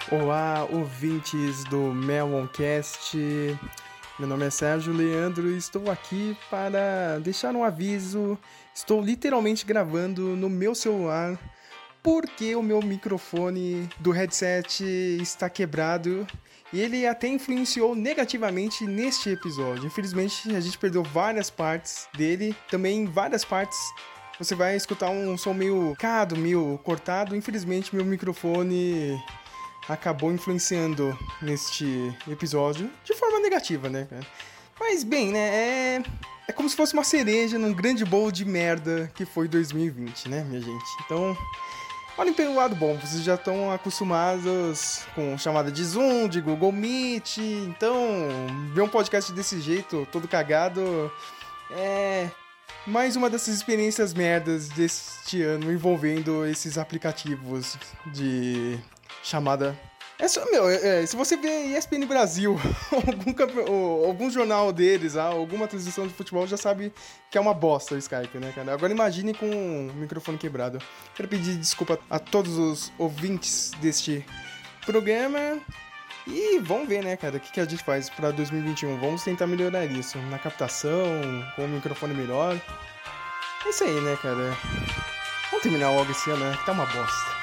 Olá, ouvintes do Meloncast. Meu nome é Sérgio Leandro e estou aqui para deixar um aviso. Estou literalmente gravando no meu celular porque o meu microfone do headset está quebrado e ele até influenciou negativamente neste episódio. Infelizmente, a gente perdeu várias partes dele. Também em várias partes você vai escutar um som meio cortado. Infelizmente, meu microfone acabou influenciando neste episódio de forma negativa, né, cara? Mas, bem, né, é como se fosse uma cereja num grande bowl de merda que foi 2020, né, minha gente? Então, olhem pelo lado bom, vocês já estão acostumados com chamada de Zoom, de Google Meet, então, ver um podcast desse jeito, todo cagado, é mais uma dessas experiências merdas deste ano envolvendo esses aplicativos de chamada. Se você vê ESPN Brasil, algum jornal deles, alguma transmissão de futebol, já sabe que é uma bosta o Skype, né, cara? Agora imagine com o microfone quebrado. Quero pedir desculpa a todos os ouvintes deste programa. E vamos ver, né, cara, o que a gente faz pra 2021. Vamos tentar melhorar isso, na captação, com o microfone melhor. É isso aí, né, cara? Vamos terminar logo esse ano, né, que tá uma bosta.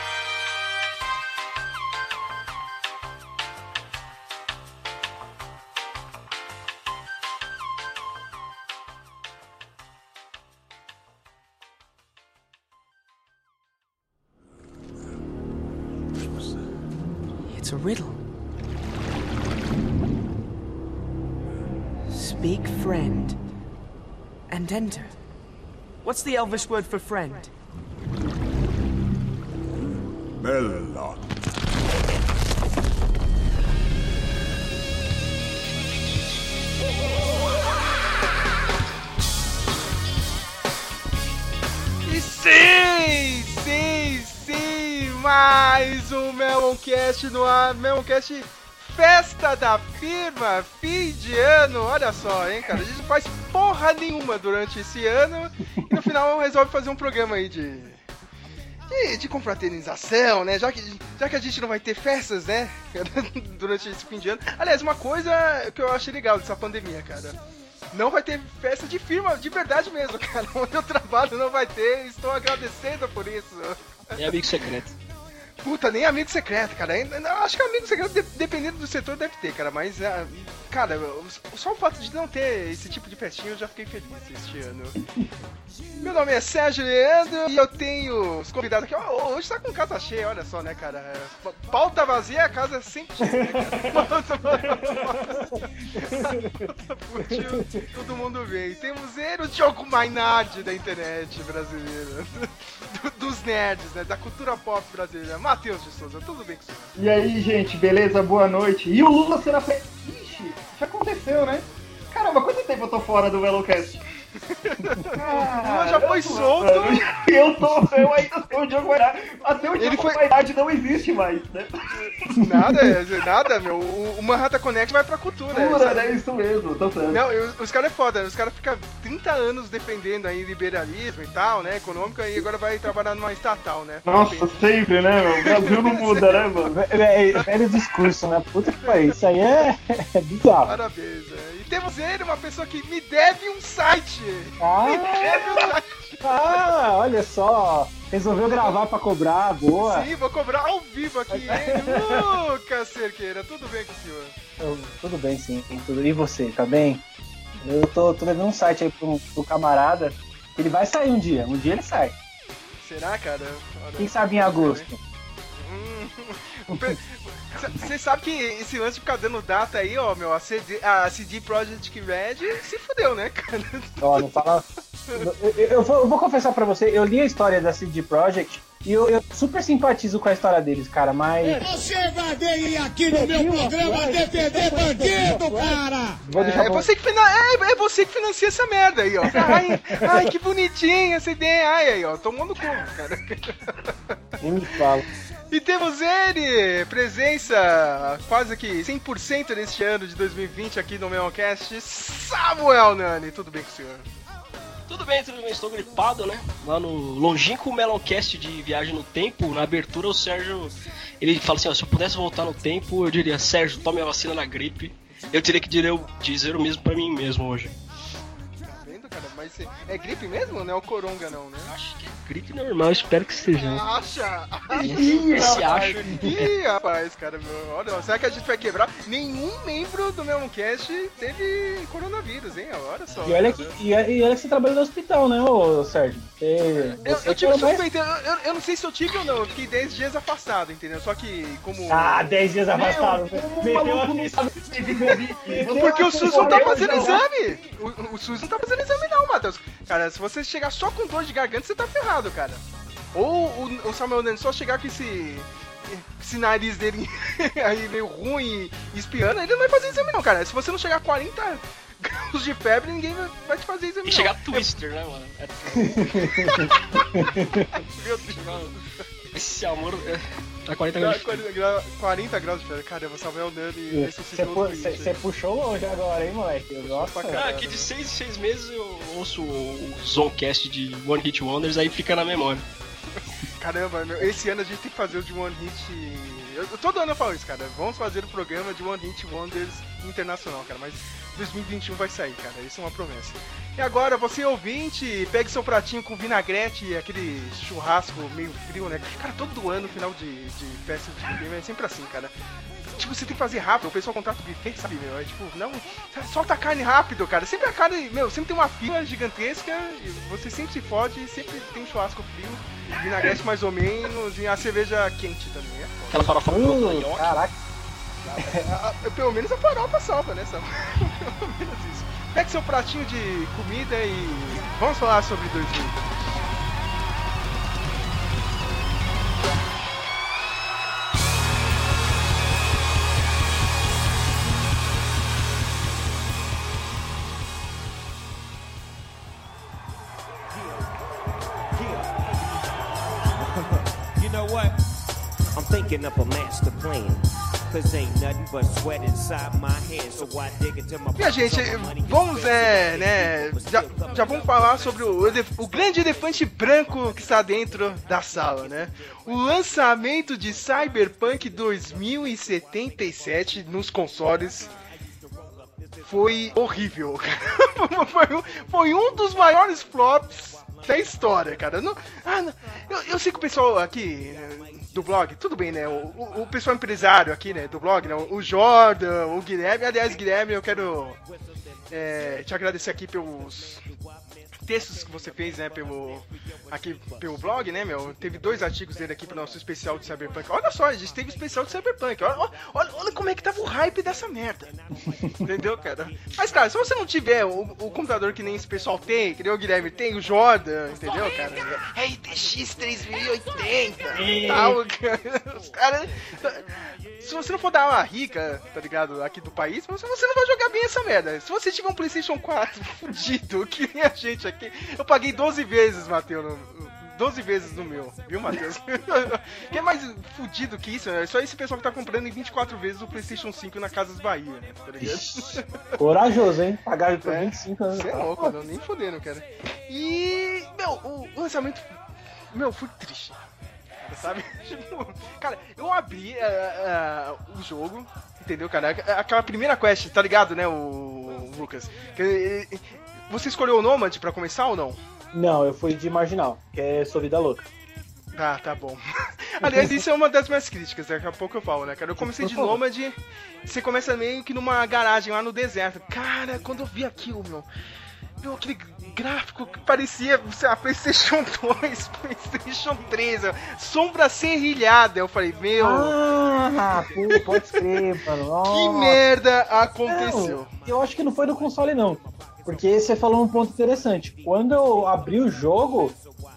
It's a riddle. Speak friend and enter. What's the Elvish word for friend? Bella. E sim, mais um Meloncast no ar, Meloncast Festa da Firma, fim de ano, olha só, hein, cara, a gente não faz porra nenhuma durante esse ano e no final resolve fazer um programa aí de confraternização, né, já que a gente não vai ter festas, né, durante esse fim de ano. Aliás, uma coisa que eu achei legal dessa pandemia, cara, não vai ter festa de firma, de verdade mesmo, cara, onde eu trabalho não vai ter, estou agradecendo por isso. É amigo secreto. Puta, nem amigo secreto, cara. Acho que amigo secreto, dependendo do setor, deve ter, cara. Mas, cara, só o fato de não ter esse tipo de festinha, eu já fiquei feliz este ano. Meu nome é Sérgio Leandro e eu tenho os convidados aqui. Hoje tá com casa cheia, olha só, né, cara. Pauta vazia, a casa sempre cheia, né, cara? Todo mundo vê. E temos ele, o Diogo Mainardi da internet brasileira. Dos nerds, né? Da cultura pop brasileira. Matheus de Souza, tudo bem com você? E aí, gente, beleza? Boa noite. E o Lula será preso? Ixi, já aconteceu, né? Caramba, quanto tempo eu tô fora do Velocast? Lula já foi solto. Eu ainda sou o Diogo Mainardi. Até o Diogo Mainardi não existe mais, né? Nada, meu. O Manhattan Connect vai pra cultura. É isso mesmo, tô certo. Não, os caras é foda, os caras ficam 30 anos defendendo aí liberalismo e tal, né, econômico, e agora vai trabalhar numa estatal, né? Nossa, sempre, né, meu? O Brasil não muda, né, mano? Velho discurso, né? Puta que pariu, isso aí é bizarro. Parabéns, E temos ele, uma pessoa que me deve um site. Olha só. Resolveu gravar pra cobrar, boa. Sim, vou cobrar ao vivo aqui, hein? Lucas Cerqueira, tudo bem com o senhor? Tudo bem, sim. Tudo. E você, tá bem? Eu tô levando um site aí pro camarada. Ele vai sair um dia ele sai. Será, cara? Quem sabe em agosto? Você sabe que esse lance de ficar dando data aí, ó, meu, a CD Projekt Red se fudeu, né, cara? Ó, não fala... Eu vou confessar pra você, eu li a história da CD Projekt e eu super simpatizo com a história deles, cara, mas... Você vai vir aqui no meu programa defender bandido, cara! É você que financia essa merda aí, ó. Ai, que bonitinha essa ideia. Ai, aí, ó, tomando cu, cara. Nem me fala. E temos ele, presença quase que 100% neste ano de 2020 aqui no Meloncast, Samuel Nani. Tudo bem com o senhor? Tudo bem, estou gripado, né? Lá no longínquo Meloncast de Viagem no Tempo, na abertura o Sérgio, ele fala assim, ó, se eu pudesse voltar no tempo, eu diria, Sérgio, tome a vacina da gripe. Eu teria que dizer o mesmo pra mim mesmo hoje. Tá vendo, cara? Mas é gripe mesmo? Não é o coronga, não, né? Acho que é gripe normal, espero que seja. Acha? Esse acho. Ih, rapaz, cara, meu, olha, será que a gente vai quebrar? Nenhum membro do Meloncast teve coronavírus, hein? Olha só. E olha que você trabalha no hospital, né, ô Sérgio? Eu tive suspeita, eu não sei se eu tive ou não, eu fiquei 10 dias afastado, entendeu? Só que como... 10 dias afastado. Porque o SUS não tá fazendo exame! O SUS não tá fazendo exame não, Matheus. Cara, se você chegar só com dor de garganta, você tá ferrado, cara. Ou o Samuel Nani só chegar com esse nariz dele aí meio ruim e espiando, ele não vai fazer exame não, cara. Se você não chegar a 40 graus de febre, ninguém vai te fazer exame não. E chegar Twister, né, mano? Meu Deus. Esse amor... Tá 40 graus de febre. 40 graus de febre. Caramba, Samuel Nani ressuscitou o Twitch. Você puxou longe agora, hein, moleque? Nossa, cara. Aqui de 6 meses eu ouço o Zoncast de One Hit Wonders, aí fica na memória. Caramba, esse ano a gente tem que fazer o de One Hit... Todo ano eu falo isso, cara. Vamos fazer o programa de One Hit Wonders internacional, cara. Mas 2021 vai sair, cara. Isso é uma promessa. E agora, você ouvinte, pegue seu pratinho com vinagrete e aquele churrasco meio frio, né? Cara, todo ano, final de festa de videogame é sempre assim, cara. Tipo, você tem que fazer rápido, o pessoal contrata o buffet, sabe, meu? É tipo, não, solta a carne rápido, cara. Sempre a carne, meu, sempre tem uma fila gigantesca, e você sempre se fode, sempre tem um churrasco frio, vinagrete mais ou menos, e a cerveja quente também, é? Aquela farofa caraca. Pelo menos a farofa salva, né, Sam? Pelo menos isso. Pegue seu pratinho de comida e vamos falar sobre 2020. Thinking up a master plan. Cause ain't nothing but sweat inside my head. So I dig into my... Minha gente, vamos, né, já vamos falar sobre o grande elefante branco que está dentro da sala, né? O lançamento de Cyberpunk 2077 nos consoles foi horrível. Foi um dos maiores flops da história, cara. Eu sei que o pessoal aqui do blog, tudo bem, né? O pessoal empresário aqui, né, do blog, né? O Jordan, o Guilherme. Aliás, Guilherme, eu quero te agradecer aqui pelos textos que você fez, né, pelo blog, né, meu? Teve 2 artigos dele aqui pro nosso especial de Cyberpunk. Olha só, a gente teve especial de Cyberpunk. Olha como é que tava o hype dessa merda. Entendeu, cara? Mas, cara, se você não tiver o computador que nem esse pessoal tem, que nem o Guilherme tem, o Jordan, entendeu, cara? É RTX 3080 e tal, cara. Os caras... Se você não for dar uma rica, tá ligado, aqui do país, você não vai jogar bem essa merda. Se você tiver um PlayStation 4 fudido, que nem a gente aqui, eu paguei 12 vezes, Matheus, 12 vezes no meu, viu, Matheus? Que é mais fudido que isso, né? Só esse pessoal que tá comprando em 24 vezes o PlayStation 5 na Casas Bahia, né? Tá ligado? Corajoso, hein? Pagar por 25 anos. Você é louco, não, nem fodendo, cara. E, meu, o lançamento, meu, foi triste. Sabe? Tipo, cara, eu abri o jogo, entendeu, cara? Aquela primeira quest, tá ligado, né, o Lucas? Você escolheu o Nomad pra começar ou não? Não, eu fui de Marginal, que é Sua Vida Louca. Tá bom. Aliás, isso é uma das minhas críticas, daqui a pouco eu falo, né, cara? Eu comecei de Nomad, você começa meio que numa garagem lá no deserto. Cara, quando eu vi aquilo, meu, aquele gráfico que parecia, sei lá, PlayStation 2, PlayStation 3, sombra serrilhada. Eu falei, meu... pô, pode ser, mano. Que merda aconteceu? Não, eu acho que não foi do console, não. Porque você falou um ponto interessante. Quando eu abri o jogo,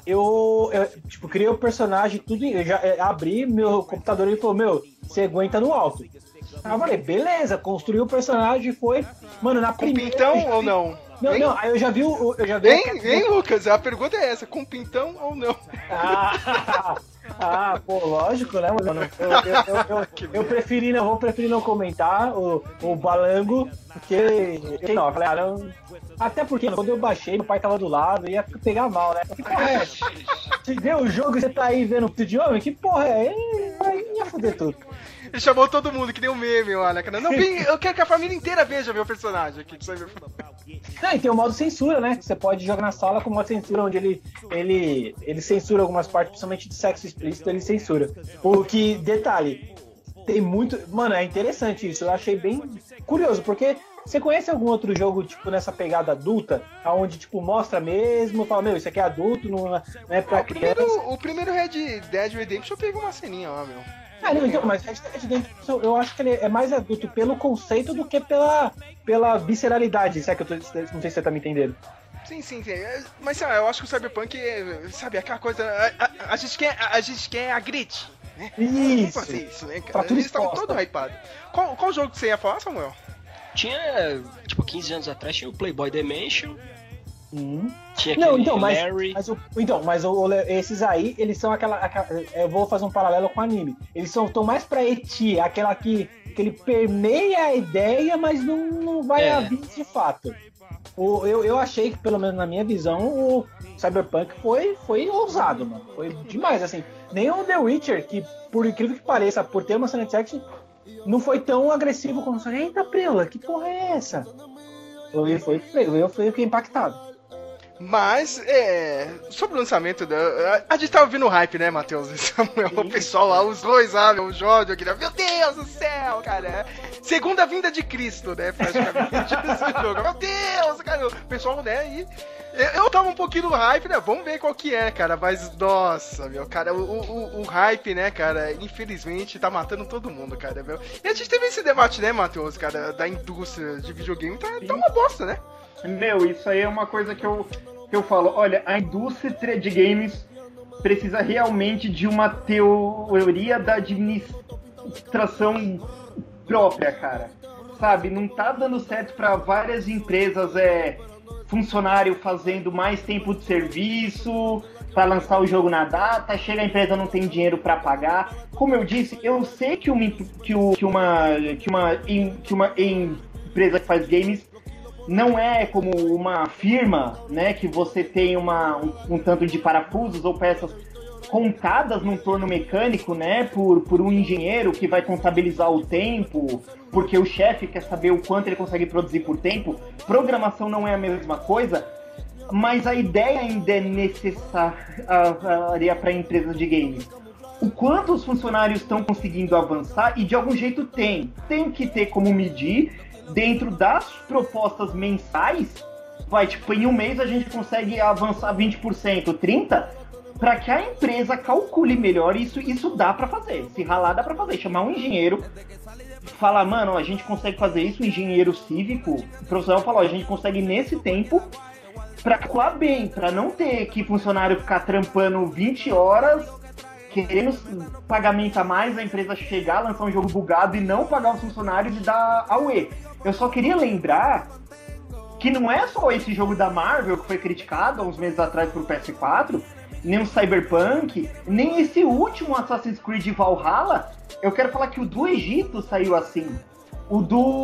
eu tipo, criei o personagem, tudo. Eu já abri meu computador e ele falou, meu, você aguenta no alto. Aí eu falei, beleza, construí o personagem e foi. Mano, na primeira... Com pintão ou não? Não, aí eu já vi Hein, Lucas? A pergunta é essa, com pintão ou não? Ah, pô, lógico, né, mano? Eu vou preferir não comentar o Balango, porque. Não, eu falei, não. Até porque quando eu baixei, meu pai tava do lado, ia pegar mal, né? Que porra é essa? Você vê o jogo e você tá aí vendo o de homem? Que porra é? Aí ia foder tudo. Ele chamou todo mundo, que nem um meme, olha, cara. Não, eu quero que a família inteira veja meu personagem aqui de Cyberpunk. E tem o modo censura, né? Você pode jogar na sala com o modo censura, onde ele censura algumas partes, principalmente de sexo explícito, ele censura. Porque, detalhe, tem muito... Mano, é interessante isso, eu achei bem curioso, porque você conhece algum outro jogo, tipo, nessa pegada adulta, onde, tipo, mostra mesmo, fala, meu, isso aqui é adulto, não é pra criança? O primeiro Red Dead Redemption teve uma ceninha lá, meu. Ah, não, então, mas Red Dead Redemption, eu acho que ele é mais adulto pelo conceito do que pela visceralidade, se é que não sei se você tá me entendendo. Sim. Mas sabe, eu acho que o Cyberpunk, sabe, aquela coisa, a gente quer agredir, né? Isso. Vamos fazer isso, né, cara? Eles estavam todos hypados. Qual jogo que você ia falar, Samuel? Tinha, tipo, 15 anos atrás, tinha o Playboy Dimension. Tinha Não, aquele então, Larry. mas esses aí, eles são aquela. Eu vou fazer um paralelo com o anime. Eles estão mais pra eti, aquela que ele permeia a ideia, mas não vai a vir de fato. Eu achei que, pelo menos na minha visão, o Cyberpunk foi ousado, mano. Foi demais, assim. Nem o The Witcher, que por incrível que pareça, por ter uma cena de sexo, não foi tão agressivo como você. Eita, Prela, que porra é essa? Eu fiquei impactado. Mas, sobre o lançamento, a gente tava ouvindo o hype, né, Matheus e Samuel? O pessoal lá, os dois lá, o Jorge, aquele, meu Deus do céu, cara. Segunda vinda de Cristo, né, praticamente, esse jogo. Meu Deus, cara, o pessoal, né, e eu tava um pouquinho no hype, né, vamos ver qual que é, cara, mas, nossa, meu, cara, o hype, né, cara, infelizmente tá matando todo mundo, cara, meu. E a gente teve esse debate, né, Matheus, cara, da indústria de videogame, tá uma bosta, né? Meu, isso aí é uma coisa que eu falo. Olha, a indústria de games precisa realmente de uma teoria da administração própria, cara. Sabe, não tá dando certo para várias empresas, funcionário fazendo mais tempo de serviço para lançar o jogo na data, chega a empresa não tem dinheiro para pagar. Como eu disse, eu sei que uma empresa que faz games não é como uma firma, né, que você tem um tanto de parafusos ou peças contadas num torno mecânico, né, por um engenheiro que vai contabilizar o tempo, porque o chefe quer saber o quanto ele consegue produzir por tempo. Programação não é a mesma coisa, mas a ideia ainda é necessária para empresas de games. O quanto os funcionários estão conseguindo avançar, e de algum jeito tem que ter como medir. Dentro das propostas mensais, tipo, em um mês a gente consegue avançar 20%, 30%, para que a empresa calcule melhor. Isso dá para fazer. Se ralar, dá para fazer. Chamar um engenheiro, falar, mano, a gente consegue fazer isso, um engenheiro cívico, o profissional falou, a gente consegue nesse tempo, para coar bem, para não ter que funcionário ficar trampando 20 horas, querendo pagamento a mais, a empresa chegar, lançar um jogo bugado e não pagar os funcionários e dar auê. Eu só queria lembrar que não é só esse jogo da Marvel que foi criticado há uns meses atrás pro PS4, nem o Cyberpunk, nem esse último Assassin's Creed Valhalla. Eu quero falar que o do Egito saiu assim. O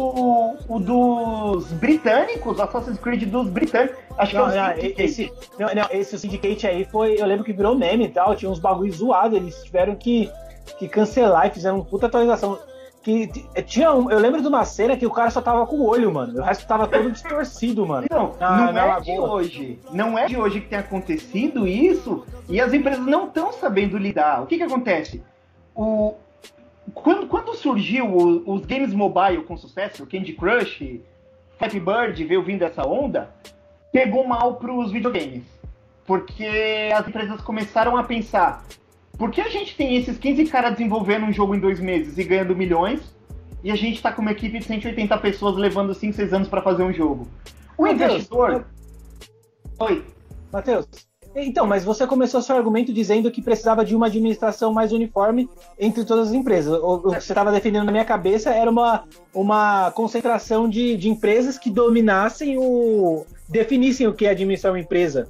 dos britânicos, Assassin's Creed dos britânicos. Acho que é o Syndicate. Esse Syndicate aí foi. Eu lembro que virou meme e tal, tinha uns bagulho zoados, eles tiveram que cancelar e fizeram uma puta atualização. Eu lembro de uma cena que o cara só tava com o olho, mano. O resto tava todo distorcido, mano. Não é de hoje. Não é de hoje que tem acontecido isso, e as empresas não estão sabendo lidar. O que acontece? Quando surgiu os games mobile com sucesso, o Candy Crush, Flappy Bird veio vindo essa onda, pegou mal pros videogames. Porque as empresas começaram a pensar, por que a gente tem esses 15 caras desenvolvendo um jogo em 2 meses e ganhando milhões, e a gente tá com uma equipe de 180 pessoas levando 5, 6 anos pra fazer um jogo? O investidor... Oi. Matheus, então, mas você começou seu argumento dizendo que precisava de uma administração mais uniforme entre todas as empresas. O que você estava defendendo na minha cabeça era uma concentração de empresas que dominassem definissem o que é administrar uma empresa.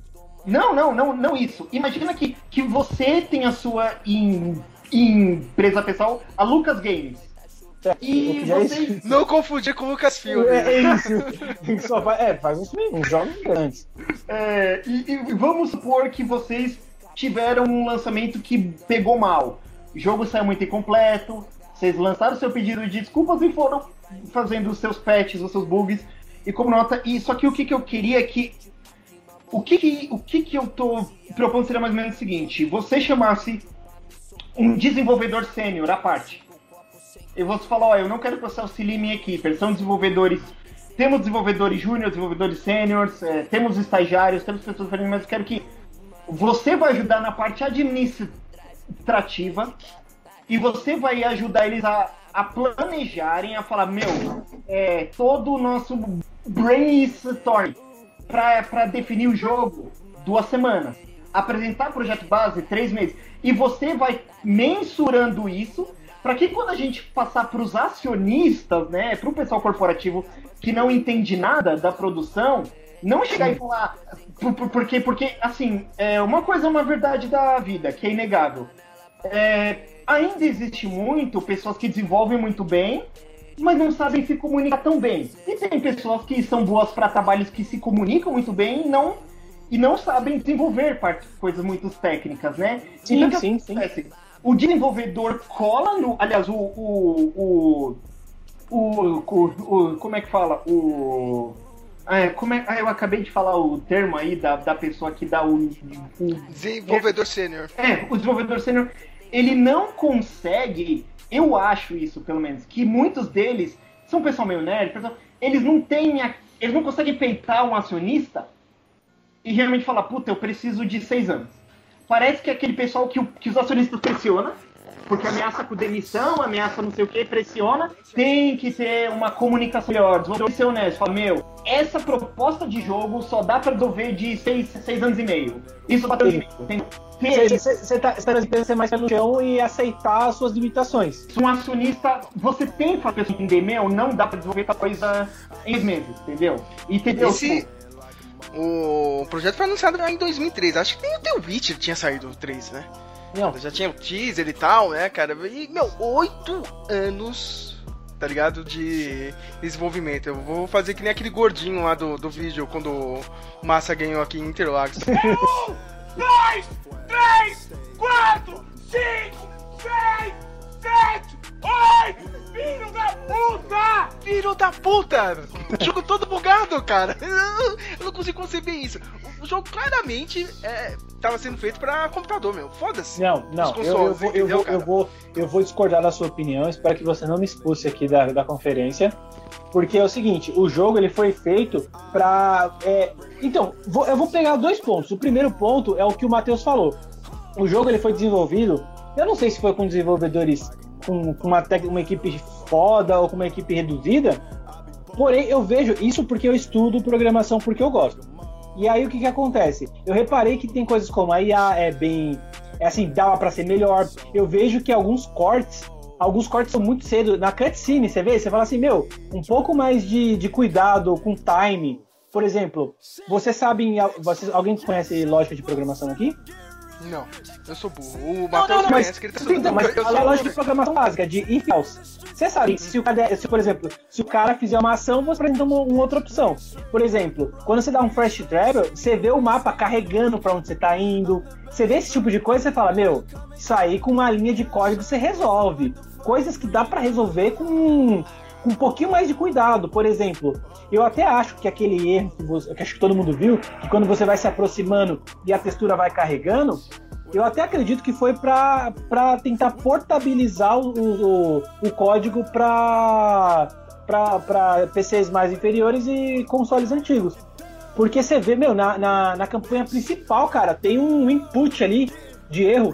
Não isso. Imagina que você tem a sua empresa pessoal, a Lucas Games. E você... Não confundir com o Lucasfilm. É isso. Só faz uns jogos grandes. E vamos supor que vocês tiveram um lançamento que pegou mal. O jogo saiu muito incompleto, vocês lançaram seu pedido de desculpas e foram fazendo os seus patches, os seus bugs, e como nota... Só que o que eu queria é que... O que eu tô propondo seria mais ou menos o seguinte: você chamasse um desenvolvedor sênior à parte. E você fala, eu não quero que você auxilie minha equipe, eles são desenvolvedores... Temos desenvolvedores júnior, desenvolvedores sêniores, temos estagiários, temos pessoas diferentes, mas eu quero que você vai ajudar na parte administrativa e você vai ajudar eles a planejarem, a falar, todo o nosso brainstorm para definir o jogo 2 semanas, apresentar projeto base 3 meses, e você vai mensurando isso para que quando a gente passar para os acionistas, né, para o pessoal corporativo que não entende nada da produção, não chegar e falar... Porque assim, uma coisa é uma verdade da vida, que é inegável. Ainda existe muito pessoas que desenvolvem muito bem, mas não sabem se comunicar tão bem. E tem pessoas que são boas para trabalhos que se comunicam muito bem e não sabem desenvolver coisas muito técnicas, né? Sim. O desenvolvedor cola no... Aliás, como é que fala? Eu acabei de falar o termo aí da pessoa que dá o desenvolvedor sênior. O desenvolvedor sênior, ele não consegue, eu acho isso pelo menos, que muitos deles são pessoal meio nerd, eles não conseguem peitar um acionista e realmente falar, puta, eu preciso de 6 anos. Parece que é aquele pessoal que os acionistas pressionam, porque ameaça com demissão, ameaça não sei o que, pressiona, tem que ter uma comunicação melhor, vou ser honesto, fala, essa proposta de jogo só dá pra desenvolver de 6 anos e meio. Isso bateu de mim. Você tá esperando ser mais pé no chão e aceitar as suas limitações. Se um acionista, você tem que fazer isso entender, não dá pra desenvolver tal coisa em 6 meses, entendeu? O projeto foi anunciado em 2003, acho que nem o The Witcher tinha saído o 3, né? Não. Já tinha o teaser e tal, né, cara? E, 8 anos, tá ligado? De desenvolvimento. Eu vou fazer que nem aquele gordinho lá do vídeo, quando o Massa ganhou aqui em Interlagos. 1, 2, 3, 4, 5, 6, 7, 8! Filho da puta! Filho da puta! O jogo todo bugado, cara! Eu não consigo conceber isso. O jogo claramente tava sendo feito pra computador, Foda-se. Não. Eu vou discordar da sua opinião. Espero que você não me expulse aqui da conferência. Porque é o seguinte, o jogo ele foi feito pra... Então, eu vou pegar 2 pontos. O primeiro ponto é o que o Matheus falou. O jogo ele foi desenvolvido... Eu não sei se foi com desenvolvedores... com uma equipe foda ou com uma equipe reduzida, porém eu vejo isso porque eu estudo programação porque eu gosto. E aí o que acontece? Eu reparei que tem coisas como a IA dava pra ser melhor. Eu vejo que alguns cortes são muito cedo. Na cutscene, você fala assim, um pouco mais de cuidado com time. Por exemplo, alguém conhece lógica de programação aqui? Não, eu sou burro. O Matheus conhece que ele tá estudando. Mas a lógica de programação básica, de if else. Você sabe, por exemplo, se o cara fizer uma ação, você apresenta uma outra opção. Por exemplo, quando você dá um fast travel, você vê o mapa carregando pra onde você tá indo. Você vê esse tipo de coisa, você fala, isso aí com uma linha de código você resolve. Coisas que dá pra resolver com um pouquinho mais de cuidado. Por exemplo, eu até acho que aquele erro que acho que todo mundo viu, que quando você vai se aproximando e a textura vai carregando, eu até acredito que foi para tentar portabilizar o código para PCs mais inferiores e consoles antigos. Porque você vê, na campanha principal, cara, tem um input ali de erro.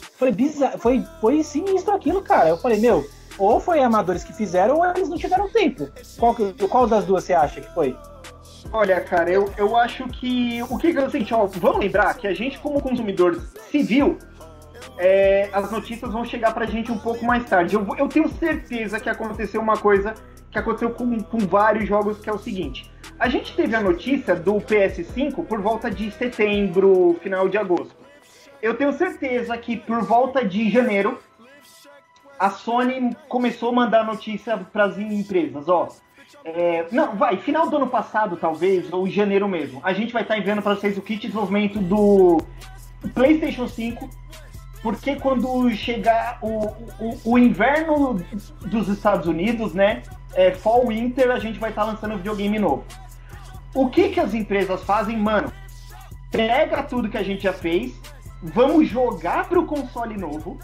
Foi sinistro aquilo, cara. Eu falei, ou foi amadores que fizeram ou eles não tiveram tempo. Qual das duas você acha que foi? Olha, cara, eu acho que o que é o seguinte, vamos lembrar que a gente, como consumidor civil, as notícias vão chegar pra gente um pouco mais tarde. Eu tenho certeza que aconteceu uma coisa que aconteceu com vários jogos, que é o seguinte: A gente teve a notícia do PS5 por volta de setembro, final de agosto. Eu tenho certeza que por volta de janeiro, a Sony começou a mandar notícia para as empresas, ó. Final do ano passado, talvez, ou janeiro mesmo. A gente vai estar enviando para vocês o kit de desenvolvimento do PlayStation 5, porque quando chegar o inverno dos Estados Unidos, né, Fall Winter, a gente vai estar lançando um videogame novo. O que as empresas fazem? Mano, pega tudo que a gente já fez, vamos jogar pro console novo.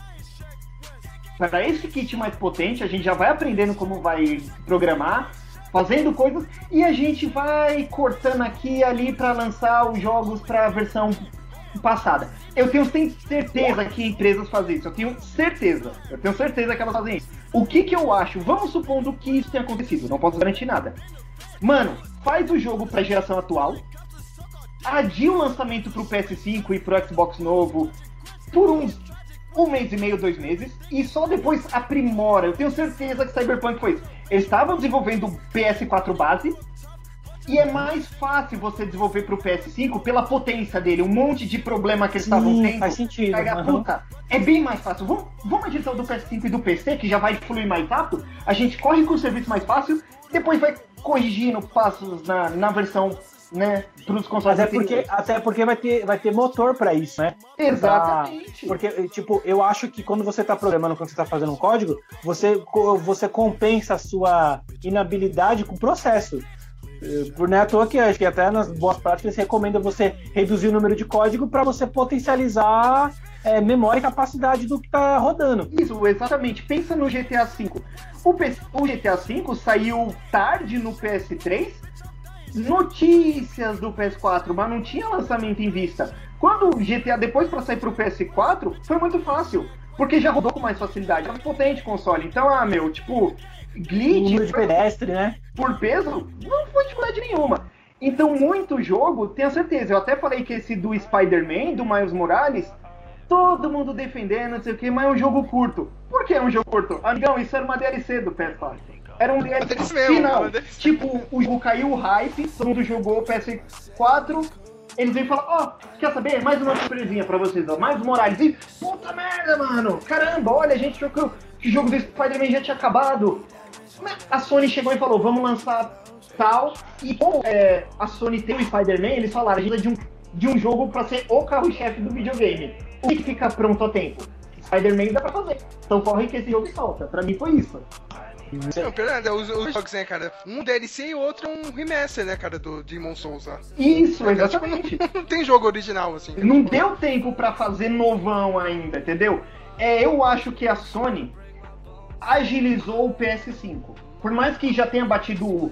Para esse kit mais potente, a gente já vai aprendendo como vai programar, fazendo coisas, e a gente vai cortando aqui e ali para lançar os jogos para a versão passada. Eu tenho certeza que empresas fazem isso. Eu tenho certeza que elas fazem isso. O que eu acho? Vamos supondo que isso tenha acontecido. Não posso garantir nada. Mano, faz o jogo pra geração atual, adia o lançamento pro PS5 e pro Xbox novo por um mês e meio, 2 meses, e só depois aprimora. Eu tenho certeza que Cyberpunk foi isso. Eles estavam desenvolvendo o PS4 base, e é mais fácil você desenvolver pro PS5 pela potência dele, um monte de problema que eles estavam tendo. Faz sentido. Puta, é bem mais fácil. Vamos adiantar o do PS5 e do PC, que já vai fluir mais rápido, a gente corre com o serviço mais fácil, depois vai corrigindo passos na versão, né, pros consoles. Até porque vai ter motor pra isso, né? Exatamente. Porque, tipo, eu acho que quando você tá programando, quando você tá fazendo um código, você compensa a sua inabilidade com o processo. Por não é à toa que acho que até nas boas práticas recomenda você reduzir o número de código para você potencializar memória e capacidade do que tá rodando. Isso, exatamente. Pensa no GTA V. O GTA V saiu tarde no PS3, notícias do PS4, mas não tinha lançamento em vista. Quando o GTA, depois para sair pro PS4, foi muito fácil, porque já rodou com mais facilidade, era mais potente o console. Então, glitch... Número de pedestre, né? Por peso, não foi dificuldade nenhuma. Então, muito jogo, tenho certeza. Eu até falei que esse do Spider-Man, do Miles Morales, todo mundo defendendo, não sei o que, mas é um jogo curto. Por que é um jogo curto? Amigão, isso era uma DLC do PS4. Era um DLC final. Tipo, o jogo caiu o hype, todo mundo jogou o PS4, eles vêm falar, quer saber? Mais uma surpresinha pra vocês, ó. Mais Morales. E, puta merda, mano. Caramba, olha, a gente achou que o jogo do Spider-Man já tinha acabado. A Sony chegou e falou, vamos lançar tal. E como a Sony tem o Spider-Man, eles falaram, a gente precisa de um jogo pra ser o carro-chefe do videogame. O que fica pronto a tempo? Spider-Man dá pra fazer. Então corre que esse jogo solta. Pra mim foi isso. Não, pera, os jogos, né, cara? Um DLC e o outro um remaster, né, cara, do Demon Souls, ó. Isso, exatamente. Tipo, não tem jogo original, assim. Não deu tempo pra fazer novão ainda, entendeu? Eu acho que a Sony agilizou o PS5. Por mais que já tenha batido...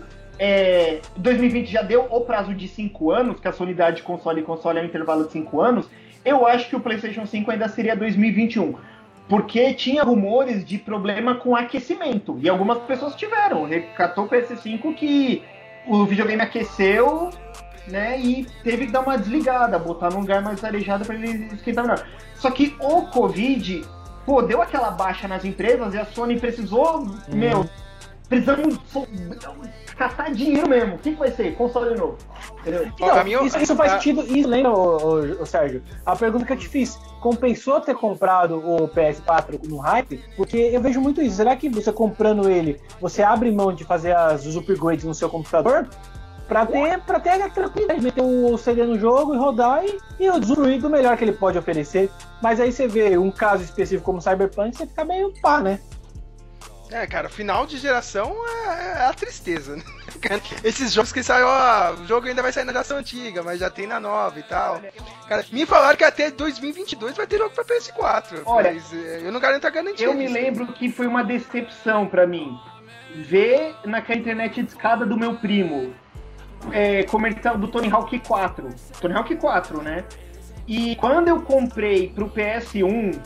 2020 já deu o prazo de 5 anos, que a Sony dá de console e console é um intervalo de 5 anos, eu acho que o PlayStation 5 ainda seria 2021. Porque tinha rumores de problema com aquecimento. E algumas pessoas tiveram. Recatou o PS5 que o videogame aqueceu, né? E teve que dar uma desligada, botar num lugar mais arejado para ele esquentar melhor. Só que o Covid, deu aquela baixa nas empresas e a Sony precisou, precisamos catar dinheiro mesmo. O que vai ser? Console novo. Entendeu? Não, isso faz sentido. E lembra, o Sérgio, a pergunta que eu te fiz, compensou ter comprado o PS4 no hype? Porque eu vejo muito isso. Será que você comprando ele, você abre mão de fazer os upgrades no seu computador pra ter a tranquilidade de meter o CD no jogo e rodar e usufruir do melhor que ele pode oferecer? Mas aí você vê um caso específico como Cyberpunk, você fica meio pá, né? Cara, final de geração é a tristeza, né? Esses jogos que saem, o jogo ainda vai sair na geração antiga, mas já tem na nova e tal. Cara, me falaram que até 2022 vai ter jogo pra PS4. Olha, mas eu não garanto a garantia. Eu me lembro que foi uma decepção pra mim ver naquela internet de escada do meu primo comercial do Tony Hawk 4. Tony Hawk 4, né? E quando eu comprei pro PS1,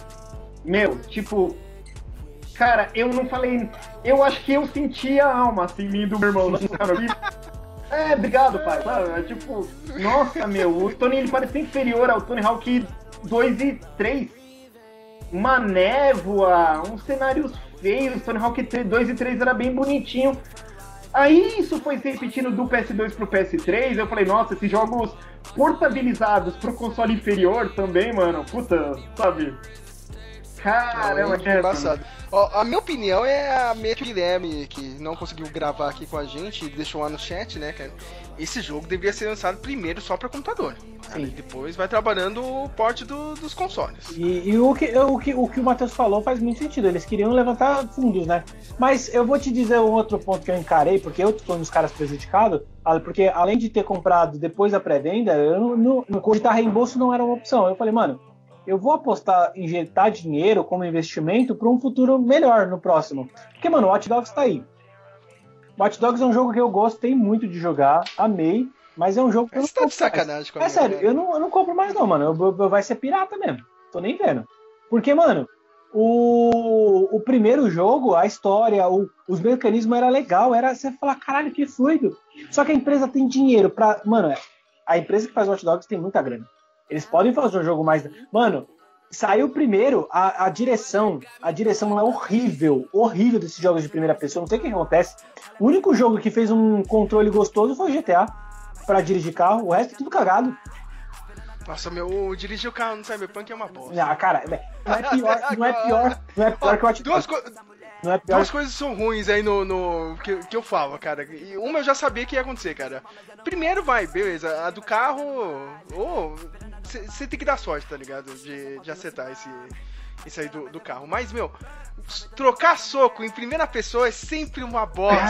cara, eu não falei... Eu acho que eu senti a alma, assim, mim do meu irmão. Obrigado, pai. Nossa, o Tony, ele parece inferior ao Tony Hawk 2 e 3. Uma névoa, uns cenários feios. Tony Hawk 2 e 3 era bem bonitinho. Aí isso foi se repetindo do PS2 pro PS3, eu falei, nossa, esses jogos portabilizados pro console inferior também, mano, puta, sabe? Caramba, é embaçado. Ó, a minha opinião é a meio que o Guilherme, que não conseguiu gravar aqui com a gente, deixou lá no chat, né, cara? Esse jogo deveria ser lançado primeiro só pra computador. Cara, e depois vai trabalhando o porte dos consoles. E o que o Matheus falou faz muito sentido. Eles queriam levantar fundos, né? Mas eu vou te dizer um outro ponto que eu encarei, porque eu fui um dos caras prejudicados, porque além de ter comprado depois da pré-venda, eu não cogitar reembolso não era uma opção. Eu falei, mano, eu vou apostar, injetar dinheiro como investimento para um futuro melhor no próximo. Porque, mano, o Watch Dogs tá aí. Watch Dogs é um jogo que eu gostei muito de jogar, amei, mas é um jogo que eu não compro. Você tá de sacanagem comigo. É sério, eu não compro mais não, mano. Vai ser pirata mesmo. Tô nem vendo. Porque, mano, o primeiro jogo, a história, os mecanismos era legal, era você falar, caralho, que fluido. Só que a empresa tem dinheiro pra... Mano, a empresa que faz Watch Dogs tem muita grana. Eles podem fazer um jogo mais... Mano, saiu primeiro, a direção é horrível desses jogos de primeira pessoa, não sei o que acontece. O único jogo que fez um controle gostoso foi o GTA, pra dirigir carro, o resto é tudo cagado. Nossa, meu, dirigir o carro no Cyberpunk é uma bosta. Ah, cara, não é pior que o Watch Dogs. Duas coisas são ruins aí no que eu falo, cara. E uma eu já sabia que ia acontecer, cara. Primeiro beleza, a do carro... Você tem que dar sorte, tá ligado? De acertar isso aí do carro. Mas, meu, trocar soco em primeira pessoa é sempre uma bosta.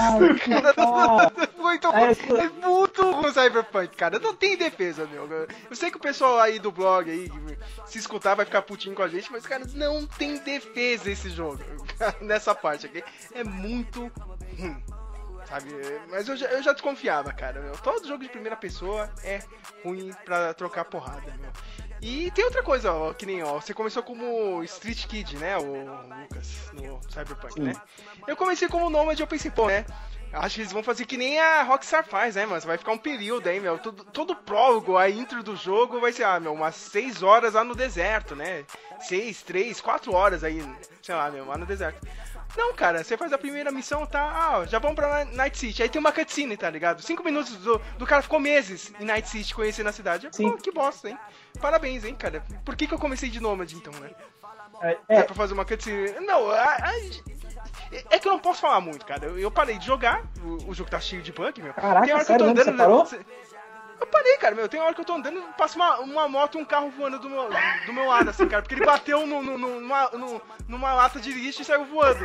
É muito ruim o Cyberpunk, cara. Não tem defesa, meu. Eu sei que o pessoal aí do blog aí, se escutar, vai ficar putinho com a gente, mas, cara, não tem defesa esse jogo. Nessa parte aqui. É muito ruim. Sabe? Mas eu já desconfiava, cara, meu. Todo jogo de primeira pessoa é ruim pra trocar porrada, meu. E tem outra coisa, ó, que nem, ó, você começou como Street Kid, né, o Lucas, no Cyberpunk, né? Eu comecei como Nomad e eu pensei, pô, né, acho que eles vão fazer que nem a Rockstar faz, né, mano? Vai ficar um período aí, meu, todo prólogo, a intro do jogo vai ser, umas 6 horas lá no deserto, né? 6, 3, 4 horas aí, sei lá, meu, lá no deserto. Não, cara, você faz a primeira missão, tá? Já vamos pra Night City. Aí tem uma cutscene, tá ligado? 5 minutos do cara ficou meses em Night City conhecendo a cidade. Pô, que bosta, hein? Parabéns, hein, cara. Por que eu comecei de Nomad, então, né? É pra fazer uma cutscene. Não, é que eu não posso falar muito, cara. Eu parei de jogar, o jogo tá cheio de bug, meu. Caraca, tem hora sério, que eu tô andando. Você parou? Eu parei, cara, meu. Tem hora que eu tô andando e passa uma moto e um carro voando do meu lado, assim, cara. Porque ele bateu numa lata de lixo e saiu voando.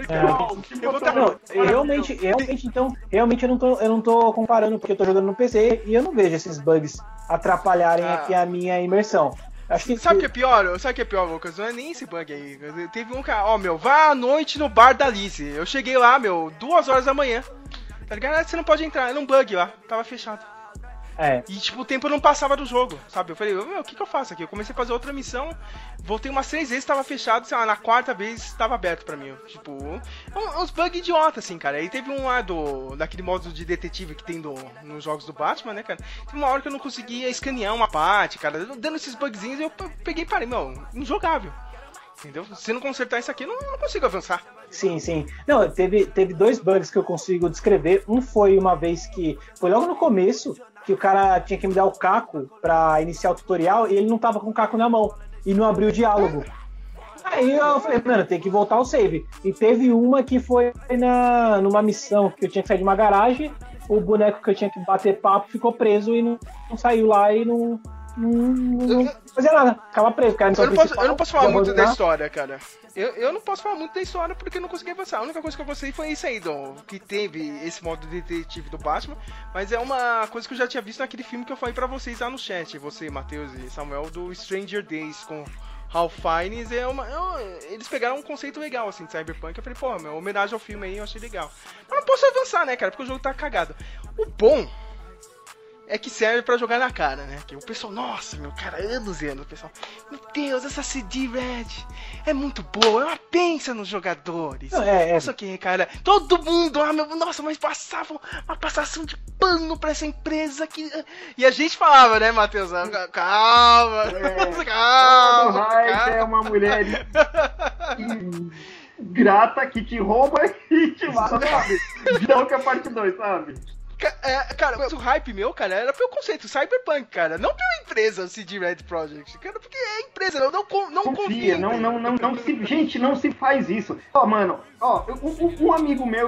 Realmente, eu não tô comparando, porque eu tô jogando no PC e eu não vejo esses bugs atrapalharem aqui a minha imersão. Acho que Sabe o que é pior, Lucas? Não é nem esse bug aí. Teve um cara, vá à noite no bar da Lizzie. Eu cheguei lá, 2 horas da manhã. Tá ligado? Você não pode entrar, era um bug lá, tava fechado. E, tipo, o tempo não passava do jogo, sabe? Eu falei, o que eu faço aqui? Eu comecei a fazer outra missão, voltei umas 3 vezes, tava fechado, sei lá, na 4ª vez tava aberto pra mim. Tipo, uns bugs idiotas, assim, cara. Aí teve um lá daquele modo de detetive que tem nos jogos do Batman, né, cara? Teve uma hora que eu não conseguia escanear uma parte, cara. Dando esses bugzinhos, eu peguei e parei, injogável. Entendeu? Se não consertar isso aqui, eu não consigo avançar. Sim. Não, teve 2 bugs que eu consigo descrever. Um foi uma vez que... Foi logo no começo que o cara tinha que me dar o caco pra iniciar o tutorial e ele não tava com o caco na mão. E não abriu o diálogo. Aí eu falei, mano, tem que voltar ao save. E teve uma que foi numa missão que eu tinha que sair de uma garagem. O boneco que eu tinha que bater papo ficou preso e não saiu lá e não fazia nada, ficava preso. Eu não posso falar muito da história, cara. Eu não posso falar muito da história porque eu não consegui avançar. A única coisa que eu gostei foi isso aí, que teve esse modo de detetive do Batman, mas é uma coisa que eu já tinha visto naquele filme que eu falei pra vocês lá no chat, você, Matheus e Samuel, do Stranger Days com Ralph Fiennes. Eles pegaram um conceito legal, assim, de Cyberpunk. Eu falei, pô, homenagem ao filme aí, eu achei legal. Mas não posso avançar, né, cara, porque o jogo tá cagado. O bom é que serve pra jogar na cara, né? Que o pessoal, nossa, cara, anos e anos, o pessoal, meu Deus, essa CD Red é muito boa, ela pensa nos jogadores. Isso aqui, cara, todo mundo, nossa, mas passava uma passação de pano pra essa empresa aqui. E a gente falava, né, Matheus? Calma. É uma mulher grata, que te rouba e te mata, sabe? Então que é a parte 2, sabe? Cara, o hype meu, cara, era pelo conceito Cyberpunk, cara. Não pela empresa CD Red Project, cara, porque é empresa, não confia. Gente, não se faz isso. Mano, um amigo meu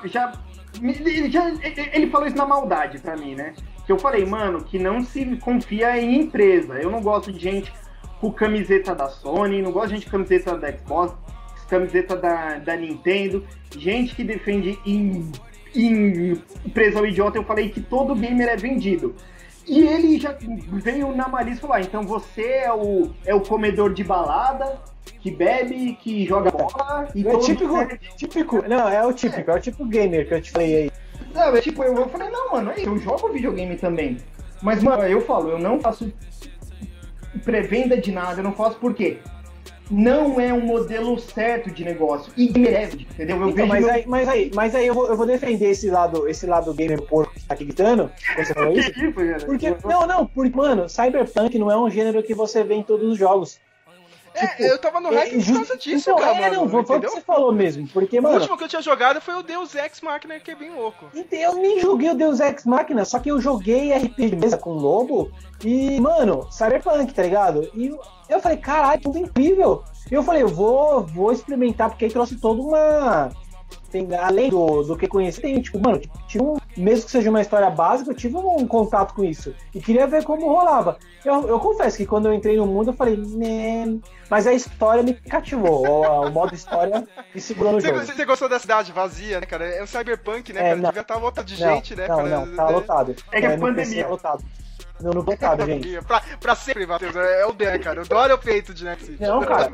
ele falou isso na maldade pra mim, né? Que eu falei, mano, que não se confia em empresa. Eu não gosto de gente com camiseta da Sony, não gosto de gente com camiseta da Xbox, camiseta da Nintendo, gente que defende em empresa ou idiota. Eu falei que todo gamer é vendido. E ele já veio na malícia e falou, então você é o comedor de balada, que bebe, que joga bola... E é típico, não, é o típico gamer que eu te falei aí. Não, eu falei, não, mano, eu jogo videogame também. Mas, mano, eu não faço pré-venda de nada, eu não faço por quê? Não é um modelo certo de negócio. E merece, entendeu? Mas aí eu vou defender esse lado gamer porco que tá aqui gritando. Você falou isso? Porque, porque, mano, Cyberpunk não é um gênero que você vê em todos os jogos. Eu tava no hype por causa disso, então, cara, mano. Foi o que você falou mesmo. Porque, mano, o último que eu tinha jogado foi o Deus Ex Machina, que é bem louco. Eu nem joguei o Deus Ex Machina, só que eu joguei RPG de mesa com o Lobo e, mano, Cyberpunk, tá ligado? E eu falei, caralho, tudo incrível. E eu falei, eu vou experimentar, porque aí trouxe toda uma... além do que conheci, tem, mano, mesmo que seja uma história básica, eu tive um contato com isso. E queria ver como rolava. Eu confesso que quando eu entrei no mundo, eu falei, né... Mas a história me cativou. O modo história me segurou no jogo. Você gostou da cidade vazia, né, cara? É um Cyberpunk, né, cara? Devia estar lotado de gente, né, cara? Não, tá lotado. É que a pandemia. É lotado. Não lotado, gente. Pra sempre, Matheus. É o Dan, cara. O Dora é o peito de Night City. Não, cara.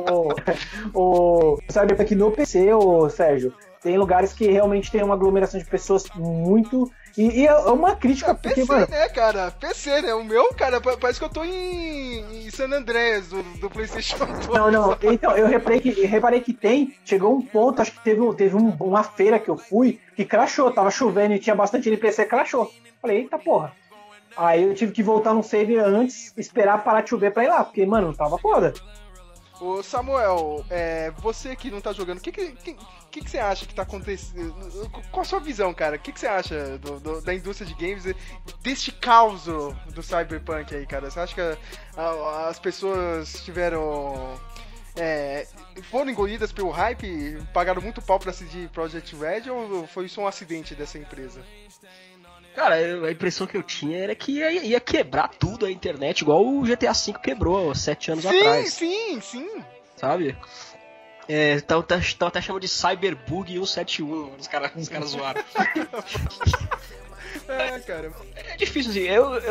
O Cyberpunk no PC, Sérgio, tem lugares que realmente tem uma aglomeração de pessoas muito... E é uma crítica, porque, PC, mano... né, cara? PC, né? O meu, cara, parece que eu tô em San Andreas, do PlayStation 2. Não. Então, eu reparei que chegou um ponto, acho que teve uma feira que eu fui, que crashou, tava chovendo e tinha bastante NPC, crashou. Falei, eita porra. Aí eu tive que voltar no save antes, esperar parar de chover pra ir lá, porque, mano, tava foda. Ô Samuel, você que não tá jogando, o que você acha que tá acontecendo? Qual a sua visão, cara? O que você acha da indústria de games, deste caos do Cyberpunk aí, cara? Você acha que as pessoas foram engolidas pelo hype, pagaram muito pau pra CD Projekt Red, ou foi só um acidente dessa empresa? Cara, a impressão que eu tinha era que ia quebrar tudo a internet, igual o GTA V quebrou 7 anos atrás. Sim. Sabe? Tava até chamando de Cyberbug 171, os caras zoaram. Cara. É difícil, assim,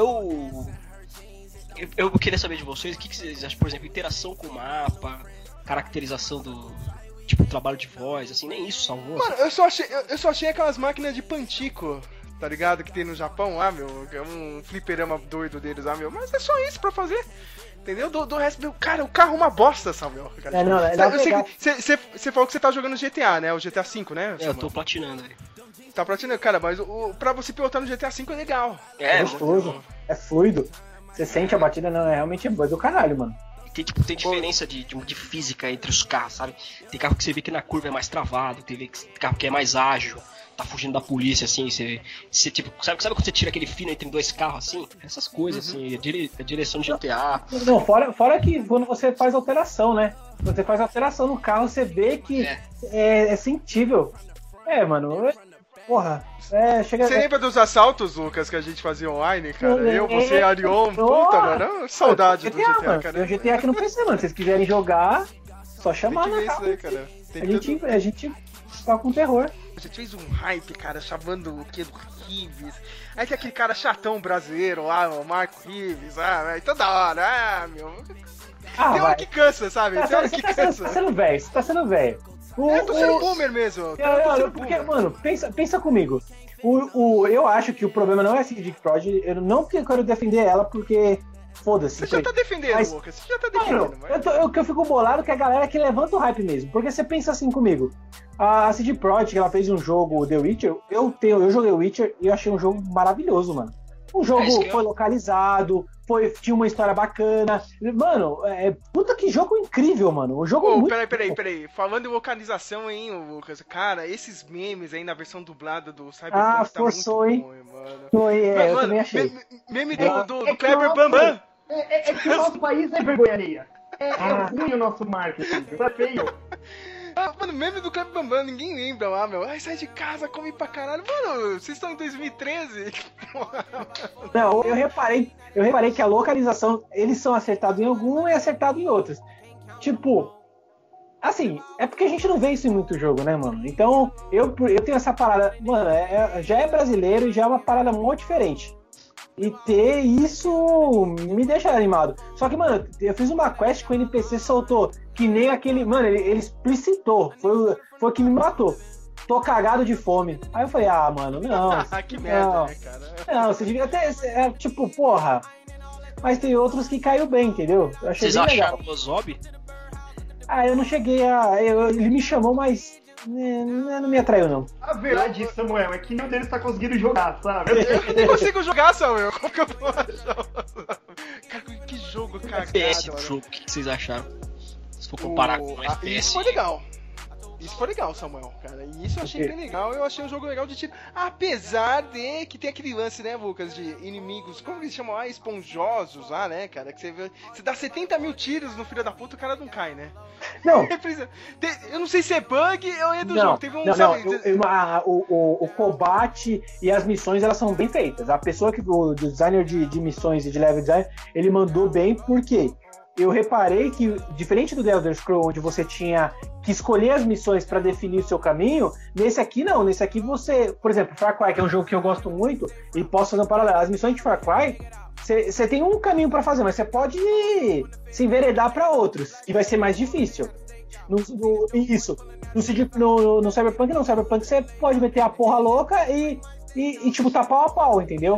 eu queria saber de vocês, o que vocês acham, por exemplo, interação com o mapa, caracterização do... tipo, trabalho de voz, assim, nem isso salvou. Mano, eu só achei aquelas máquinas de Pantico, tá ligado? Que tem no Japão lá, meu. É um fliperama doido deles lá, meu. Mas é só isso pra fazer. Entendeu? Do resto, meu, cara, o carro é uma bosta, Samuel. Você falou que você tá jogando GTA, né? O GTA V, né? Eu tô platinando aí. Tá platinando, cara, mas pra você pilotar no GTA V é legal. É gostoso, é fluido. Você sente a batida, não, é realmente do caralho, mano. Tem diferença de física entre os carros, sabe? Tem carro que você vê que na curva é mais travado, tem carro que é mais ágil, tá fugindo da polícia, assim, você tipo, sabe quando você tira aquele fino entre dois carros, assim? Essas coisas, assim, a direção de GTA. Não, fora que quando você faz alteração, né? Quando você faz alteração no carro, você vê que é sentível. Mano, porra. Você lembra dos assaltos, Lucas, que a gente fazia online, cara? Você, Arion, puta, mano, saudade do GTA, mano, cara. O GTA aqui no PC, mano, se vocês quiserem jogar, só chamar na isso aí, cara. A gente tá com terror. A gente fez um hype, cara, chamando o que do Rives. Aí tem aquele cara chatão brasileiro lá, o Marco Rives, toda hora, meu. Tem hora que cansa, sabe? Tem hora que cansa. Você tá sendo velho. Eu tô sendo boomer mesmo. Porque, mano, pensa comigo. Eu acho que o problema não é a CD Projekt, não porque eu quero defender ela, porque foda-se. Você já tá defendendo, Lucas. Você já tá defendendo. Eu fico bolado que a galera que levanta o hype mesmo. Porque você pensa assim comigo. A CD Projekt, ela fez um jogo, The Witcher. Eu joguei o Witcher e eu achei um jogo maravilhoso, mano. O jogo foi localizado, tinha uma história bacana. Mano, puta que jogo incrível, mano. O jogo é muito... Peraí. Falando em localização, hein, Lucas? Cara, esses memes aí na versão dublada do Cyberpunk forçou, tá hein? muito bom, mano. Foi, Mas, eu também achei. Meme do Kleber Bambam. É que o nosso país é vergonha alheia. É ruim o nosso marketing, é feio. Mano, meme do Kleber Bambam, ninguém lembra lá, meu. Ai, sai de casa, come pra caralho. Mano, vocês estão em 2013? Não, eu reparei que a localização, eles são acertados em algum e acertados em outros. Tipo, assim, é porque a gente não vê isso em muito jogo, né, mano? Então, eu tenho essa parada, mano, já é brasileiro e já é uma parada muito diferente. E ter isso me deixa animado. Só que, mano, eu fiz uma quest que o NPC soltou, que nem aquele... Mano, ele explicitou. Foi o que me matou. Tô cagado de fome. Aí eu falei, mano, não. Que merda, né, cara? Não, você devia até... tipo, porra. Mas tem outros que caiu bem, entendeu? Eu achei Vocês bem acharam legal. o Zob? Eu não cheguei a... Ele me chamou, mas... não me atraiu, não. A verdade, Samuel, é que nenhum deles tá conseguindo jogar, sabe? Eu nem consigo jogar, Samuel. Como que eu vou achar? Cara, que jogo cagado, FPS do mano. jogo, o que vocês acharam? Se for comparar com o FPS. Isso foi legal. Isso foi legal, Samuel, cara. E isso eu achei bem legal. Eu achei um jogo legal de tiro. Apesar de que tem aquele lance, né, Lucas, de inimigos, como eles chamam lá? Esponjosos lá, né, cara? Que você dá 70 mil tiros no filho da puta, o cara não cai, né? Não. Eu não sei se é bug ou é do jogo. Teve um. O combate e as missões, elas são bem feitas. A pessoa do designer de missões e de level design, ele mandou bem, porque eu reparei que, diferente do The Elder Scrolls, onde você tinha que escolher as missões para definir o seu caminho, nesse aqui não. Nesse aqui você... Por exemplo, Far Cry, que é um jogo que eu gosto muito, e posso fazer um paralelo. As missões de Far Cry, você tem um caminho para fazer, mas você pode se enveredar para outros, e vai ser mais difícil. Isso. No Cyberpunk, não. No Cyberpunk você pode meter a porra louca e tipo, tá pau a pau, entendeu?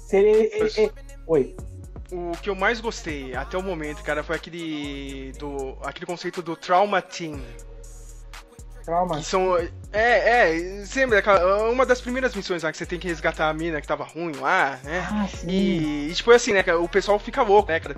Oi. O que eu mais gostei até o momento, cara, foi aquele conceito do Trauma Team. Trauma. Que são... você lembra, uma das primeiras missões lá que você tem que resgatar a mina que tava ruim lá, né? Sim. E tipo assim, né, o pessoal fica louco, né, cara?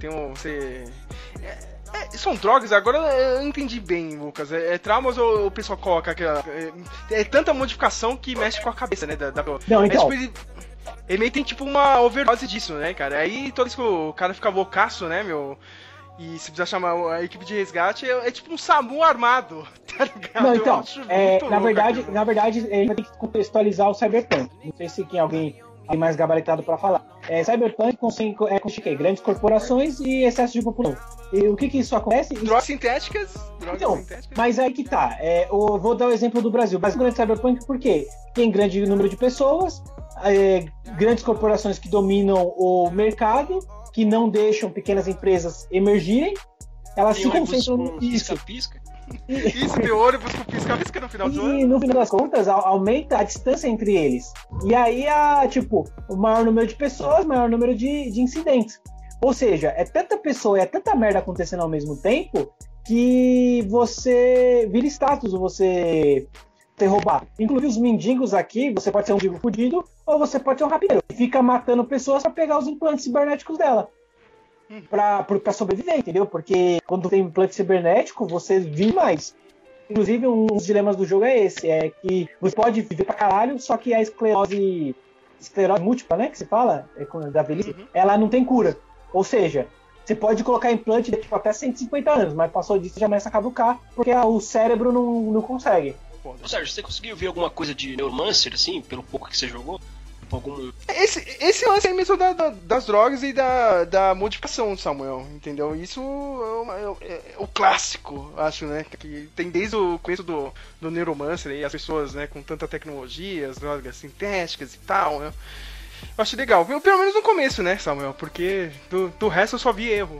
São drogas, agora eu entendi bem, Lucas. Traumas ou o pessoal coloca aquela... É tanta modificação que mexe com a cabeça, né? Não, então... Ele meio tem tipo uma overdose disso, né, cara? Aí toda vez que o cara fica loucaço, né, meu... E se precisar chamar a equipe de resgate, é tipo um SAMU armado, tá ligado? Não, então, na verdade, a gente vai ter que contextualizar o Cyberpunk. Não sei se tem alguém mais gabaritado pra falar. Cyberpunk consiste grandes corporações e excesso de população. E o que isso acontece? Drogas sintéticas. Mas aí que tá. Eu vou dar o exemplo do Brasil. O Brasil é um grande Cyberpunk porque tem grande número de pessoas, grandes corporações que dominam o mercado, que não deixam pequenas empresas emergirem. Elas se concentram nisso. Pisca-pisca. Isso, tem ônibus com pisca-pisca no final do ano. E no final das contas, aumenta a distância entre eles. E aí, o maior número de pessoas, maior número de incidentes. Ou seja, é tanta pessoa, é tanta merda acontecendo ao mesmo tempo, que você vira status, você roubar. Inclusive os mendigos aqui, você pode ser um mendigo fudido, ou você pode ser um rapideiro. Fica matando pessoas pra pegar os implantes cibernéticos dela. Pra sobreviver, entendeu? Porque quando tem implante cibernético, você vive mais. Inclusive, um dos dilemas do jogo é esse, é que você pode viver pra caralho, só que a esclerose múltipla, né, que se fala, da velhice, ela não tem cura. Ou seja, você pode colocar implante de até 150 anos, mas passou disso já começa a caducar, porque o cérebro não consegue. Ô, Sérgio, você conseguiu ver alguma coisa de Neuromancer, assim, pelo pouco que você jogou? Esse lance aí mesmo das drogas e da modificação, Samuel, entendeu? Isso é o clássico, acho, né? Que tem desde o começo do Neuromancer aí, as pessoas, né, com tanta tecnologia, as drogas sintéticas e tal, né? Eu achei legal, pelo menos no começo, né, Samuel? Porque do resto eu só vi erro.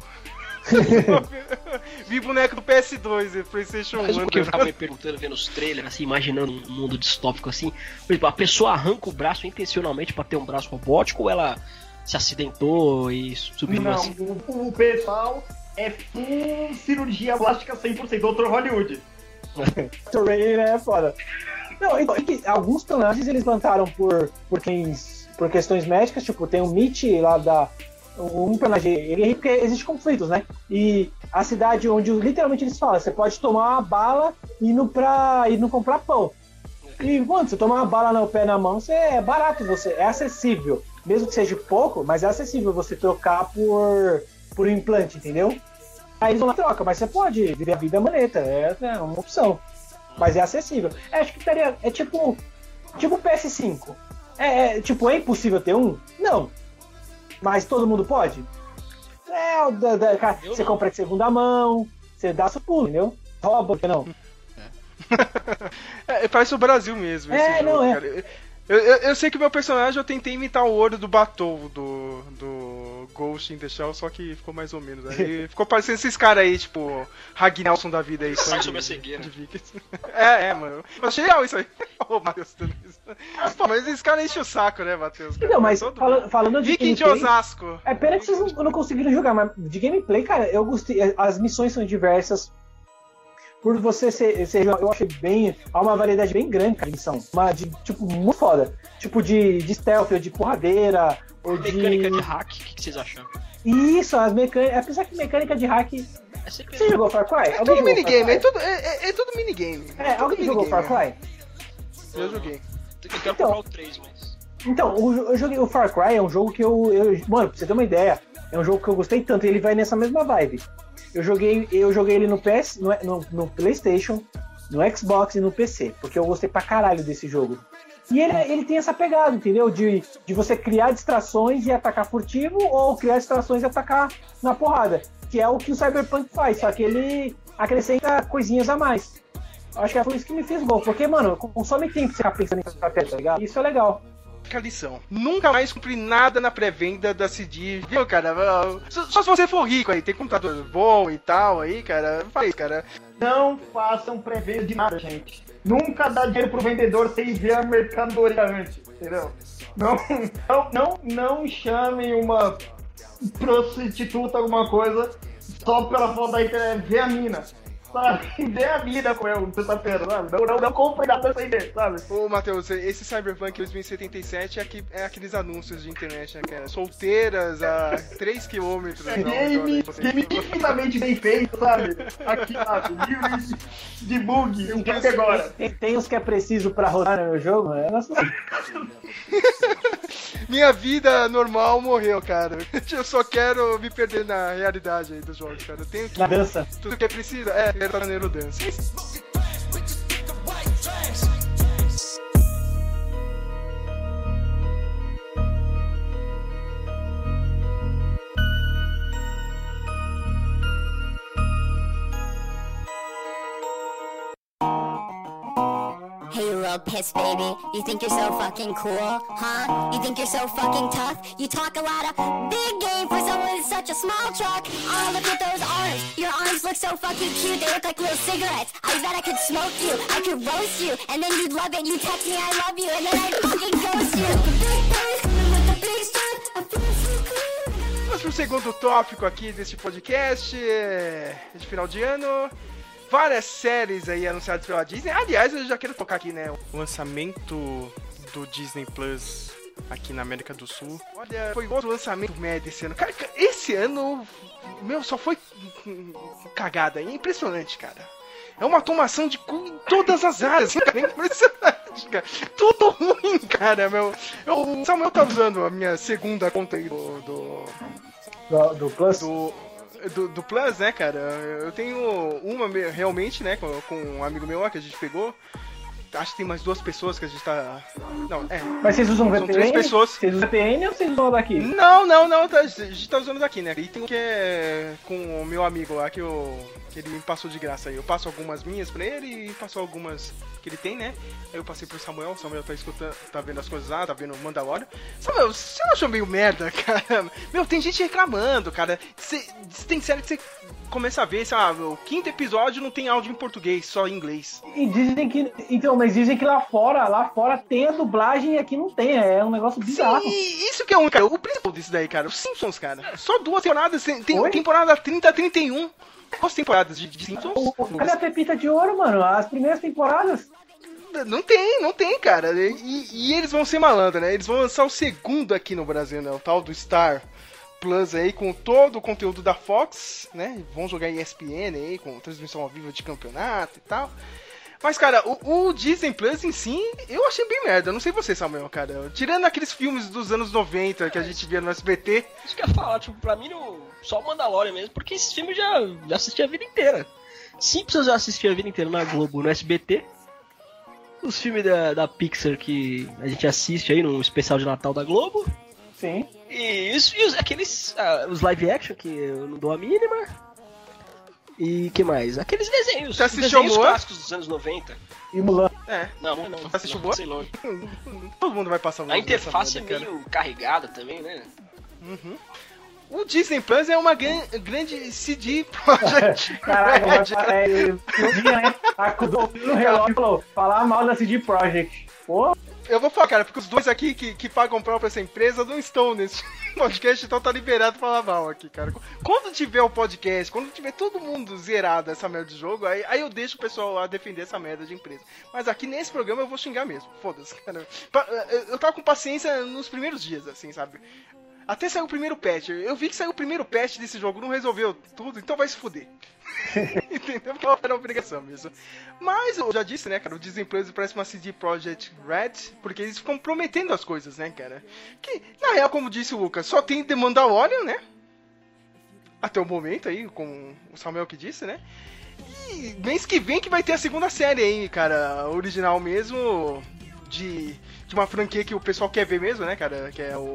Vi boneco do PS2 e PlayStation 1. Mas porque eu ficava me perguntando, vendo os trailers, assim, imaginando um mundo distópico assim. Por exemplo, a pessoa arranca o braço intencionalmente pra ter um braço robótico ou ela se acidentou e subiu assim? Não, o pessoal é full cirurgia plástica 100%, Dr. Hollywood. Dr. Ray é foda. Não, então, alguns personagens eles plantaram por questões médicas, tipo, tem o Mitch lá um personagem, ele porque existe conflitos, né? E a cidade onde literalmente eles falam, você pode tomar uma bala e não comprar pão. E quando você toma uma bala no pé na mão, é barato, é acessível. Mesmo que seja pouco, mas é acessível você trocar por um implante, entendeu? Aí eles vão lá troca, mas você pode viver a vida maneta, é uma opção. Mas é acessível. Acho que estaria. É tipo PS5. Tipo, é impossível ter um? Não. Mas todo mundo pode? Você compra de segunda mão, você dá seu pulo, entendeu? Rouba, não. Parece o Brasil mesmo. Esse jogo, não é. Cara. Eu sei que o meu personagem eu tentei imitar o olho do Batou do Ghost in the Shell, só que ficou mais ou menos. Aí ficou parecendo esses caras aí, tipo, Ragnarson da vida aí. Sai sobre a cegueira. Mano. Eu achei legal isso aí. Ô, Matheus, tudo isso. Pô, mas esse cara enche o saco, né, Matheus? Não, mas falando de Viking de Osasco. Pena que vocês não conseguiram jogar, mas de gameplay, cara, eu gostei. As missões são diversas. Por você eu achei bem. Há uma variedade bem grande de missão. Tipo, muito foda. Tipo de stealth, ou de porradeira, ou mecânica de hack, o que vocês acharam? Isso, as mecânicas. Apesar que mecânica de hack. Você jogou Far Cry? É tudo minigame, é tudo minigame. Alguém jogou Far Cry? Eu joguei. Eu quero comprar o 3, mas. Então, eu joguei o Far Cry, é um jogo que eu. Mano, pra você ter uma ideia, é um jogo que eu gostei tanto, e ele vai nessa mesma vibe. Eu joguei ele no PS, no PlayStation, no Xbox e no PC, porque eu gostei pra caralho desse jogo. E ele tem essa pegada, entendeu? De você criar distrações e atacar furtivo, ou criar distrações e atacar na porrada, que é o que o Cyberpunk faz, só que ele acrescenta coisinhas a mais. Acho que foi isso que me fez bom, porque, mano, consome tempo você ficar pensando em estratégia, tá ligado? Isso é legal. A lição. Nunca mais cumpri nada na pré-venda da CD, viu, cara? Só se você for rico aí, tem computador bom e tal aí, cara. Faz, cara. Não façam pré-venda de nada, gente. Nunca dá dinheiro pro vendedor sem ver a mercadoria antes, entendeu? Não chamem uma prostituta, alguma coisa, só pela foto da internet, ver a mina. Sabe? Dê a vida com ela, sexta-feira, sabe? Não compre nada sem ver, sabe? Ô, Matheus, esse Cyberpunk 2077 é aqueles anúncios de internet, né, cara? Solteiras a 3 km. Game infinitamente bem feito, sabe? Aqui, sabe? Livre de bug, um pouco agora. Tem uns que é preciso pra rodar no meu jogo, né? Minha vida normal morreu, cara. Eu só quero me perder na realidade aí dos jogos, cara. Eu tenho que... Na dança. Tudo que é preciso, quero estar no dança. Hey, you little piss baby, you think you're so fucking cool, huh? You think you're so fucking tough? You talk a lot of big game for someone with such a small truck. Oh, look at those arms. Your arms look so fucking cute, they look like little cigarettes. I bet I could smoke you, I could roast you, and then you'd love it. You text me I love you, and then I'd fucking ghost you. Vamos pro segundo tópico aqui desse podcast de final de ano. Várias séries aí anunciadas pela Disney. Aliás, eu já quero tocar aqui, né? O lançamento do Disney Plus aqui na América do Sul. Olha, foi outro lançamento médio esse ano. Cara, esse ano, só foi cagada. É impressionante, cara. É uma automação de cu em todas as áreas. Cara, é impressionante, cara. Tudo ruim, cara, O Samuel tá usando a minha segunda conta aí do Plus? Do Plus, né, cara? Eu tenho uma realmente, né, com um amigo meu lá que a gente pegou. Acho que tem mais 2 pessoas que a gente tá... Não, Mas vocês usam VPN? São 3 pessoas. Vocês usam VPN ou vocês usam daqui? Não, a gente tá usando daqui, né? E tem um que é com o meu amigo lá que ele me passou de graça aí. Eu passo algumas minhas pra ele e passo algumas que ele tem, né? Aí eu passei pro Samuel, o Samuel tá escutando, tá vendo as coisas lá, tá vendo o Mandalorian. Samuel, você não achou meio merda, cara? Tem gente reclamando, cara. Tem série que você começa a ver, o 5º episódio não tem áudio em português, só em inglês. E dizem que... Então, mas dizem que lá fora tem a dublagem e aqui não tem, é um negócio bizarro. Sim, isso que é cara. O principal disso daí, cara, os Simpsons, cara. Só 2 temporadas, tem temporada 30 a 31. 2 temporadas de Simpsons. Cadê a Pepita de Ouro, mano? As primeiras temporadas? Não tem, cara. E eles vão ser malandros, né? Eles vão lançar o segundo aqui no Brasil, né? O tal do Star Plus aí com todo o conteúdo da Fox, né? Vão jogar ESPN aí com transmissão ao vivo de campeonato e tal. Mas, cara, o Disney Plus em si, eu achei bem merda. Eu não sei você, Samuel, cara. Tirando aqueles filmes dos anos 90 que a gente via no SBT. Isso que eu ia falar, tipo, pra mim só o Mandalorian mesmo, porque esses filmes eu já assisti a vida inteira. Simpsons eu já assisti a vida inteira na Globo, no SBT. Os filmes da Pixar que a gente assiste aí no especial de Natal da Globo. Sim. E aqueles, os live action que eu não dou a mínima. E que mais? Aqueles desenhos. Você assistiu desenhos Mulan? clássicos dos anos 90. E Mulan. É. Não. Você assistiu Mulan? Sei longe. Todo mundo vai passar A interface é merda, meio carregada também, né? Uhum. O Disney Plus é uma grande CD Projekt. Caraca, um dia, né? Acudou no relógio e falou, falar mal da CD Projekt. Pô. Eu vou falar, cara, porque os dois aqui que pagam pau pra essa empresa não estão nesse podcast, então tá liberado pra falar mal aqui, cara. Quando tiver o podcast, quando tiver todo mundo zerado essa merda de jogo, aí eu deixo o pessoal a defender essa merda de empresa. Mas aqui nesse programa eu vou xingar mesmo, foda-se, cara. Eu tava com paciência nos primeiros dias, assim, sabe? Até saiu o primeiro patch. Eu vi que saiu o primeiro patch desse jogo, não resolveu tudo, então vai se fuder. Entendeu? Porque era obrigação mesmo. Mas eu já disse, né, cara, o Disney Plus parece uma CD Projekt Red, porque eles ficam prometendo as coisas, né, cara? Que, na real, como disse o Lucas, só tem The Mandalorian, né? Até o momento aí, com o Samuel que disse, né? E mês que vem que vai ter a segunda série aí, cara, original mesmo, de uma franquia que o pessoal quer ver mesmo, né, cara? Que é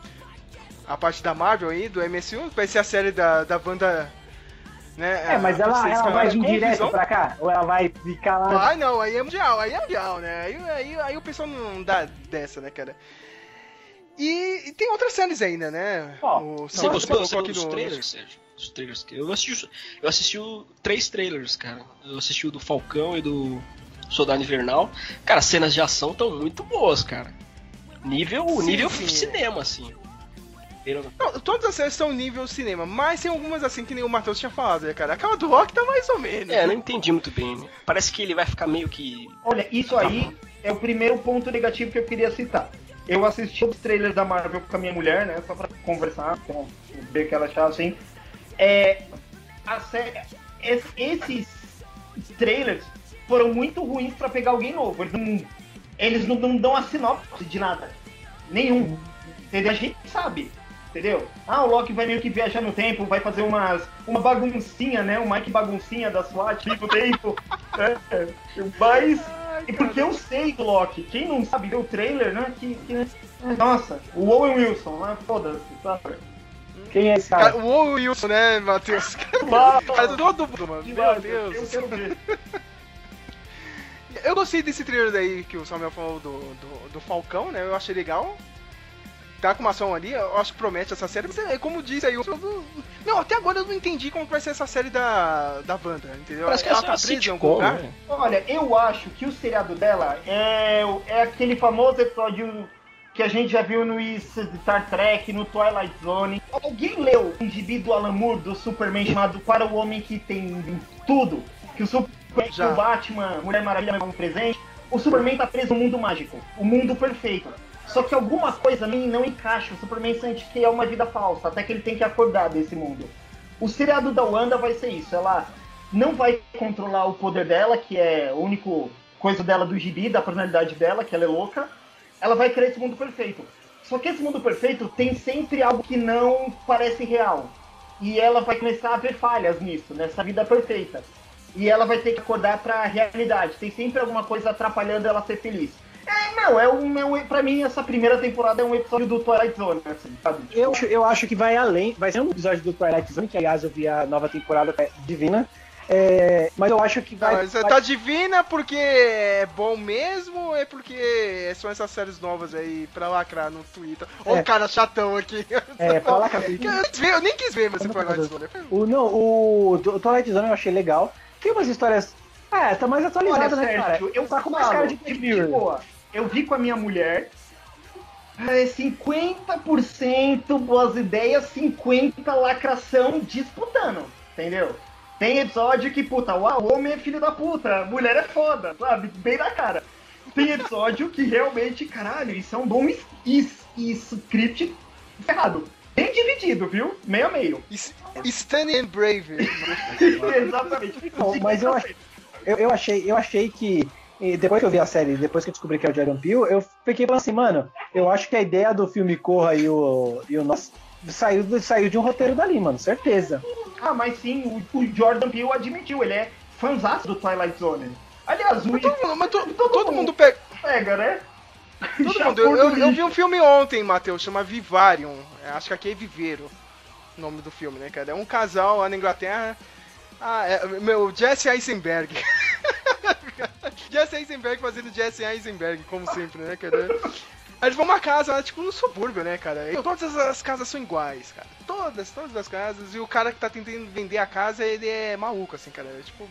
a parte da Marvel aí, do MCU, vai ser a série da Wanda, né? Mas ela vai vir direto pra cá? Ou ela vai ficar lá? Vai não, aí é mundial, né? Aí o pessoal não dá dessa, né, cara? E tem outras séries ainda, né? Você gostou dos trailers, Sérgio? Os trailers que eu assisti 3 trailers, cara. Eu assisti o do Falcão e do Soldado Invernal. Cara, as cenas de ação estão muito boas, cara. Nível cinema, assim. Não, todas as séries são nível cinema, mas tem algumas assim que nem o Matheus tinha falado, né, cara? Aquela do Rock tá mais ou menos. Não entendi muito bem. Parece que ele vai ficar meio que... Olha, isso aí é o primeiro ponto negativo que eu queria citar. Eu assisti os trailers da Marvel com a minha mulher, né, só pra conversar, então, ver o que ela achava, assim. Esses trailers foram muito ruins pra pegar alguém novo. Eles não dão a sinopse de nada. Nenhum. Entendeu? A gente sabe. Entendeu? O Loki vai meio que viajar no tempo, vai fazer uma baguncinha, né? O Mike baguncinha da SWAT no tempo. Mas... E porque eu sei do Loki. Quem não sabe ver o trailer, né? Nossa, o Owen Wilson, né? Foda-se, sabe? Quem é esse cara? O Owen Wilson, né, Matheus? Cara, todo mundo, mano. Meu Deus. Eu quero ver. Eu gostei desse trailer daí que o Samuel falou do Falcão, né? Eu achei legal. Tá com uma ação ali, eu acho que promete essa série, mas como disse aí, não, até agora eu não entendi como vai ser essa série da Wanda, entendeu? Parece que ela tá presa em algum lugar? Né? Olha, eu acho que o seriado dela é aquele famoso episódio que a gente já viu no Star Trek, no Twilight Zone. Alguém leu um gibi do Alan Moore, do Superman, chamado Para o Homem que Tem Tudo? Que o Superman, o Batman, Mulher Maravilha é um presente. O Superman tá preso no mundo mágico, o mundo perfeito. Só que alguma coisa não encaixa. O Superman sente que é uma vida falsa, até que ele tem que acordar desse mundo. O seriado da Wanda vai ser isso. Ela não vai controlar o poder dela, que é a única coisa dela do gibi, da personalidade dela, que ela é louca. Ela vai criar esse mundo perfeito. Só que esse mundo perfeito tem sempre algo que não parece real. E ela vai começar a ver falhas nisso, nessa vida perfeita. E ela vai ter que acordar pra realidade. Tem sempre alguma coisa atrapalhando ela ser feliz. Pra mim, essa primeira temporada é um episódio do Twilight Zone, assim, sabe? Eu acho que vai além, vai ser um episódio do Twilight Zone, que aliás eu vi a nova temporada divina. Mas eu acho que vai... Mas tá divina porque é bom mesmo ou é porque são essas séries novas aí pra lacrar no Twitter? Ó o cara chatão aqui. Pra lacrar. Eu nem quis ver esse Twilight Zone. O Twilight Zone eu achei legal. Tem umas histórias... tá mais atualizado, né, cara? Eu tá com mais cara de boa. Eu vi com a minha mulher, 50% boas ideias, 50% lacração disputando, entendeu? Tem episódio que, o homem é filho da puta, a mulher é foda, sabe? Bem na cara. Tem episódio que realmente, caralho, isso é um bom script errado. bem dividido, viu? Meio a meio. Stanley and Brave. Exatamente. Não, mas eu achei que, depois que eu vi a série, depois que eu descobri que é o Jordan Peele, eu fiquei falando assim, mano, eu acho que a ideia do filme Corra e o nosso saiu de um roteiro dali, mano, certeza. Ah, mas sim, o Jordan Peele admitiu, ele é fãzaço do Twilight Zone. Aliás, todo mundo pega, né? Todo mundo. Eu vi um filme ontem, Matheus, chama Vivarium. Acho que aqui é Viveiro o nome do filme, né, cara? É um casal lá na Inglaterra. Jesse Eisenberg. Jesse Eisenberg fazendo Jesse Eisenberg, como sempre, né, cara? Aí eles vão uma casa lá, tipo, no subúrbio, né, cara? E todas as casas são iguais, cara. Todas as casas. E o cara que tá tentando vender a casa, ele é maluco, assim, cara. Tipo,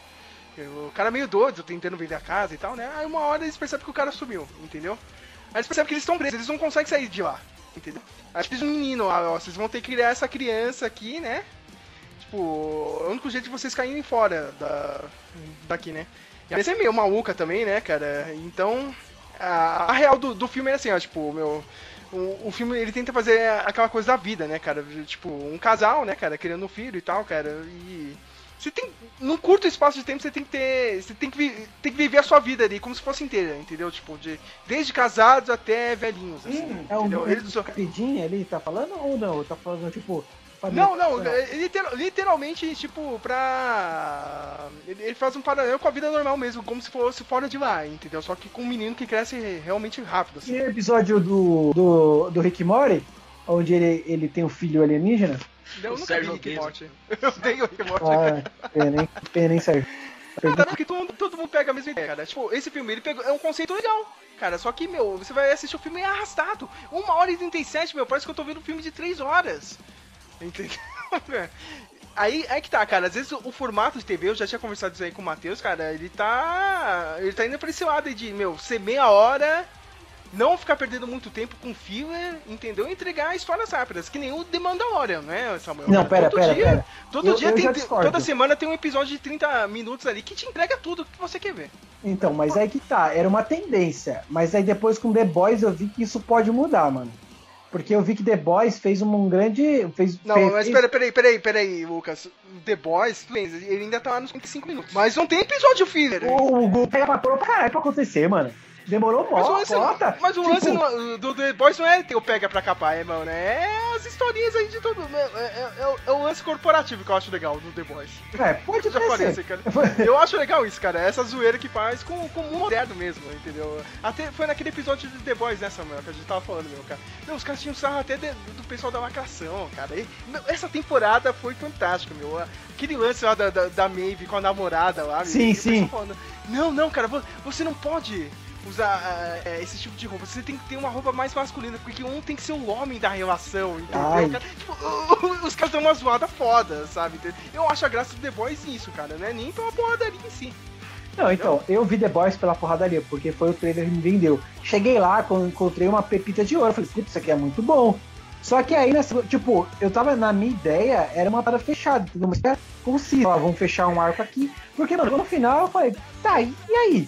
o cara é meio doido, tentando vender a casa e tal, né? Aí uma hora eles percebem que o cara sumiu, entendeu? Aí eles percebem que eles estão presos, eles não conseguem sair de lá, entendeu? Aí eles dizem um menino, vocês vão ter que criar essa criança aqui, né? Tipo, é o único jeito de vocês caírem fora daqui, né? E a criança é meio maluca também, né, cara? Então, a real do filme é assim, ó, tipo, o filme, ele tenta fazer aquela coisa da vida, né, cara? Tipo, um casal, né, cara, criando um filho e tal, cara, e... Você tem, num curto espaço de tempo, você tem que viver a sua vida ali, como se fosse inteira, entendeu? Tipo, desde casados até velhinhos, assim. É um rapidinho ali, tá falando ou não? Tá falando, tipo... Não, literalmente, tipo, ele faz um paralelo com a vida normal mesmo, como se fosse fora de lá, entendeu? Só que com um menino que cresce realmente rápido, assim. E o episódio do Rick Mori, onde ele tem um filho alienígena... Eu nunca vi Rick Morty. Eu odeio Rick Morty. Pena, hein, Sérgio? Cara, porque todo mundo pega a mesma ideia, cara. Tipo, esse filme, ele pegou, é um conceito legal, cara. Só que, você vai assistir o filme arrastado. 1h37, parece que eu tô vendo um filme de 3 horas. Entendeu? Aí que tá, cara. Às vezes o formato de TV, eu já tinha conversado isso aí com o Matheus, cara. Ele tá indo pra esse lado de, ser meia hora... Não ficar perdendo muito tempo com filler, entendeu? E entregar histórias rápidas, que nem o The Mandalorian, né, Samuel? Não, pera. Toda semana tem um episódio de 30 minutos ali que te entrega tudo que você quer ver. Então, mas aí que tá, era uma tendência. Mas aí depois com The Boys eu vi que isso pode mudar, mano. Porque eu vi que The Boys fez um grande... Mas peraí, Lucas. The Boys, ele ainda tá lá nos 55 minutos. Mas não tem episódio filler. O Google pega pra caralho pra acontecer, mano. Demorou bota. Mas o lance do The Boys não é ter o pega pra capar, mano. É as historinhas aí de todo. É o lance corporativo que eu acho legal do The Boys. Pode ser. Cara. Eu acho legal isso, cara. Essa zoeira que faz com o moderno mesmo, entendeu? Até foi naquele episódio de The Boys, né, Samuel, que a gente tava falando, cara. Os caras tinham sarro até do pessoal da lacração, cara. Essa temporada foi fantástica, Aquele lance lá da Maeve com a namorada lá. Sim. Falando, não, cara, você não pode... usar esse tipo de roupa. Você tem que ter uma roupa mais masculina, porque um tem que ser o homem da relação, entendeu? Cara, tipo, os caras dão uma zoada foda, sabe? Eu acho a graça do The Boys nisso, cara, né? Nem pela porradaria em si. Não, então, eu vi The Boys pela porradaria, porque foi o trailer que me vendeu. Cheguei lá, encontrei uma pepita de ouro, falei, putz, isso aqui é muito bom. Só que aí, tipo, eu tava, na minha ideia, era uma parada fechada, entendeu? Mas era conciso, vamos fechar um arco aqui, porque, mano, no final eu falei, tá, e aí?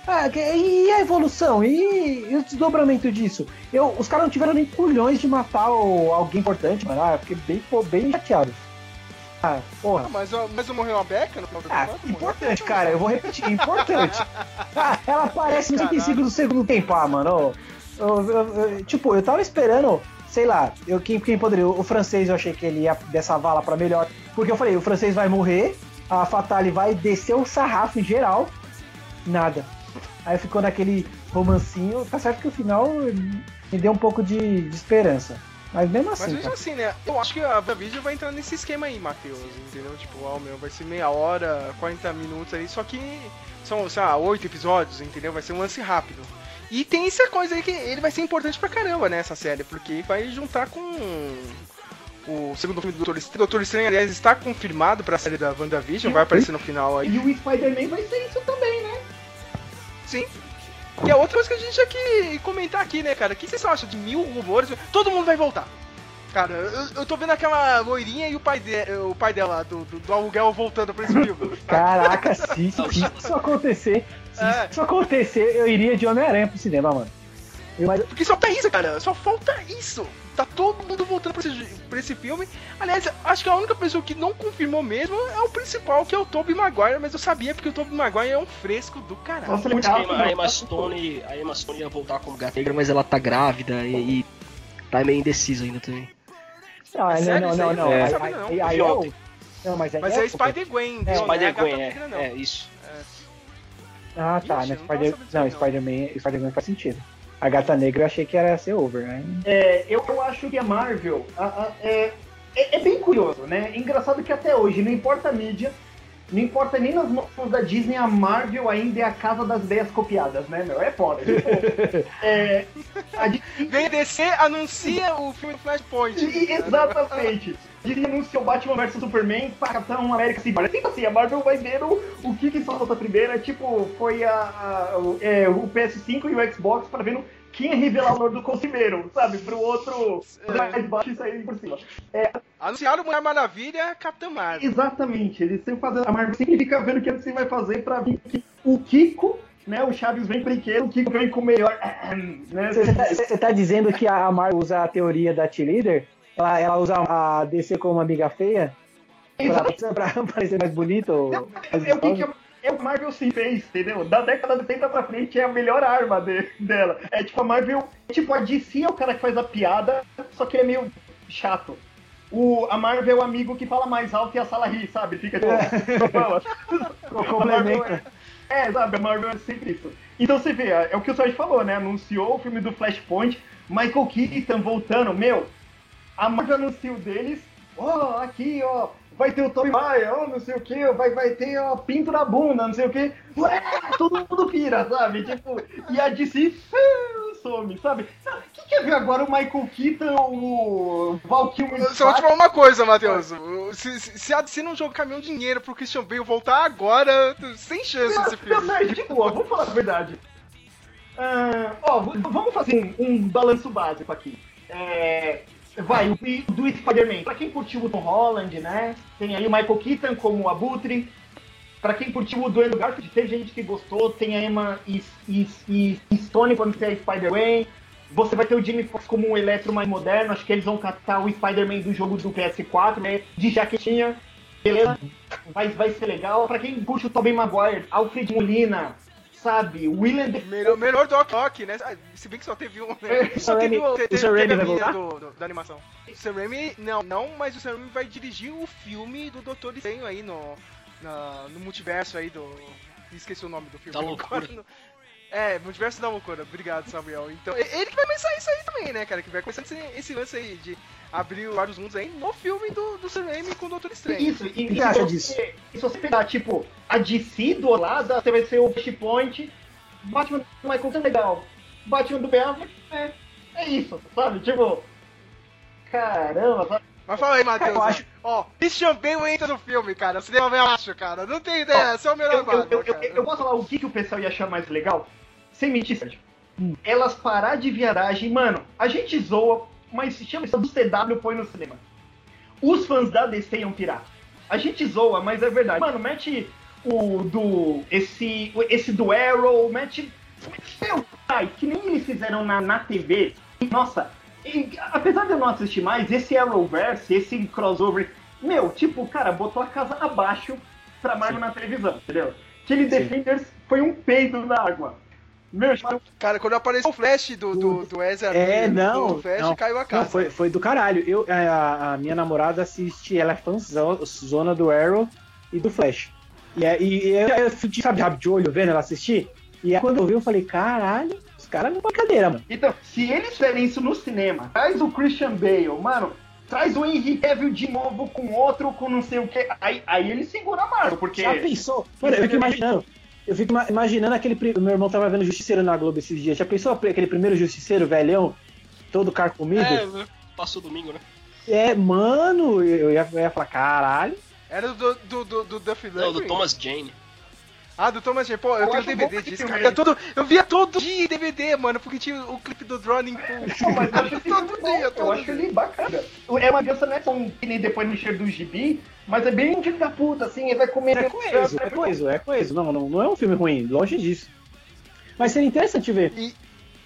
E a evolução? E o desdobramento disso? Os caras não tiveram nem culhões de matar alguém importante, mano. Eu fiquei bem chateado. Porra. Mas não morreu a Becca no final do campo? Importante, cara. Eu vou repetir, importante. Ela aparece nos 35 do segundo tempo, mano. Tipo, eu tava esperando, sei lá, quem poderia? O francês, eu achei que ele ia dessa vala pra melhor. Porque eu falei, o francês vai morrer, a Fatale vai descer o sarrafo em geral. Nada. Aí ficou naquele romancinho. Tá certo que o final me deu um pouco de esperança. Mas mesmo assim. Mas mesmo assim, né? Eu acho que a WandaVision vai entrar nesse esquema aí, Matheus. Entendeu? Tipo, vai ser meia hora, 40 minutos aí. Só que são, sei lá, 8 episódios, entendeu? Vai ser um lance rápido. E tem essa coisa aí que ele vai ser importante pra caramba, né? Essa série. Porque vai juntar com o segundo filme do Doutor Estranho. O Doutor Estranho, aliás, está confirmado pra série da WandaVision. Vai aparecer no final aí. E o Spider-Man vai ser isso também, né? Sim. Que é outra coisa que a gente tinha que comentar aqui, né, cara? O que vocês acham de 1000 rumores? Todo mundo vai voltar. Cara, eu tô vendo aquela loirinha e o pai dela, do aluguel, voltando pra esse filme. Caraca, se isso acontecer, eu iria de Homem-Aranha pro cinema, mano. Porque só tem isso, cara. Só falta isso. tá todo mundo voltando pra esse filme. Aliás, acho que a única pessoa que não confirmou mesmo é o principal, que é o Tobey Maguire, mas eu sabia porque o Tobey Maguire é um fresco do caralho. Nossa, A Emma Stone ia voltar como Gata Negra, mas ela tá grávida e tá meio indecisa ainda também. Não. Mas é Spider-Gwen. É isso. Ah, tá. Ixi, Spider-Man faz sentido. A Gata Negra eu achei que era ser over, né? Eu acho que a Marvel é bem curioso, né? Engraçado que até hoje, não importa a mídia, não importa nem nas mãos da Disney, a Marvel ainda é a casa das ideias copiadas, né, meu? É foda. Vem DC, anuncia o filme do Flashpoint. Exatamente. Disney anunciou Batman vs Superman, Capitão América Civil. Assim, assim, a Marvel vai ver o que solta primeiro. Tipo, foi o PS5 e o Xbox para ver quem é revelador do primeiro, sabe? Pro outro mais baixo e sair por cima. Anunciaram Mulher Maravilha, Capitão Marvel. Exatamente. Eles sempre fazem. A Marvel sempre fica vendo o que você vai fazer pra ver que o Kiko, né? O Chaves vem brinquedo, o Kiko vem com o melhor. Né? Você tá dizendo que a Marvel usa a teoria da T-Leader? Ela usa a DC como uma amiga feia? Pra parecer mais bonito? É o que a Marvel se fez, entendeu? Da década de 80 pra frente é a melhor arma dela. É tipo a Marvel. Tipo, a DC é o cara que faz a piada, só que ele é meio chato. A Marvel é o amigo que fala mais alto e a sala ri, sabe? Fica tipo. Complementa. Sabe? A Marvel é sempre isso. Então você vê, é o que o Sérgio falou, né? Anunciou o filme do Flashpoint, Michael Keaton voltando, meu. A Marvel anunciou deles, aqui, vai ter o Tobey Maguire, não sei o que, vai ter, pinto na bunda, não sei o que. Todo mundo pira, sabe? Tipo, e a DC some, sabe? O que quer ver agora o Michael Keaton, o Val Kilmer? Só vou te falar uma coisa, Matheus. Se a DC não jogar caminhão de dinheiro pro Christian Bale voltar agora, sem chance esse filme. Sérgio, de boa, vamos falar a verdade. Vamos fazer um balanço básico aqui. Vai, o do Spider-Man. Pra quem curtiu o Tom Holland, né? Tem aí o Michael Keaton como o Abutre. Pra quem curtiu o do Andrew Garfield, teve gente que gostou. Tem a Emma Stone quando tem a Spider-Man. Você vai ter o Jamie Foxx como um Eletro mais moderno. Acho que eles vão captar o Spider-Man do jogo do PS4, né? De jaquetinha. Beleza? Vai ser legal. Pra quem curte o Tobey Maguire, Alfred Molina, sabe? William melhor Doc Ock, né? Se bem que só teve um, né? Só teve a minha da animação. O Sam Raimi, não, mas o Sam Raimi vai dirigir o filme do Doutor Estranho aí no multiverso aí do... Esqueci o nome do filme. Da loucura. Multiverso da loucura. Obrigado, Samuel. Então, ele que vai começar isso aí também, né, cara? Que vai começar esse lance aí de abrir vários mundos aí no filme do Sam Raimi com o Doutor Estranho. Isso, e que acha disso? Se você pegar, tipo, a DC do lado, você vai ser o Flashpoint, Batman do Michael Keaton, legal. Batman do Ben Affleck, é isso, sabe? Tipo, caramba, sabe? Mas fala aí, Matheus. Christian Bale entra no filme, cara. Cinema eu acho, cara. Não tem ideia, esse é o melhor eu posso falar o que o pessoal ia achar mais legal? Sem mentir, Sérgio. Elas parar de viadagem, mano, a gente zoa, mas se chama isso do CW, põe no cinema. Os fãs da DC iam pirar. A gente zoa, mas é verdade. Mano, mete esse do Arrow, mete que nem eles fizeram na TV. Nossa, apesar de eu não assistir mais, esse Arrowverse, esse crossover, tipo, cara, botou a casa abaixo pra Marvel na televisão, entendeu? Aquele Defenders foi um peido na água. Cara, quando apareceu o Flash do Ezra do Flash, caiu a casa. Não, foi do caralho. A minha namorada assiste, ela é fãzona do Arrow e do Flash. E eu fui, sabe, de olho vendo ela assistir. E quando eu vi, eu falei, caralho, os caras não brincadeira, mano. Então, se eles fizerem isso no cinema, traz o Christian Bale, mano, traz o Henry Cavill de novo com outro, com não sei o que, aí ele segura a Marvel, porque... Já pensou? Mano, eu fico imaginando meu irmão tava vendo Justiceiro na Globo esses dias. Já pensou aquele primeiro Justiceiro, velhão, todo carcomido? Passou domingo, né? Mano, eu ia falar, caralho. Era do Duff Lundgren? Não, do Thomas Jane. Do Thomas Jane. Pô, eu tenho DVD disso, cara. Eu via todo dia DVD, mano, porque tinha o clipe do Drowning Pool. Mas eu acho ele bacana. É uma criança, não é tão que nem depois no cheiro do gibi, mas é bem um filho da puta, assim, ele vai comer... É coeso. Não é um filme ruim, longe disso. Mas seria interessante ver.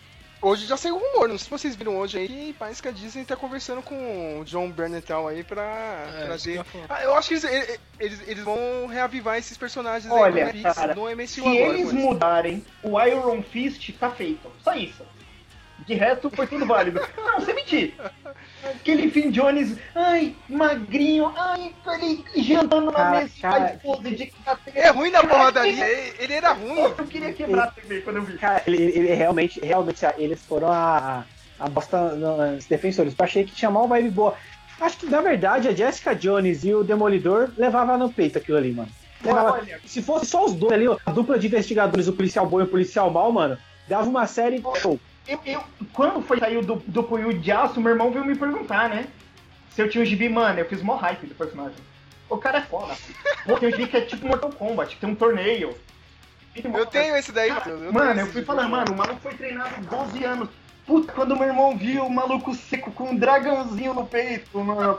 Hoje já saiu um rumor, não sei se vocês viram hoje aí, que parece que a Disney tá conversando com o John Bernthal aí pra trazer... eu acho que eles vão reavivar esses personagens Olha, aí cara, no MCU se agora. eles mudarem, o Iron Fist tá feito. Só isso. De resto, foi tudo válido. Não, sem mentir. Aquele Finn Jones, ai, magrinho, ai, ele jantando na mesa, faz pose de café. É ruim na porradaria, ele era ruim. Eu queria quebrar a TV quando eu vi. Cara, ele realmente, eles foram a bosta nos defensores. Eu achei que tinha mal vibe boa. Acho que, na verdade, a Jessica Jones e o Demolidor levavam no peito aquilo ali, mano. Olha, se fosse só os dois ali, a dupla de investigadores, o policial bom e o policial mal, mano, dava uma série... Quando saiu do Punho de Aço, meu irmão veio me perguntar, né? Se eu tinha um gibi, mano, eu fiz mó hype do personagem. O cara é foda. Pô, tem um gibi que é tipo Mortal Kombat, tem um torneio. Eu tenho esse daí, mano. Eu fui falando, mano, o maluco foi treinado 12 anos. Puta, quando meu irmão viu o maluco seco com um dragãozinho no peito, mano.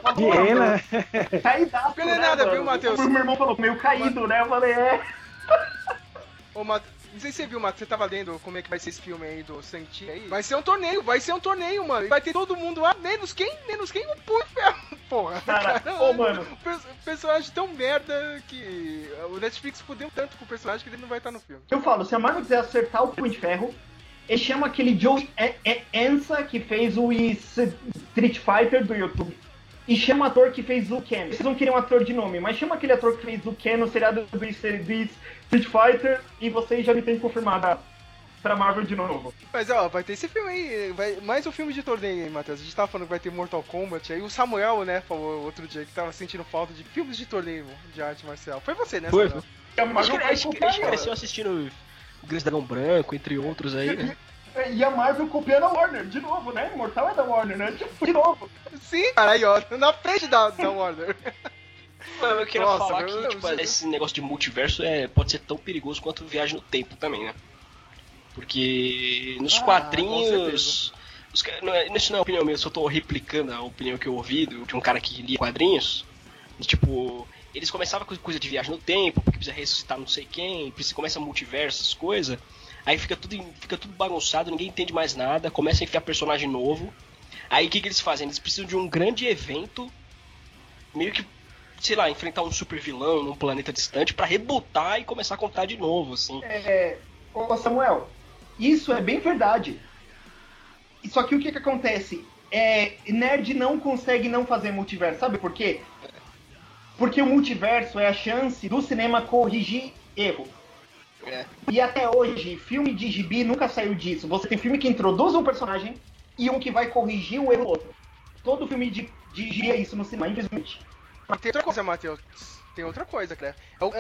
Caidaço, não é nada, viu, Matheus? O meu irmão falou, meio caído, né? Eu falei, Ô, Matheus. Não sei se você viu, Matheus, você tava lendo como é que vai ser esse filme aí do Santi aí? Vai ser um torneio, mano. Vai ter todo mundo lá, menos quem? O Punho de Ferro, porra. Cara, mano. Personagem tão merda que o Netflix fudeu tanto com o personagem que ele não vai estar no filme. Eu falo, se a Marvel quiser acertar o Punho de Ferro, ele chama aquele Joey Ensa, que fez o Street Fighter do YouTube. E chama o ator que fez o Ken. Vocês não queriam um ator de nome, mas chama aquele ator que fez o Ken no seriado do Street Fighter e vocês já me têm confirmado pra Marvel de novo. Mas ó, vai ter esse filme aí, mais um filme de torneio aí, Matheus. A gente tava falando que vai ter Mortal Kombat aí. O Samuel, né, falou outro dia que tava sentindo falta de filmes de torneio de arte marcial. Foi você, né, Foi. Samuel? A gente cresceu assistindo o Grande Dragão Branco, entre outros aí, né? E a Marvel copiando a Warner, de novo, né? Mortal é da Warner, né? De novo. Sim, cara, aí ó, na frente da Warner. Eu queria falar que tipo, esse negócio de multiverso pode ser tão perigoso quanto viagem no tempo também, né? Porque nos quadrinhos... Isso não é opinião minha, eu só tô replicando a opinião que eu ouvi de um cara que lia quadrinhos. De, tipo, eles começavam com coisa de viagem no tempo, porque precisa ressuscitar não sei quem, começa multiverso, essas coisas. Aí fica tudo bagunçado, ninguém entende mais nada, começa a enfiar personagem novo. Aí o que eles fazem? Eles precisam de um grande evento, meio que, sei lá, enfrentar um super vilão num planeta distante pra rebootar e começar a contar de novo, assim. Ô Samuel, isso é bem verdade. Só que o que acontece? Nerd não consegue não fazer multiverso, sabe por quê? Porque o multiverso é a chance do cinema corrigir erro. E até hoje, filme de gibi nunca saiu disso. Você tem filme que introduz um personagem e um que vai corrigir o erro do outro. Todo filme de gibi é isso no cinema, infelizmente. Mas tem outra coisa, Matheus. Tem outra coisa, cara.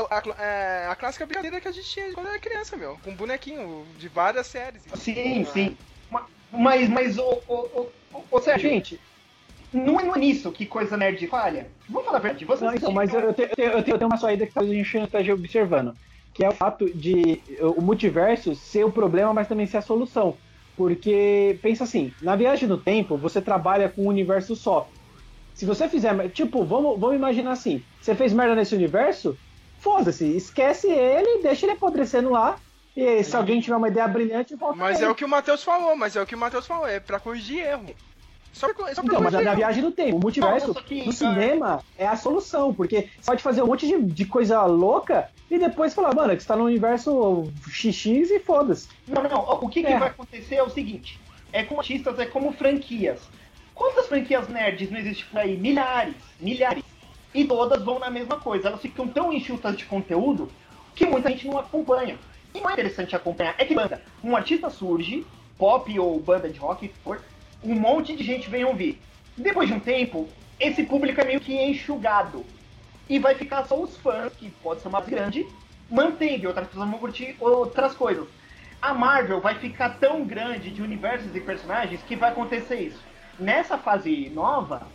A clássica brincadeira que a gente tinha quando era criança, meu. Com bonequinho de várias séries. Sim. Mas ô Sérgio, gente, não é nisso que coisa nerd falha? Vamos falar a verdade. Não, então, mas eu tenho uma saída que a gente não esteja observando. Que é o fato de o multiverso ser o problema, mas também ser a solução. Porque, pensa assim, na viagem no tempo, você trabalha com um universo só. Se você fizer, tipo, vamos imaginar assim, você fez merda nesse universo, foda-se, esquece ele, deixa ele apodrecendo lá, e se alguém tiver uma ideia brilhante, volta. Mas é o que o Matheus falou, é pra corrigir erro. Então, mas na viagem no tempo, o multiverso no cinema é a solução, porque você pode fazer um monte de coisa louca e depois falar, mano, que você tá no universo XX e foda-se. Não, o que vai acontecer é o seguinte, como artistas, é como franquias. Quantas franquias nerds não existem por aí? Milhares. E todas vão na mesma coisa, elas ficam tão enxutas de conteúdo que muita gente não acompanha. E não é interessante acompanhar, é que um artista surge, pop ou banda de rock, um monte de gente vem ouvir. Depois de um tempo, esse público é meio que enxugado. E vai ficar só os fãs, que pode ser mais grande, mantendo, outras pessoas vão curtir outras coisas. A Marvel vai ficar tão grande de universos e personagens que vai acontecer isso. Nessa fase nova,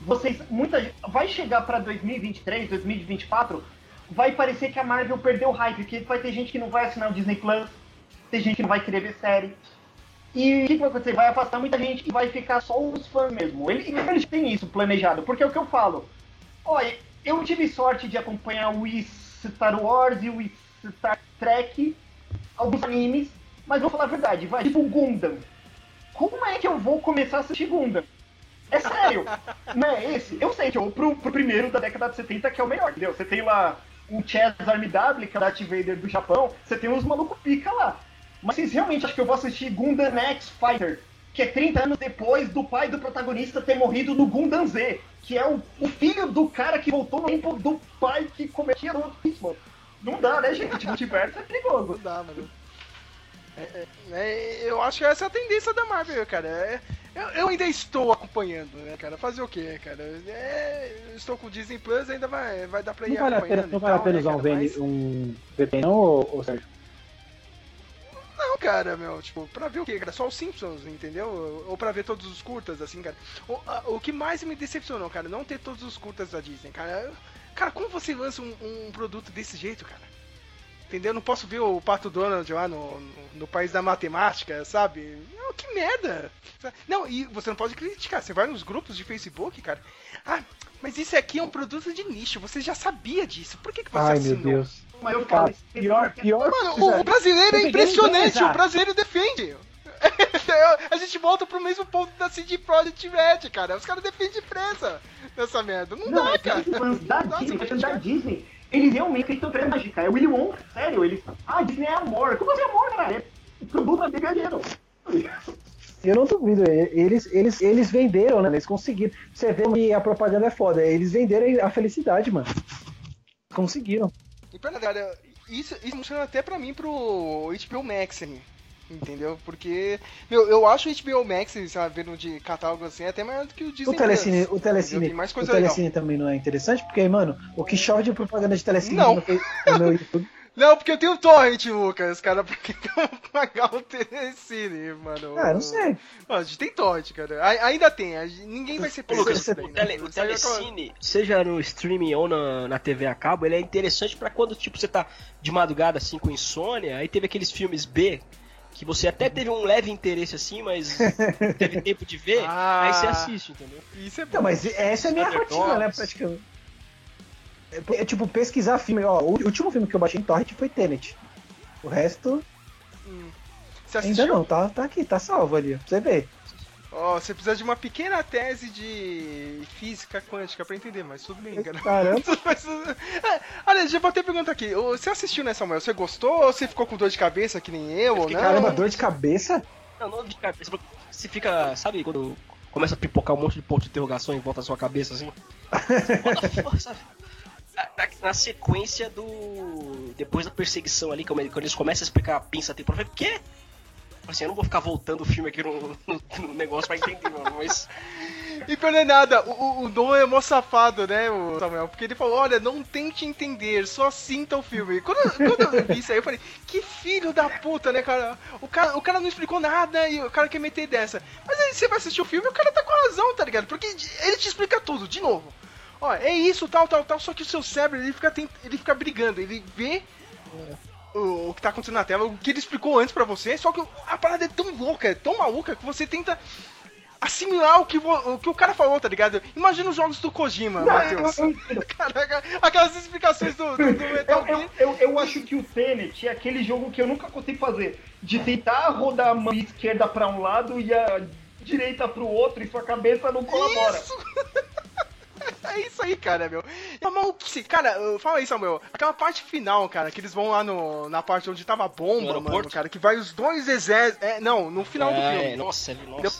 vai chegar para 2023, 2024, vai parecer que a Marvel perdeu o hype, porque vai ter gente que não vai assinar o Disney Plus, tem gente que não vai querer ver série. E o que vai acontecer? Vai afastar muita gente e vai ficar só os fãs mesmo. Eles têm isso planejado, porque é o que eu falo. Olha, eu tive sorte de acompanhar o Star Wars e o Star Trek, alguns animes, mas vou falar a verdade, tipo o Gundam. como é que eu vou começar a assistir Gundam? É sério, não é esse? Eu sei que eu vou pro primeiro da década de 70, que é o melhor, entendeu? Você tem lá o Chess Army W, que é o Darth Vader do Japão, você tem uns malucos pica lá. Mas vocês realmente acham que eu vou assistir Gundam X Fighter, que é 30 anos depois do pai do protagonista ter morrido no Gundam Z, que é o filho do cara que voltou no tempo do pai que cometia no ritmo. Não dá, né, gente? Multiverso é perigoso. Não dá, mano. Eu acho que essa é a tendência da Marvel, cara. Eu ainda estou acompanhando, né, cara? Fazer o quê, cara? Eu estou com o Disney Plus, ainda vai dar pra ir acompanhando. Não vale a pena usar um VPN, não, ô Sérgio? Não, cara, meu, tipo, pra ver o quê, cara? Só os Simpsons, entendeu? Ou pra ver todos os curtas, assim, cara. O que mais me decepcionou, cara, não ter todos os curtas da Disney, cara. Cara, como você lança um produto desse jeito, cara? Entendeu? Eu não posso ver o Pato Donald lá no país da matemática, sabe? Não, que merda! Não, e você não pode criticar. Você vai nos grupos de Facebook, cara. Ah, mas isso aqui é um produto de nicho. Você já sabia disso. Por que você assinou? Ai, meu Deus. Mas eu falo, Pior. Mano, o brasileiro é impressionante. O brasileiro defende. A gente volta pro mesmo ponto da CD Projekt Red, cara. Os caras defendem presa nessa merda. Não dá, cara. Fãs da Disney, eles realmente acreditam que é mágica. É o Willy Wonka, sério. Eles. Disney é amor. Como assim amor, cara? É produto brigadeiro. Eu não duvido, eles venderam, né? Eles conseguiram. Você vê que a propaganda é foda. Eles venderam a felicidade, mano. Conseguiram. E pera, cara, isso funciona até pra mim pro HBO Max, entendeu? Porque, eu acho o HBO Max, sabe, vendo de catálogo assim, até maior do que o Disney Plus. O Telecine também não é interessante, porque, mano, o que chove de propaganda de Telecine no meu YouTube... Não, porque eu tenho torrent, Lucas, cara, por que eu vou pagar o Telecine, mano? Não sei. Mano, a gente tem torrent, cara. Ainda tem, ninguém vai ser preso. Lucas, o Telecine, seja no streaming ou na TV a cabo, ele é interessante pra quando, tipo, você tá de madrugada, assim, com insônia, aí teve aqueles filmes B, que você até teve um leve interesse, assim, mas não teve tempo de ver, aí você assiste, entendeu? Isso é bom. Não, mas essa é a minha rotina, né, praticamente. É tipo, pesquisar filme. Ó, o último filme que eu baixei em torrent foi Tenet. O resto... Você assistiu? Ainda não, tá aqui, tá salvo ali, pra você ver. Você precisa de uma pequena tese de física quântica pra entender, mas tudo bem, cara. Caramba. Aliás, já vou até perguntar aqui. Você assistiu, né, Samuel? Você gostou ou você ficou com dor de cabeça que nem eu ou não? Caramba, dor de cabeça? Não, dor de cabeça. Você fica, sabe, quando começa a pipocar um monte de ponto de interrogação em volta da sua cabeça, assim? Sabe? Na sequência depois da perseguição ali, quando eles começam a explicar a pinça temporal, eu falei, quê? Assim, eu não vou ficar voltando o filme aqui no negócio pra entender, mano, mas... E não é nada, o Dom é mó safado, né, o Samuel? Porque ele falou, olha, não tente entender, só sinta o filme. Quando eu vi isso aí, eu falei, que filho da puta, né, cara? O cara não explicou nada e o cara quer meter dessa. Mas aí você vai assistir o filme e o cara tá com razão, tá ligado? Porque ele te explica tudo, de novo. Ó, é isso, tal, só que o seu cérebro, ele fica brigando, ele vê o que tá acontecendo na tela, o que ele explicou antes pra você, só que a parada é tão louca, é tão maluca, que você tenta assimilar o que o cara falou, tá ligado? Imagina os jogos do Kojima, Matheus. Caraca, aquelas explicações do Metal Gear. Eu acho que o Tenet é aquele jogo que eu nunca consigo fazer, de tentar rodar a mão esquerda pra um lado e a direita pro outro, e sua cabeça não colabora. Isso! É isso aí, cara, meu. Cara, fala aí, Samuel. Aquela parte final, cara, que eles vão lá na parte onde tava a bomba, mano, cara, que vai os dois exércitos... Não, no final do filme. Nossa.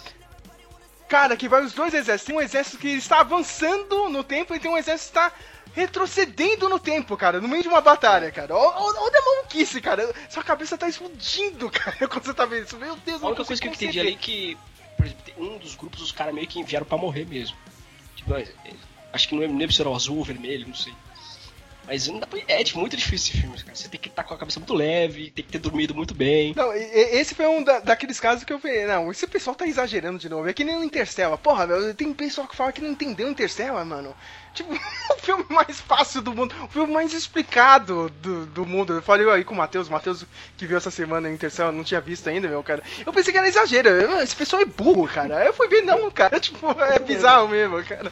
Cara, que vai os dois exércitos. Tem um exército que está avançando no tempo e tem um exército que está retrocedendo no tempo, cara, no meio de uma batalha, cara. Olha a maluquice, cara. Sua cabeça tá explodindo, cara, quando você tá vendo isso. Meu Deus, a única coisa que eu entendi ali é que, por exemplo, um dos grupos, os caras meio que enviaram pra morrer mesmo. Tipo, acho que não lembro se era o azul ou vermelho, não sei. Mas muito difícil esse filme, cara. Você tem que estar com a cabeça muito leve, tem que ter dormido muito bem. Não, esse foi um daqueles casos que eu falei, não, esse pessoal tá exagerando de novo. É que nem o Interstellar. Porra, meu, tem pessoal que fala que não entendeu o Interstellar, mano. Tipo, o filme mais fácil do mundo, o filme mais explicado do mundo. Eu falei aí com o Matheus que viu essa semana o Interstellar, não tinha visto ainda, meu, cara. Eu pensei que era exagero. Esse pessoal é burro, cara. Aí eu fui ver, não, cara. Tipo, é bizarro mesmo, cara.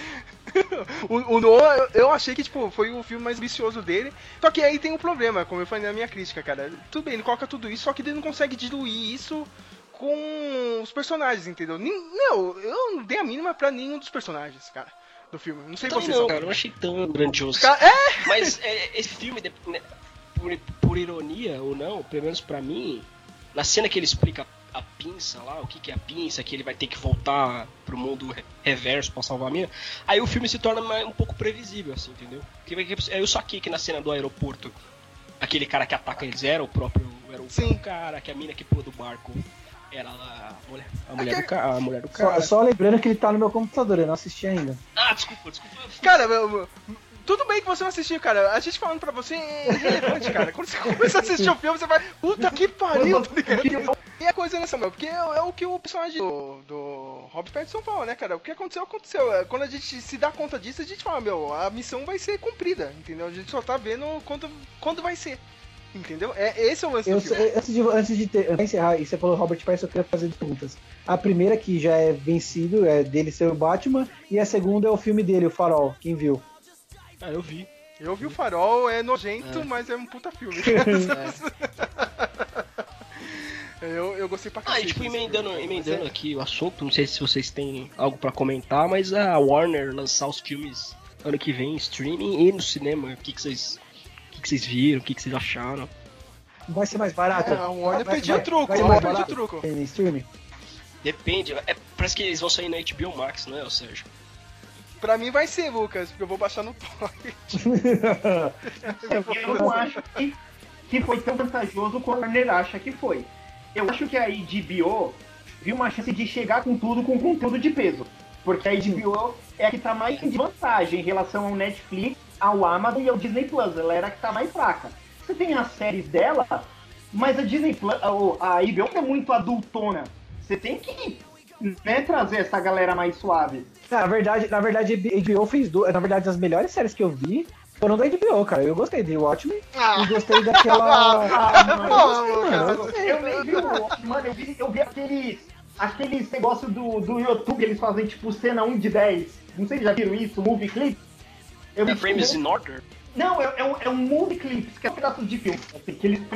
O Noah, eu achei que tipo, foi o filme mais ambicioso dele. Só que aí tem um problema, como eu falei na minha crítica, cara. Tudo bem, ele coloca tudo isso, só que ele não consegue diluir isso com os personagens, entendeu? Não, eu não dei a mínima pra nenhum dos personagens, cara, do filme. Não sei vocês. Não, cara, eu não achei tão grandioso. Mas esse filme, por ironia ou não, pelo menos pra mim, na cena que ele explica a pinça lá, o que é a pinça, que ele vai ter que voltar pro mundo reverso pra salvar a mina, aí o filme se torna um pouco previsível, assim, entendeu? Eu saquei que na cena do aeroporto, aquele cara que ataca eles era o próprio cara, que a mina que pula do barco era lá a mulher do cara. Só lembrando que ele tá no meu computador, eu não assisti ainda. Ah, desculpa. Cara, tudo bem que você não assistiu, cara. A gente falando pra você é irrelevante, cara. Quando você começa a assistir o filme, você vai... Puta que pariu, tá ligado? E a coisa nessa, meu, porque é o que o personagem do Robert Pattinson fala, né, cara? O que aconteceu. Quando a gente se dá conta disso, a gente fala, meu, a missão vai ser cumprida, entendeu? A gente só tá vendo quando vai ser. Entendeu? Esse é o lance do filme. Antes de encerrar, e você falou Robert Pattinson, eu queria fazer perguntas. A primeira, que já é vencido, é dele ser o Batman, e a segunda é o filme dele, o Farol. Quem viu? Ah, eu vi. Eu vi o Farol, é nojento, mas é um puta filme. Eu gostei pra cacete. E tipo, emendando aqui o assunto, não sei se vocês têm algo pra comentar, mas a Warner lançar os filmes ano que vem, streaming e no cinema, o que vocês viram, o que vocês acharam? Vai ser mais barato? A Warner pediu truco, Em streaming? Depende, parece que eles vão sair na HBO Max, não é, Sérgio? Pra mim vai ser, Lucas, porque eu vou baixar no Pocket. Eu não acho que foi tão vantajoso quanto a Warner acha que foi. Eu acho que a HBO viu uma chance de chegar com tudo, com conteúdo de peso. Porque a HBO é a que tá mais em vantagem em relação ao Netflix, ao Amazon e ao Disney Plus. Ela era a que tá mais fraca. Você tem as séries dela, mas a Disney Plus, a HBO é muito adultona. Você tem que, né, trazer essa galera mais suave. Na verdade, a HBO fez duas. Na verdade, as melhores séries que eu vi foram da HBO, cara. Eu gostei de Watchmen e gostei daquela... Eu nem vi o Watchmen, mano. Eu vi aqueles negócios do YouTube, eles fazem tipo cena 1 de 10. Não sei se já viram isso, movie clip. Frames in Order? Não, é um movie clips, que é um pedaço de filme. Assim, que eles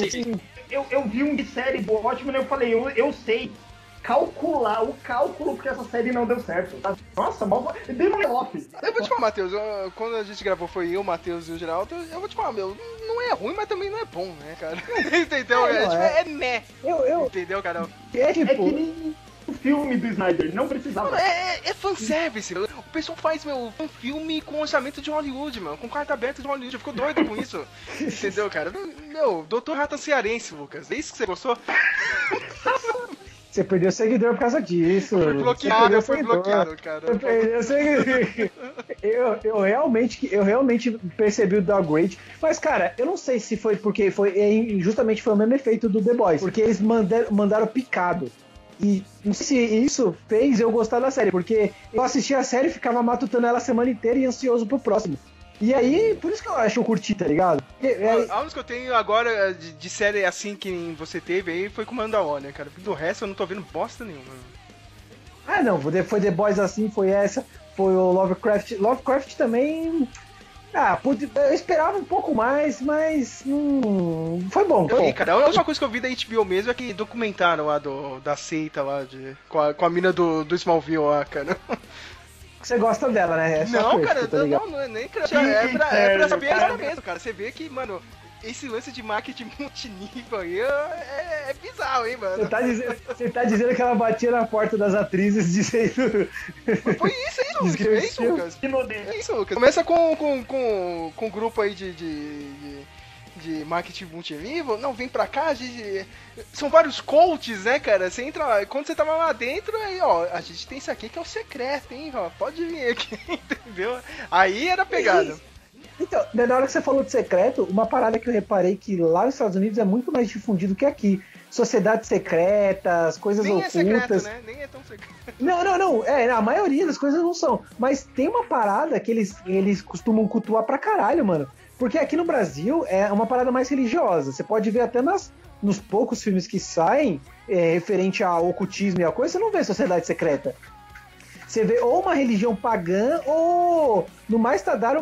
eu vi um de série do Watchmen e eu falei, eu sei calcular o cálculo porque essa série não deu certo. Tá? Nossa, mal dei um off. Eu vou te falar, Matheus, quando a gente gravou foi eu, o Matheus e o Geraldo, eu vou te falar, meu, não é ruim, mas também não é bom, né, cara? Entendeu? É né. Entendeu, cara? É que nem o filme do Snyder, não precisava. Mano, é fanservice. O pessoal faz, meu, um filme com orçamento de Hollywood, mano, com carta aberta de Hollywood. Eu fico doido com isso. Entendeu, cara? Meu, Dr. Rata Cearense, Lucas. É isso que você gostou? Você perdeu seguidor por causa disso. Foi bloqueado, cara. Você perdeu seguidor. Eu realmente percebi o downgrade. Mas, cara, eu não sei se foi porque justamente foi o mesmo efeito do The Boys. Porque eles mandaram picado. E não sei se isso fez eu gostar da série. Porque eu assistia a série, ficava matutando ela a semana inteira e ansioso pro próximo. E aí, por isso que eu acho que eu curti, tá ligado? A única que eu tenho agora de série assim que você teve aí foi com o Mandalorian, cara. Do resto eu não tô vendo bosta nenhuma. Ah, não, foi The Boys assim, foi essa, foi o Lovecraft. Lovecraft também. Eu esperava um pouco mais, mas foi bom. Foi bom. Cara, a única coisa que eu vi da HBO mesmo é que documentaram lá da seita lá, com a mina do Smallville lá, cara. Você gosta dela, né? Não, cara, não é nem crush. É pra saber agora mesmo, cara. Você vê que, mano, esse lance de marketing multinível aí é bizarro, hein, mano? Você tá dizendo que ela batia na porta das atrizes dizendo... Foi isso aí, Lucas. É isso, Lucas. É isso, Lucas. Começa com um grupo aí de marketing multinível, não, vem pra cá, são vários coaches, né, cara? Você entra, quando você tava lá dentro, aí, ó, a gente tem isso aqui que é o secreto, hein, ó, pode vir aqui, entendeu? Aí era pegada. Então, na hora que você falou de secreto, uma parada que eu reparei que lá nos Estados Unidos é muito mais difundido que aqui. Sociedades secretas, coisas nem ocultas. Nem é secreto, né? Nem é tão secreto. Não. A maioria das coisas não são. Mas tem uma parada que eles costumam cultuar pra caralho, mano. Porque aqui no Brasil é uma parada mais religiosa. Você pode ver até nos poucos filmes que saem referente ao ocultismo e a coisa, você não vê sociedade secreta. você vê ou uma religião pagã ou, no mais tardar,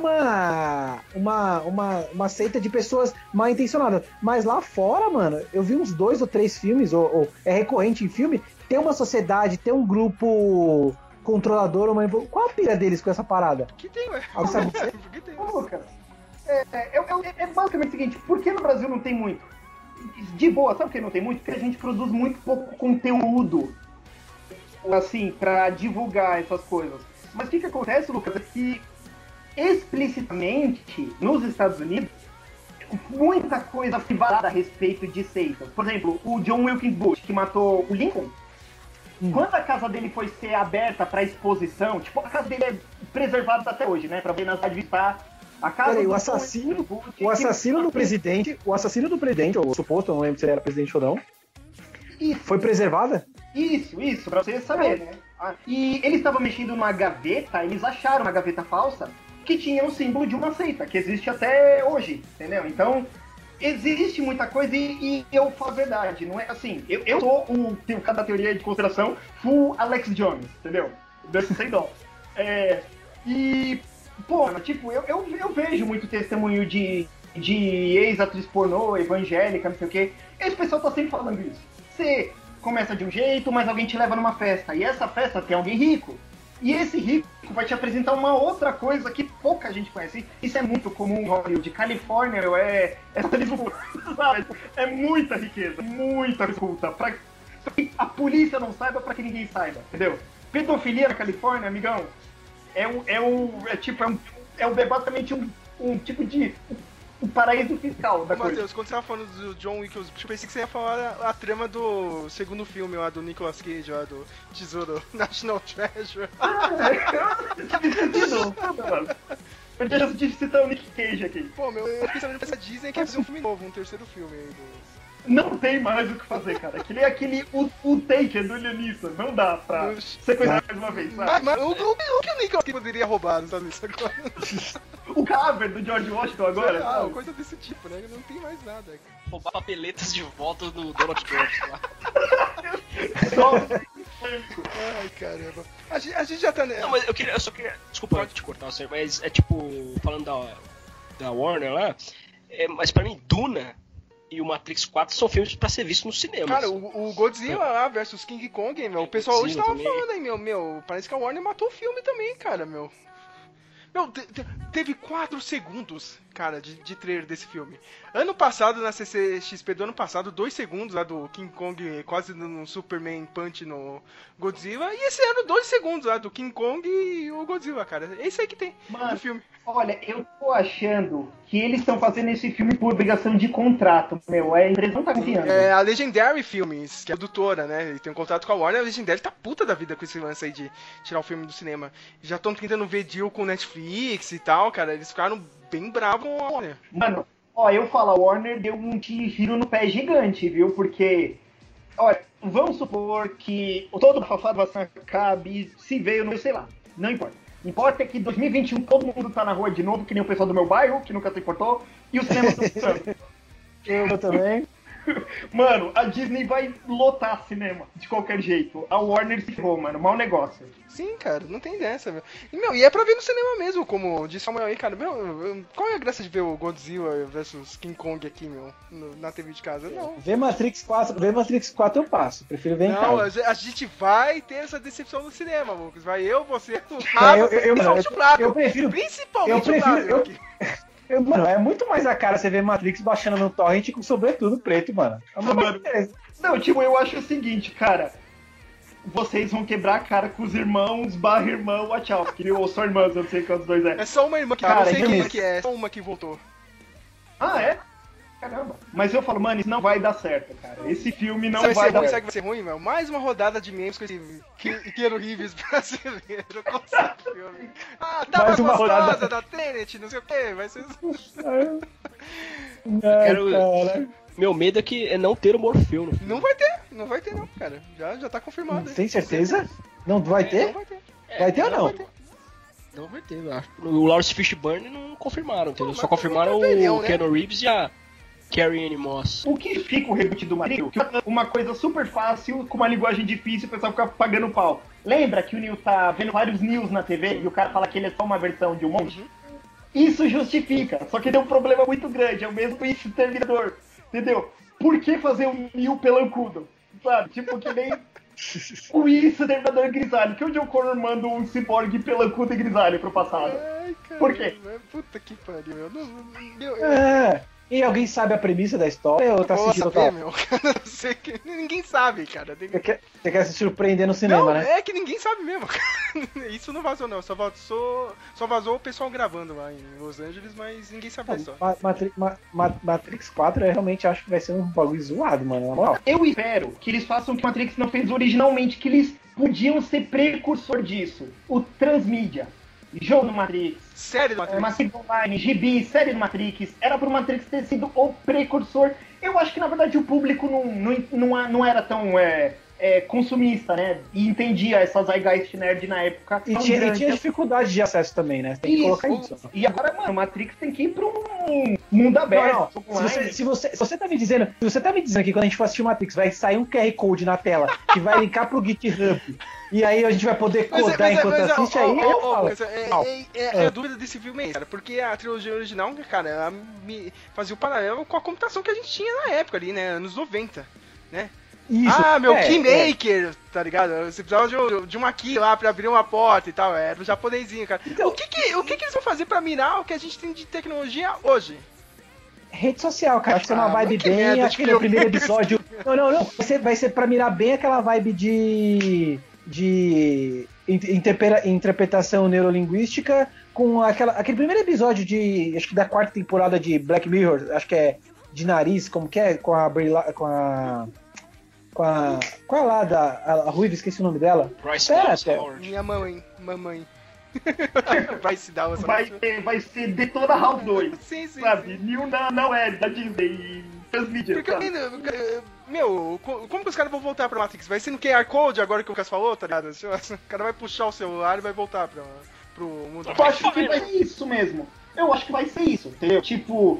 uma seita de pessoas mal intencionadas. Mas lá fora, mano, eu vi uns 2 ou 3 filmes, ou é recorrente em filme, tem uma sociedade, tem um grupo controlador, qual a pira deles com essa parada? Que tem, ué. Alguém sabe dizer? Que tem. Ô, Lucas, é basicamente o seguinte, por que no Brasil não tem muito? De boa, sabe por que não tem muito? Porque a gente produz muito pouco conteúdo, assim, pra divulgar essas coisas. Mas o que acontece, Lucas, é que explicitamente, nos Estados Unidos, muita coisa foi falada a respeito de seitas. Por exemplo, o John Wilkes Booth, que matou o Lincoln, quando a casa dele foi ser aberta pra exposição, tipo, a casa dele é preservada até hoje, né, pra ver nas visitar. A casa Peraí, o assassino do presidente, ou suposto, eu não lembro se ele era presidente ou não, foi preservada? Isso, pra você saber, né? E eles estavam mexendo numa gaveta, eles acharam uma gaveta falsa que tinha o símbolo de uma seita, que existe até hoje, entendeu? Então, existe muita coisa e eu falo a verdade, não é assim, eu sou tenho cada teoria de conspiração full Alex Jones, entendeu? Sem dó. E, pô, tipo, eu vejo muito testemunho de ex-atriz pornô, evangélica, não sei o quê. Esse pessoal tá sempre falando isso. Você começa de um jeito, mas alguém te leva numa festa. E essa festa tem alguém rico. E esse rico vai te apresentar uma outra coisa que pouca gente conhece. Isso é muito comum em Hollywood. Califórnia é é muita riqueza, muita culta. Pra que a polícia não saiba, pra que ninguém saiba, entendeu? Pedofilia na Califórnia, amigão, é basicamente um tipo de o paraíso fiscal da coisa. Matheus, quando você tava falando do John Wick, eu pensei que você ia falar a trama do segundo filme lá do Nicolas Cage, lá do Tesouro National Treasure. Eu já tive citar o Nick Cage aqui. Pô, eu fiquei sabendo que essa Disney quer fazer um filme novo, um terceiro filme aí do... Não tem mais o que fazer, cara. O Taker do Lianissa. Não dá pra sequestrar mais uma vez, sabe? Mas o que o Nicolas Cage poderia roubar, não sabe isso agora? O cadáver do George Washington agora? Coisa desse tipo, né? Não tem mais nada. Roubar papeletas de volta do Donald Trump lá. Ai, caramba. A gente já tá... Não, mas eu só queria... Desculpa te cortar, mas é tipo... Falando da Warner lá... mas pra mim, Duna e o Matrix 4 são filmes pra ser visto no cinema. Cara, o Godzilla lá versus King Kong, meu, o pessoal hoje tava falando aí, meu, parece que a Warner matou o filme também, cara, meu. Meu, teve 4 segundos, cara, de trailer desse filme. Ano passado, na CCXP do ano passado, 2 segundos lá do King Kong quase dando um Superman Punch no Godzilla. E esse ano, 2 segundos lá do King Kong e o Godzilla, cara. É isso aí que tem no filme. Olha, eu tô achando que eles estão fazendo esse filme por obrigação de contrato, meu. A empresa não tá confiando. É a Legendary Filmes, que é a produtora, né? Ele tem um contrato com a Warner. A Legendary tá puta da vida com esse lance aí de tirar o filme do cinema. Já estão tentando ver deal com Netflix e tal, cara. Eles ficaram bem bravos com a Warner. Mano, eu falo, a Warner deu um tiro no pé gigante, viu? Porque, olha, vamos supor que todo o fafado vai acabe, se veio, não sei lá, não importa. Importa é que em 2021 todo mundo tá na rua de novo, que nem o pessoal do meu bairro, que nunca se importou, e os cinemas estão funcionando. Eu também. Mano, a Disney vai lotar cinema, de qualquer jeito. A Warner se ferrou, mano, mau negócio. Sim, cara, não tem dessa, meu. E é pra ver no cinema mesmo, como disse Samuel aí, cara. Meu, qual é a graça de ver o Godzilla versus King Kong aqui, meu, na TV de casa? Não. Ver Matrix 4 eu passo, prefiro ver em casa. Não, a gente vai ter essa decepção no cinema, Lucas. Vai você, tu eu prefiro... Principalmente o Flávio aqui. Mano, é muito mais a cara você ver Matrix baixando no torrent com sobretudo preto, mano. Não, tipo, eu acho o seguinte, cara. Vocês vão quebrar a cara com os irmãos /irmão Wachowski, ou só irmãs, eu não sei qual dos dois é. É só uma irmã, cara, eu não sei quem que é só uma que voltou. Ah, é? Caramba. Mas eu falo, mano, isso não vai dar certo, cara. Esse filme não vai dar certo. Sabe que vai ser ruim, meu? Mais uma rodada de memes com esse Keanu Reeves brasileiro com esse filme. Ah, tava mais uma gostosa rodada da Tenet, não sei o que, vai ser... Meu medo é que não ter o Morfeu no filme. Não vai ter não, cara. Já tá confirmado. Tem certeza? Não vai ter? Não vai ter. Vai ter ou não? Não vai ter, eu acho. O Lawrence Fishburne não confirmaram, entendeu? Só confirmaram velhão, o né? Keanu Reeves e a... Carrie-Anne Moss. O que fica o reboot do Matrix? Que uma coisa super fácil, com uma linguagem difícil, o pessoal fica pagando pau. Lembra que o Neo tá vendo vários Neos na TV e o cara fala que ele é só uma versão de um monte? Isso justifica, só que tem um problema muito grande, é o mesmo isso Terminador, entendeu? Por que fazer um Neo pelancudo? Sabe? Tipo que nem o isso Terminador grisalho. Que o John Connor manda um ciborgue pelancudo e grisalho pro passado? Ai, cara, por quê? Puta que pariu, E alguém sabe a premissa da história ou tá assistindo saber, meu? Não sei que... Ninguém sabe, cara. Você quer se surpreender no cinema, não, né? É que ninguém sabe mesmo, cara. Isso não vazou, não. Só vazou o pessoal gravando lá em Los Angeles, mas ninguém sabe a história. Matrix 4 eu realmente acho que vai ser um bagulho zoado, mano. Na moral. Eu espero que eles façam o que o Matrix não fez originalmente, que eles podiam ser precursor disso. O transmídia. Jogo do Matrix, série do Matrix, Matrix Online, gibi, série do Matrix, era pro Matrix ter sido o precursor. Eu acho que na verdade o público não era tão consumista, né? E entendia essa zeitgeist nerd na época. E tinha dificuldade de acesso também, né? Tem que colocar isso. E agora, mano, o Matrix tem que ir pra um mundo aberto. Se você tá me dizendo que quando a gente for assistir Matrix vai sair um QR Code na tela que vai linkar pro GitHub e aí a gente vai poder codar enquanto assiste, aí eu falo. A dúvida desse filme é, cara, porque a trilogia original, cara, ela fazia o paralelo com a computação que a gente tinha na época ali, né? Anos 90, né? Isso. Keymaker, tá ligado? Você precisava de uma key lá pra abrir uma porta e tal, era o japonesinho, cara. Então, o que eles vão fazer pra mirar o que a gente tem de tecnologia hoje? Rede social, cara, acho que é uma vibe bem, acho que no primeiro episódio... Não, vai ser pra mirar bem aquela vibe de interpretação neurolinguística com aquele primeiro episódio acho que da 4ª temporada de Black Mirror, acho que é de nariz, como que é, com a lá a Ruiva, esqueci o nome dela. Minha mamãe. Vai se dar vai ser Detona House 2. Sim. Sabe? New não é da Disney. Transmídia. Porque, meu, como que os caras vão voltar pra Matrix? Vai ser no QR Code agora que o Lucas falou, tá ligado? O cara vai puxar o celular e vai voltar pro mundo. Eu acho que vai ser isso mesmo. Eu acho que vai ser isso, entendeu? Tipo,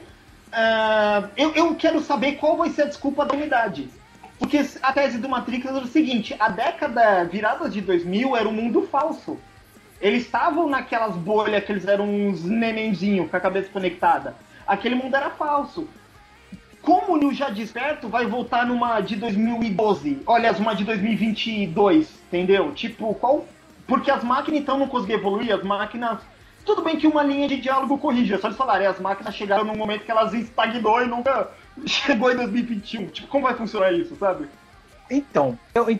eu quero saber qual vai ser a desculpa da unidade. Porque a tese do Matrix era o seguinte, a década virada de 2000 era um mundo falso. Eles estavam naquelas bolhas que eles eram uns nenenzinhos com a cabeça conectada. Aquele mundo era falso. Como o Neo já desperto vai voltar numa de 2012, aliás, uma de 2022, entendeu? Tipo, porque as máquinas então não conseguiam evoluir, as máquinas... Tudo bem que uma linha de diálogo corrige, é só eles falarem, as máquinas chegaram num momento que elas estagnou e nunca chegou em 2021. Tipo, como vai funcionar isso, sabe? Então,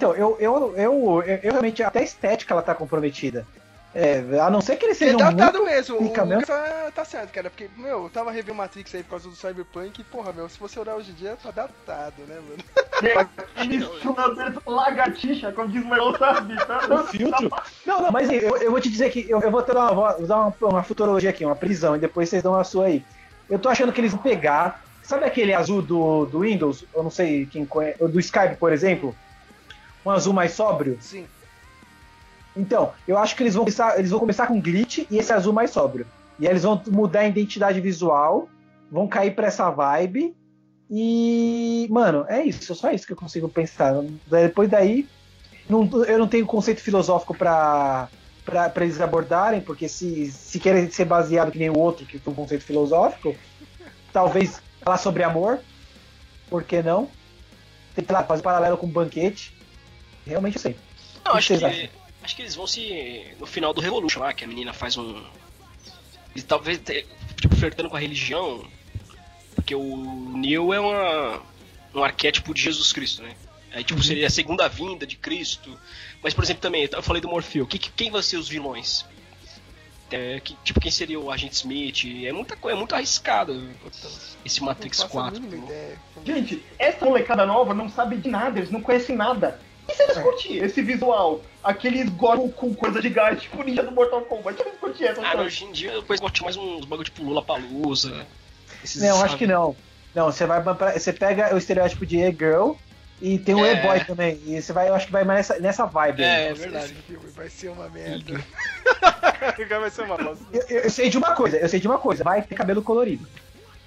eu realmente, até a estética ela tá comprometida. A não ser que eles sejam muito... mesmo, o Lucas tá certo, cara, porque, meu, eu tava revendo Matrix aí por causa do Cyberpunk e, porra, meu, se você olhar hoje em dia, tá datado, né, mano? Isso, lagartixa, como diz o meu, sabe? O filtro? Não, mas eu vou te dizer que eu vou dar uma futurologia aqui, uma prisão, e depois vocês dão a sua aí. Eu tô achando que eles vão pegar, sabe aquele azul do Windows, eu não sei quem conhece, do Skype, por exemplo? Um azul mais sóbrio? Sim. Então, eu acho que eles vão começar com glitch e esse azul mais sóbrio. E aí eles vão mudar a identidade visual, vão cair pra essa vibe e... Mano, é isso, só isso que eu consigo pensar. Depois daí, eu não tenho conceito filosófico pra eles abordarem, porque se querem ser baseado que nem o outro, que foi um conceito filosófico, talvez falar sobre amor, por que não? Tem que lá, fazer paralelo com banquete. Realmente eu sei. Não, acho que eles vão no final do Revolution lá, que a menina faz um... Eles talvez, tipo, flertando com a religião, porque o Neo é um arquétipo de Jesus Cristo, né? Aí, tipo, seria a segunda vinda de Cristo. Mas, por exemplo, também, eu falei do Morfeu. Quem vai ser os vilões? Tipo, quem seria o Agente Smith? É muito arriscado esse Matrix 4. Gente, essa molecada nova não sabe de nada, eles não conhecem nada. E se eles curtirem esse visual? Aqueles gordos com coisa de gás, tipo ninja do Mortal Kombat. Eles curtirem essa coisa? Hoje em dia depois gosto mais uns bagulho tipo Lollapalooza. Não, acho que não. Não, você pega o estereótipo de e-girl e tem o e-boy também. E eu acho que vai mais nessa vibe. É verdade. Esse filme vai ser uma merda. Vai ser uma bosta. Eu sei de uma coisa. Vai ter cabelo colorido.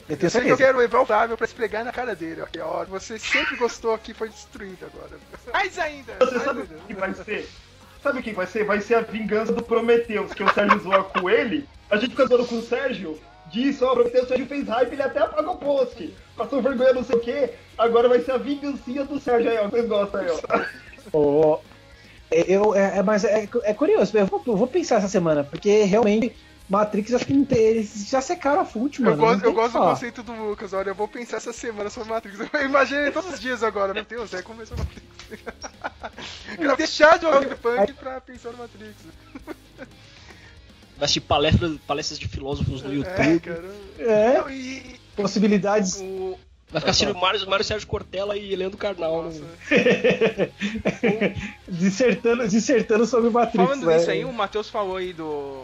Eu tenho sei que eu certeza. quero levar o Flávio pra esfregar na cara dele, ó. Que ó, você sempre gostou aqui, foi destruído agora. Mais ainda! Você sabe o que vai ser? Sabe o que vai ser? Vai ser a vingança do Prometheus, que o Sérgio zoa com ele. A gente fica zoando com o Sérgio. Diz, ó, o Prometheus, o Sérgio fez hype, ele até apagou o post. Passou vergonha, não sei o quê. Agora vai ser a vingancinha do Sérgio aí, ó. Vocês gostam aí, ó. Mas é curioso, eu vou pensar essa semana, porque realmente Matrix, acho que não tem, eles já secaram a fonte, mano. Eu gosto do conceito do Lucas, olha, eu vou pensar essa semana sobre Matrix. Eu imaginei todos os dias agora, meu Deus, começou Matrix. Quero deixar de ouvir punk pra pensar no Matrix. Vai assistir palestras de filósofos no YouTube. Cara. Possibilidades. Vai ficar assistindo Mário Sérgio Cortella e Leandro Carnal. dissertando sobre Matrix. Falando nisso aí, o Matheus falou aí do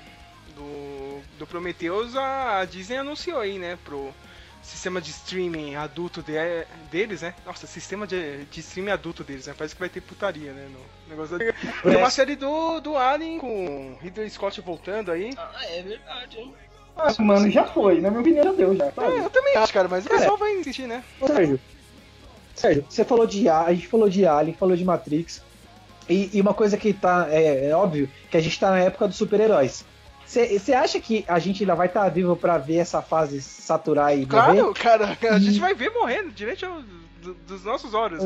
Prometheus, a Disney anunciou aí, né, pro sistema de streaming adulto deles, né? Nossa, sistema de streaming adulto deles, né? Parece que vai ter putaria, né? No negócio da... Tem uma série do Alien com Ridley Scott voltando aí. É verdade, hein? Mano, já foi, na minha opinião já deu, já. Eu também acho, cara, mas o pessoal vai insistir, né? Sérgio, você falou a gente falou de Alien, falou de Matrix, e uma coisa que tá, é óbvio, que a gente tá na época dos super-heróis. Você acha que a gente ainda vai estar vivo pra ver essa fase saturar e morrer? Claro, cara, a gente vai ver morrendo, direito dos nossos olhos.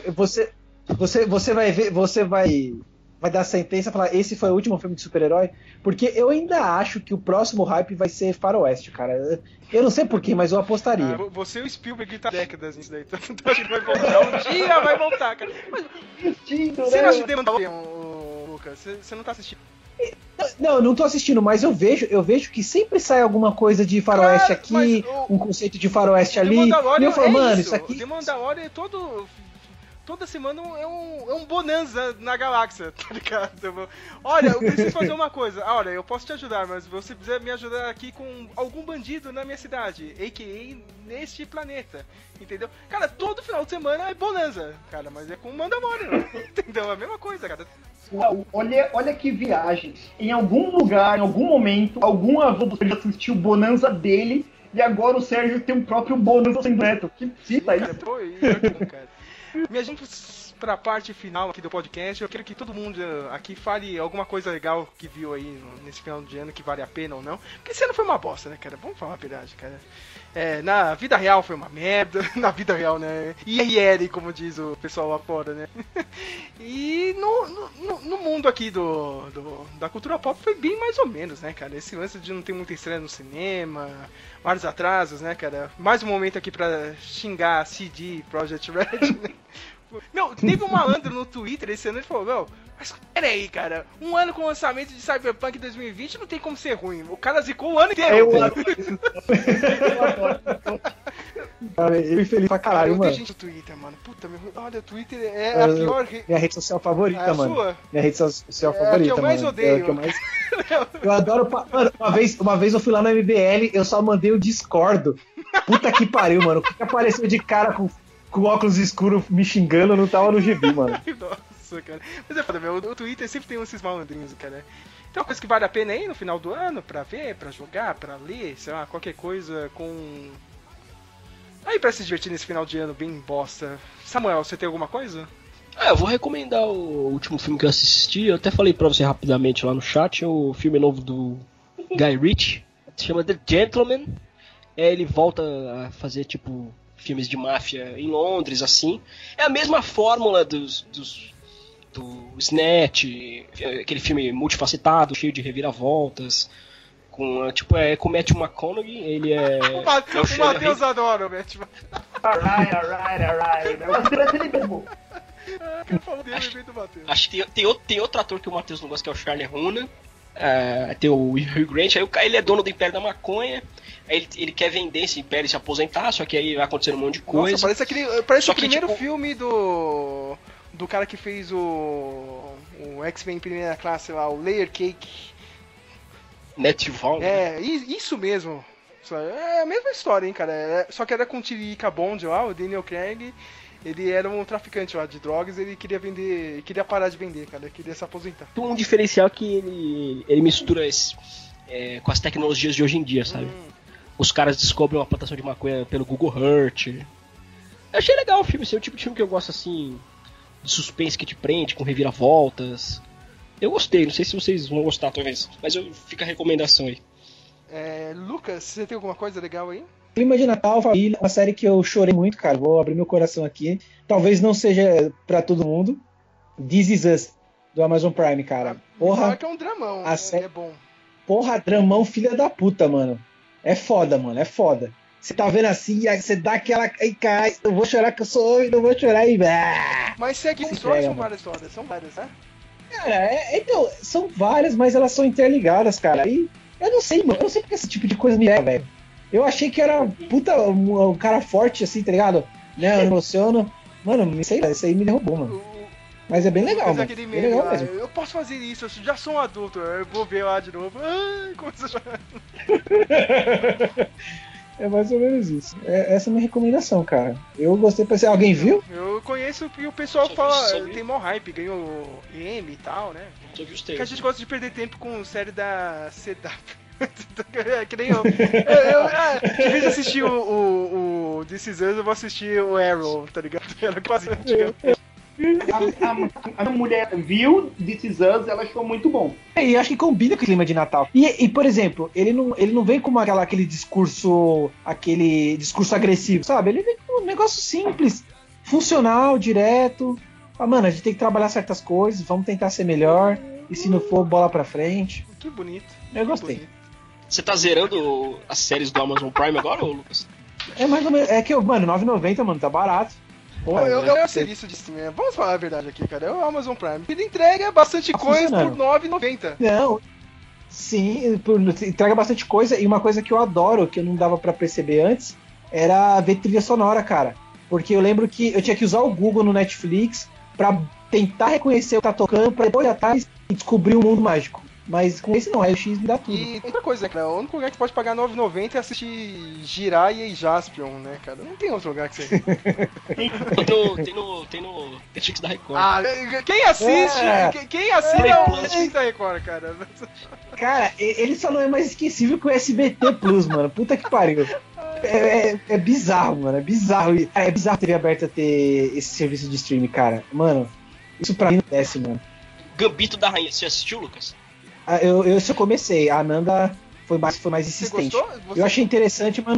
Você vai ver, vai dar sentença e falar, esse foi o último filme de super-herói? Porque eu ainda acho que o próximo hype vai ser Faroeste, cara. Eu não sei porquê, mas eu apostaria. Você e o Spielberg tá décadas nisso daí, então acho que vai voltar. Um dia vai voltar, cara. Mas, você não assistiu Mandalorian, Lucas? Você não tá assistindo? Não, eu não tô assistindo, mas eu vejo que sempre sai alguma coisa de Faroeste aqui, um conceito de Faroeste ali. E eu falo, mano, isso aqui... The Mandalorian toda semana é um bonanza na galáxia, tá ligado? Olha, eu preciso fazer uma coisa. Olha, eu posso te ajudar, mas você precisa me ajudar aqui com algum bandido na minha cidade, a.k.a. neste planeta, entendeu? Cara, todo final de semana é bonanza, cara, mas é com o Mandalorian, entendeu? É a mesma coisa, cara. Olha que viagem. Em algum lugar, em algum momento, algum avô do Sérgio assistiu o bonanza dele e agora o Sérgio tem um próprio bonanza sendo neto. Que fita isso? Cara. Minha gente, pra parte final aqui do podcast, eu quero que todo mundo aqui fale alguma coisa legal que viu aí nesse final de ano, que vale a pena ou não. Porque esse ano foi uma bosta, né, cara? Vamos falar a verdade, cara. Na vida real foi uma merda, na vida real, né? IRL, como diz o pessoal lá fora, né? E no mundo aqui da cultura pop foi bem mais ou menos, né, cara? Esse lance de não ter muita estreia no cinema, vários atrasos, né, cara? Mais um momento aqui pra xingar a CD Projekt Red, né? Meu, teve um malandro no Twitter esse ano e falou, meu, mas peraí, cara, um ano com o lançamento de Cyberpunk 2020 não tem como ser ruim. O cara zicou o ano inteiro. Eu fui feliz pra caralho, mano. Tem gente no Twitter, mano. Puta, olha, o Twitter é a pior... Minha rede social favorita, a mano. Sua? Minha rede social favorita, que eu mais mano. odeio. Eu adoro... Mano, uma vez eu fui lá no MBL, eu só mandei o Discordo. Puta que pariu, mano. O que apareceu de cara com óculos escuros me xingando não tava no gibi, mano. Nossa, cara. Mas é foda, meu. O Twitter sempre tem esses malandrinhos, cara. Tem uma coisa que vale a pena aí no final do ano pra ver, pra jogar, pra ler, sei lá, qualquer coisa com... Aí pra se divertir nesse final de ano bem bosta. Samuel, você tem alguma coisa? Eu vou recomendar o último filme que eu assisti. Eu até falei pra você rapidamente lá no chat. O filme novo do Guy Ritchie. Se chama The Gentleman. Ele volta a fazer, tipo, filmes de máfia em Londres, assim. É a mesma fórmula do Snatch, aquele filme multifacetado, cheio de reviravoltas. Com Matthew McConaughey, ele é... o Matheus adora o Matthew. Alright. Acho que tem outro ator que o Matheus não gosta, que é o Charlie Hunnam. Tem o Hugh Grant, aí ele é dono do Império da Maconha. Aí ele quer vender esse império e se aposentar, só que aí vai acontecendo um monte de coisa. Nossa, parece o primeiro filme do cara que fez o X-Men em primeira classe lá, o Layer Cake. Matthew Vaughn. Isso mesmo. É a mesma história, hein, cara. Só que era com o Tirica Bond lá, o Daniel Craig. Ele era um traficante lá de drogas, ele queria parar de vender, cara, ele queria se aposentar. Um diferencial que ele mistura com as tecnologias de hoje em dia, sabe? os caras descobrem uma plantação de maconha pelo Google Earth. Eu achei legal o filme, esse é o tipo de filme que eu gosto assim, de suspense que te prende, com reviravoltas. Eu gostei, não sei se vocês vão gostar talvez, mas fica a recomendação aí. Lucas, você tem alguma coisa legal aí? Clima de Natal, Família, uma série que eu chorei muito, cara. Vou abrir meu coração aqui. Talvez não seja pra todo mundo. This Is Us, do Amazon Prime, cara. Porra, que é um dramão, série... é bom. Porra, dramão, filha da puta, mano. É foda, mano, é foda. Você tá vendo assim, aí você dá aquela... Ai, cara, eu vou chorar que eu sou homem, não vou chorar e... Mas segue histórias, são várias histórias, são várias, né? Cara, então, são várias, mas elas são interligadas, cara. E eu não sei, mano, eu não sei porque esse tipo de coisa me é, velho. Eu achei que era um cara forte, assim, tá ligado? Né, eu emociono. Mano, não sei, isso aí me derrubou, mano. Mas é bem legal, mano. Bem legal mesmo. Eu posso fazer isso, eu já sou um adulto, eu vou ver lá de novo. Ai, começa a chorar. É mais ou menos isso. Essa é a minha recomendação, cara. Eu gostei. Alguém viu? Eu conheço e o pessoal fala, tem mó hype, ganhou M e tal, né? Porque a gente gosta de perder tempo com série da CW. Que nem eu. De vez de assistir o This Is Us, eu vou assistir o Arrow, tá ligado? Era quase a mulher viu This Is Us, ela achou muito bom. E acho que combina com o clima de Natal. E por exemplo, ele não vem com aquele discurso agressivo, sabe? Ele vem com um negócio simples, funcional, direto. Mano, a gente tem que trabalhar certas coisas, vamos tentar ser melhor. E se não for, bola pra frente. Que bonito. Eu gostei. Bonito. Você tá zerando as séries do Amazon Prime agora, ô Lucas? É mais ou menos. É que, mano, R$9,90, mano, tá barato. Porra, eu serviço de streaming. Vamos falar a verdade aqui, cara. É o Amazon Prime. Ele entrega bastante coisa por R$9,90. Não. Sim, entrega bastante coisa. E uma coisa que eu adoro, que eu não dava pra perceber antes, era ver trilha sonora, cara. Porque eu lembro que eu tinha que usar o Google no Netflix pra tentar reconhecer o que tá tocando, pra depois ir atrás e descobrir o mundo mágico. Mas com esse não, Raio-X me dá tudo. E outra coisa, cara, o único lugar que pode pagar R$9,90 é assistir Jiraiya e Jaspion, né, cara? Não tem outro lugar que você... tem no Netflix da Record. Quem assiste? Quem assina o Netflix da Record, cara? Cara, ele só não é mais esquecível que o SBT Plus, mano. Puta que pariu. É bizarro, mano. É bizarro. É bizarro ter aberto a ter esse serviço de streaming, cara. Mano, isso pra mim não desce, mano. Gambito da Rainha, você assistiu, Lucas? Eu só comecei. A Ananda foi mais insistente. Eu achei interessante, mas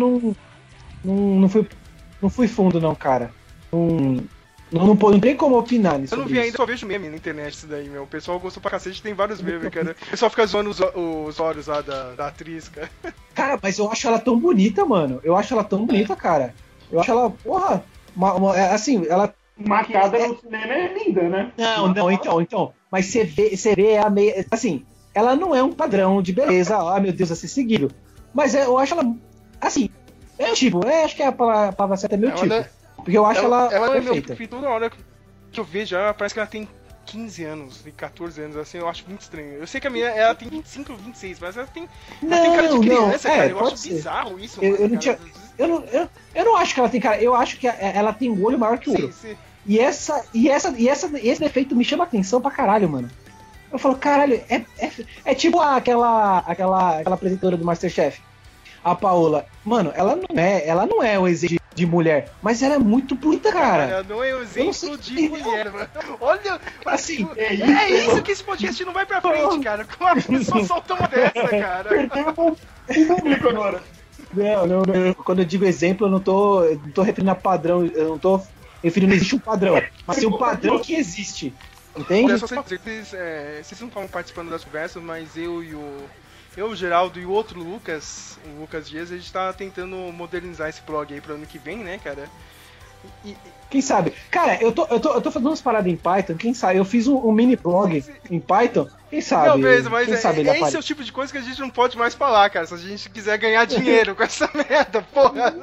não fui fundo, não, cara. Não tem como opinar nisso. Eu não vi ainda, só vejo meme na internet isso daí, meu. O pessoal gostou pra cacete, tem vários memes, cara. O pessoal fica zoando os olhos lá da atriz, cara. Cara, mas eu acho ela tão bonita, mano. Eu acho ela tão bonita, cara. Eu acho ela, porra, assim, ela... Marcada no cinema é linda, né? Não, então. Mas você vê ela meio... Assim, ela não é um padrão de beleza, meu Deus, a ser seguido. Mas eu acho ela, assim, acho que a palavra certa é meu tipo. Porque eu acho ela perfeita. É toda hora que eu vejo ela, parece que ela tem 15 anos e 14 anos, assim, eu acho muito estranho. Eu sei que a minha, ela tem 25 ou 26, mas ela tem cara de criança, cara. Eu acho bizarro isso, mano. Eu não acho que ela tem cara, eu acho que ela tem um olho maior que o outro. Sim. E esse defeito me chama atenção pra caralho, mano. Eu falo, caralho, é tipo aquela apresentadora do Masterchef, a Paola. Mano, ela não é um exemplo de mulher, mas ela é muito bonita, cara. Ela não é um exemplo de mulher, mano. Olha, assim, é isso que esse podcast não vai pra frente, cara. Como a pessoa solta uma dessa, cara. Perdeu o público agora. Não. Quando eu digo exemplo, eu não tô referindo a padrão, eu não tô referindo a existe um padrão, mas tem um padrão que existe. Entende? Vocês não estavam participando das conversas, mas eu, o Geraldo e o outro Lucas, o Lucas Dias, a gente tá tentando modernizar esse blog aí pro ano que vem, né, cara? Quem sabe? Cara, eu tô fazendo umas paradas em Python, quem sabe? Eu fiz um mini blog em Python, quem sabe? Não, mesmo, mas esse é o tipo de coisa que a gente não pode mais falar, cara, se a gente quiser ganhar dinheiro com essa merda, porra!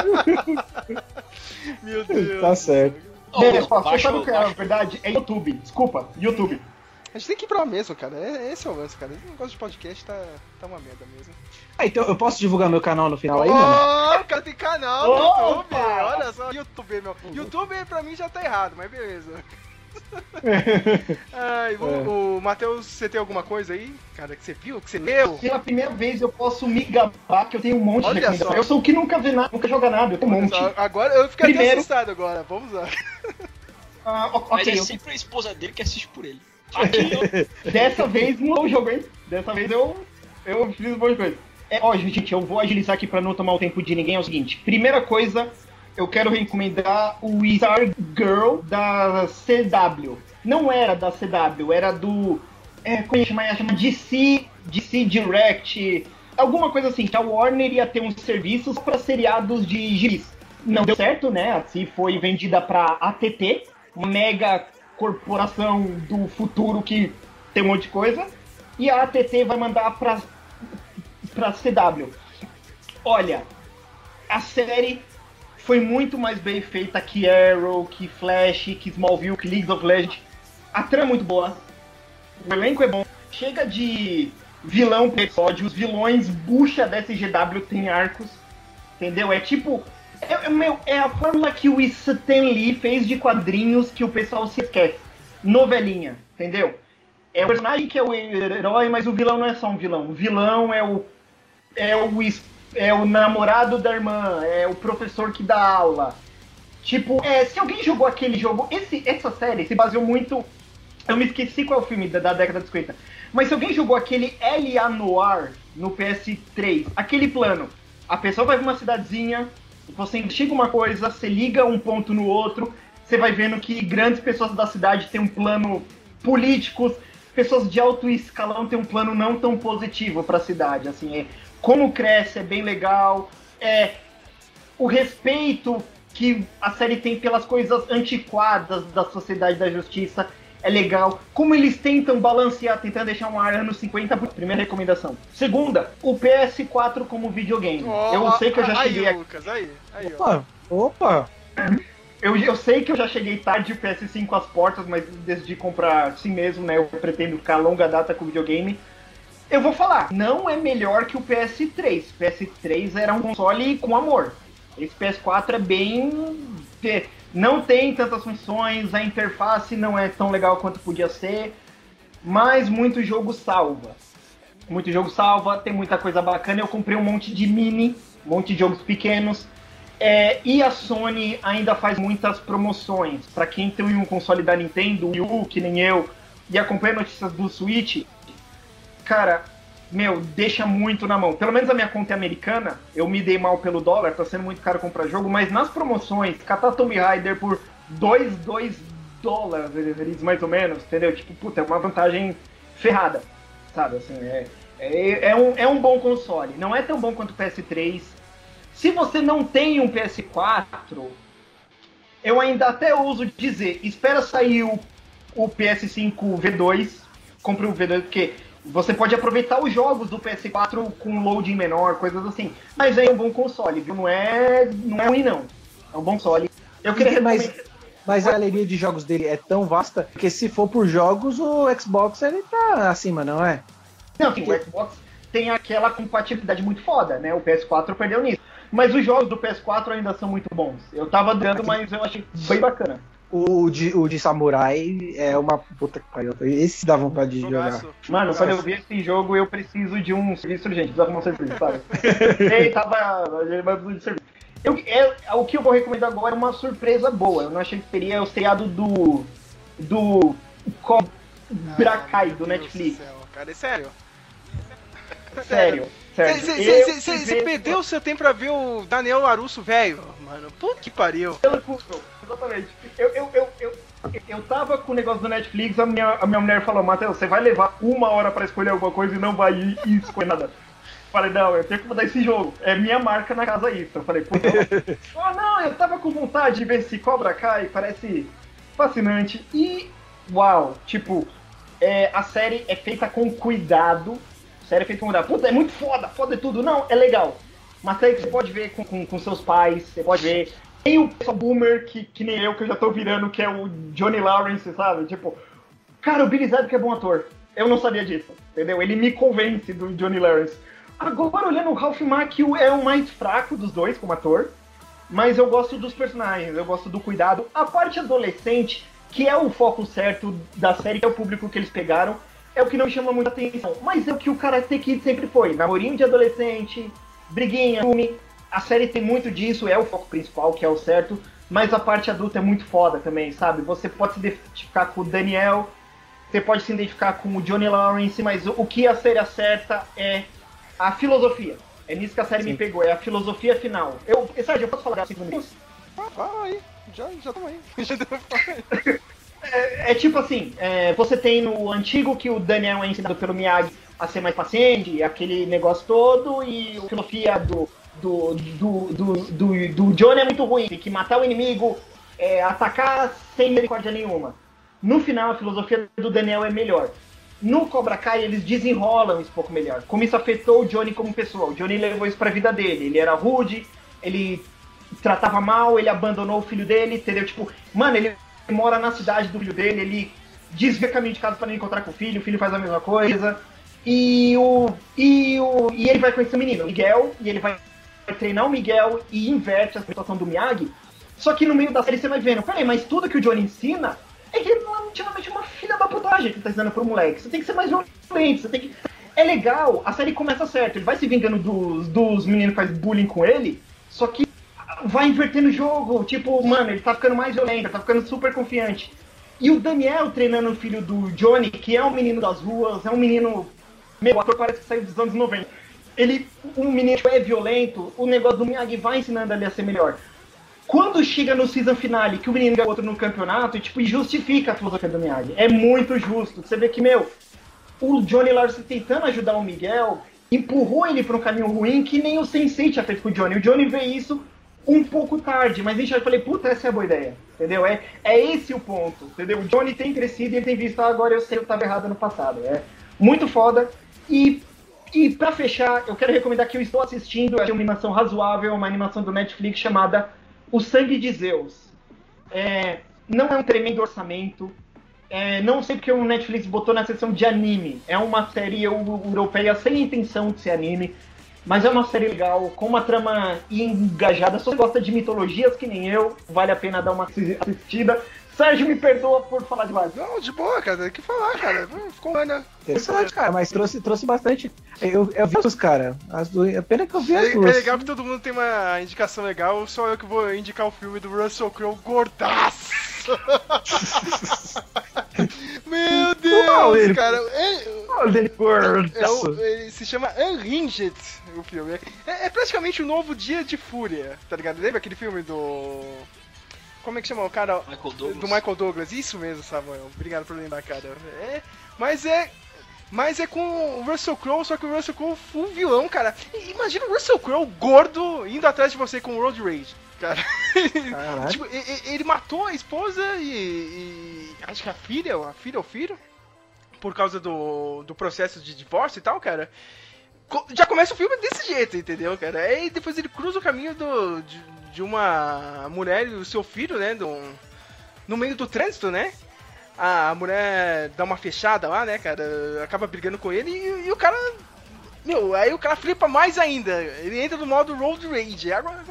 Meu Deus! Tá certo. Sabe o que é a verdade? É YouTube. Desculpa, YouTube. A gente tem que ir pra lá mesmo, cara. Esse é o lance, cara. Esse negócio de podcast tá uma merda mesmo. Então eu posso divulgar meu canal no final aí, mano? O cara tem canal no YouTube. Olha só, YouTube, meu. YouTube pra mim já tá errado, mas beleza. Ai, o Matheus, você tem alguma coisa aí, cara, que você viu, que você leu? Pela primeira vez eu posso me gabar que eu tenho um monte Olha de recomendação. só. Eu sou o que nunca vê nada, nunca joga nada, eu tenho um monte. Agora eu fiquei até Primeiro- assustado agora, vamos lá. Mas Ok, é eu- sempre a esposa dele que assiste por ele. dessa vez mudou o jogo, hein? Dessa vez eu fiz um monte de coisa. Ó, gente, eu vou agilizar aqui pra não tomar o tempo de ninguém. É o seguinte: primeira coisa, eu quero recomendar o Star Girl da CW. Não era da CW, era do. Como chama DC Direct. Alguma coisa assim, que a Warner ia ter uns serviços pra seriados de gibis. Não deu certo, né? A DC foi vendida pra ATT, uma mega corporação do futuro que tem um monte de coisa. E a ATT vai mandar pra CW. Olha, a série foi muito mais bem feita que Arrow, que Flash, que Smallville, que League of Legends. A trama é muito boa, o elenco é bom. Chega de vilão por episódio, os vilões bucha da SGW tem arcos, entendeu? É tipo... É a fórmula que o Stan Lee fez de quadrinhos que o pessoal se esquece. Novelinha, entendeu? É o personagem que é o herói, mas o vilão não é só um vilão. O vilão é o namorado da irmã, é o professor que dá aula. Tipo, se alguém jogou aquele jogo... Essa série se baseou muito... Eu me esqueci qual é o filme da década de 50. Mas se alguém jogou aquele L.A. Noire no PS3, aquele plano, a pessoa vai pra uma cidadezinha, você investiga uma coisa, você liga um ponto no outro, você vai vendo que grandes pessoas da cidade têm um plano político, pessoas de alto escalão têm um plano não tão positivo pra cidade. Assim, como cresce, é bem legal. O respeito que a série tem pelas coisas antiquadas da sociedade da justiça é legal. Como eles tentam balancear, tentando deixar um ar anos 50, primeira recomendação. Segunda, o PS4 como videogame. Eu sei que eu já cheguei aí, Lucas, aí, ó. Opa! Eu sei que eu já cheguei tarde o PS5 às portas, mas decidi comprar assim mesmo, né? Eu pretendo ficar longa data com o videogame. Eu vou falar, não é melhor que o PS3. O PS3 era um console com amor. Esse PS4 é bem... Não tem tantas funções, a interface não é tão legal quanto podia ser, mas muito jogo salva. Muito jogo salva, tem muita coisa bacana. Eu comprei um monte de um monte de jogos pequenos. E a Sony ainda faz muitas promoções. Pra quem tem um console da Nintendo, Wii U, que nem eu, e acompanha notícias do Switch, cara, deixa muito na mão. Pelo menos a minha conta é americana, eu me dei mal pelo dólar, tá sendo muito caro comprar jogo, mas nas promoções, catar Tomb Raider por $2 mais ou menos, entendeu? Tipo, puta, é uma vantagem ferrada, sabe? Assim, é um bom console. Não é tão bom quanto o PS3. Se você não tem um PS4, eu ainda até ouso dizer, espera sair o PS5 V2, compre o V2, porque você pode aproveitar os jogos do PS4 com loading menor, coisas assim. Mas é um bom console, viu? Não é ruim, não. É um bom console. Eu queria Mas a galeria de jogos dele é tão vasta que se for por jogos, o Xbox ele tá acima, não é? Não, assim, o Xbox tem aquela compatibilidade muito foda, né? O PS4 perdeu nisso. Mas os jogos do PS4 ainda são muito bons. Eu tava dando, mas eu achei bem bacana. O de Samurai é uma puta que pariu. Esse dá vontade de jogar. Mano, quando eu vi esse jogo, eu preciso de um serviço urgente. Precisa arrumar um serviço, sabe? Ele tava de serviço. O que eu vou recomendar agora é uma surpresa boa. Eu não achei que seria o seriado do Cobra Kai, do Netflix. Céu, cara, é sério? Sério. Você perdeu o seu tempo pra ver o Daniel Larusso velho, mano. Puta que pariu. Exatamente. Eu tava com o negócio do Netflix, a minha mulher falou, Matheus, você vai levar 1 hora pra escolher alguma coisa e não vai ir e escolher nada. Eu falei, não, eu tenho que mudar esse jogo. É minha marca na casa isso. Eu falei, pô, não, eu tava com vontade de ver esse Cobra Kai, parece fascinante. E, uau, tipo, a série é feita com cuidado. Puta, é muito foda tudo. Não, é legal. Uma série que você pode ver com seus pais, você pode ver. Tem o pessoal boomer, que nem eu, que eu já tô virando, que é o Johnny Lawrence, sabe? Tipo, cara, o Billy Zeb é bom ator. Eu não sabia disso, entendeu? Ele me convence do Johnny Lawrence. Agora, olhando o Ralph Macchio, é o mais fraco dos dois como ator, mas eu gosto dos personagens, eu gosto do cuidado. A parte adolescente que é o foco certo da série, que é o público que eles pegaram, é o que não chama muita atenção. Mas é o que o Karate Kid sempre foi, namorinho de adolescente, briguinha, filme. A série tem muito disso, é o foco principal, que é o certo, mas a parte adulta é muito foda também, sabe? Você pode se identificar com o Daniel, você pode se identificar com o Johnny Lawrence, mas o que a série acerta é a filosofia. É nisso que a série me pegou, é a filosofia final. Sérgio, eu posso falar 5 minutos? Fala aí, já estamos aí. É tipo assim, você tem no antigo que o Daniel é ensinado pelo Miyagi a ser mais paciente, aquele negócio todo, e a filosofia do Johnny é muito ruim, tem que matar o inimigo, atacar sem misericórdia nenhuma. No final, a filosofia do Daniel é melhor. No Cobra Kai, eles desenrolam isso um pouco melhor. Como isso afetou o Johnny como pessoa. O Johnny levou isso pra vida dele. Ele era rude, ele tratava mal, ele abandonou o filho dele, entendeu? Tipo, mano, ele mora na cidade do filho dele, ele desvia caminho de casa para não encontrar com o filho faz a mesma coisa. E ele vai conhecer o menino, o Miguel, e ele vai treinar o Miguel e inverte a situação do Miyagi. Só que no meio da série você vai vendo, peraí, mas tudo que o Johnny ensina é que ele não é uma filha da putagem que ele tá ensinando pro moleque. Você tem que ser mais violento, você tem que... É legal, a série começa certo, ele vai se vingando dos meninos que fazem bullying com ele, só que vai invertendo o jogo, tipo, mano, ele tá ficando mais violento, tá ficando super confiante. E o Daniel treinando o filho do Johnny, que é um menino das ruas, é um menino... Meu, o ator parece que saiu dos anos 90. Um menino é violento, o negócio do Miyagi vai ensinando ele a ser melhor. Quando chega no season finale, que o menino ganha outro no campeonato, tipo, justifica a filosofia do Miyagi. É muito justo. Você vê que, o Johnny Lawrence tentando ajudar o Miguel, empurrou ele pra um caminho ruim que nem o Sensei tinha feito com o Johnny. O Johnny vê isso um pouco tarde, mas eu falei, puta, essa é a boa ideia, entendeu? É esse o ponto, entendeu? O Johnny tem crescido e ele tem visto, agora eu sei que eu tava errado no passado. É muito foda. E pra fechar, eu quero recomendar que eu estou assistindo uma animação razoável, uma animação do Netflix chamada O Sangue de Zeus. Não é um tremendo orçamento, não sei porque o Netflix botou na seção de anime. É uma série europeia sem intenção de ser anime, mas é uma série legal, com uma trama engajada. Se você gosta de mitologias que nem eu, vale a pena dar uma assistida. Sérgio, me perdoa por falar demais. Não, de boa, cara, tem que falar, cara. Ficou, né? Interessante, cara, mas trouxe bastante. Eu vi os cara. É pena que eu vi as duas. É legal que todo mundo tem uma indicação legal, só eu que vou indicar o filme do Russell Crowe gordaço. Meu Deus, cara. Ele se chama Unhinged, o filme. É praticamente o novo Dia de Fúria, tá ligado? Lembra aquele filme do... Como é que chama o cara? Do Michael Douglas. Isso mesmo, Samuel. Obrigado por lembrar, cara. Mas é com o Russell Crowe, só que o Russell Crowe full vilão, cara. Imagina o Russell Crowe gordo indo atrás de você com o Road Rage, cara. Tipo, ele matou a esposa e acho que a filha ou o filho, por causa do processo de divórcio e tal, cara. Já começa o filme desse jeito, entendeu, cara? Aí depois ele cruza o caminho de uma mulher e o seu filho, né, no meio do trânsito, né? A mulher dá uma fechada lá, né, cara? Acaba brigando com ele e o cara... aí o cara flipa mais ainda. Ele entra no modo Road Rage. Agora,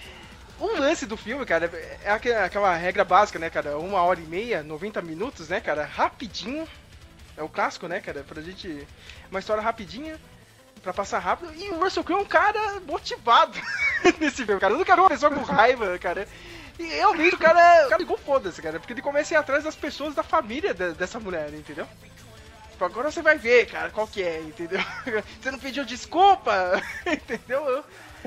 o lance do filme, cara, é aquela regra básica, né, cara? 1h30, 90 minutos, né, cara? Rapidinho. É o clássico, né, cara? Pra gente... Uma história rapidinha. Pra passar rápido, e o Russell Crowe é um cara motivado nesse filme, cara. Eu nunca vi uma pessoa com raiva, cara. E realmente o cara ligou foda-se, cara, porque ele começa a ir atrás das pessoas da família dessa mulher, entendeu? Tipo, agora você vai ver, cara, qual que é, entendeu? Você não pediu desculpa, entendeu?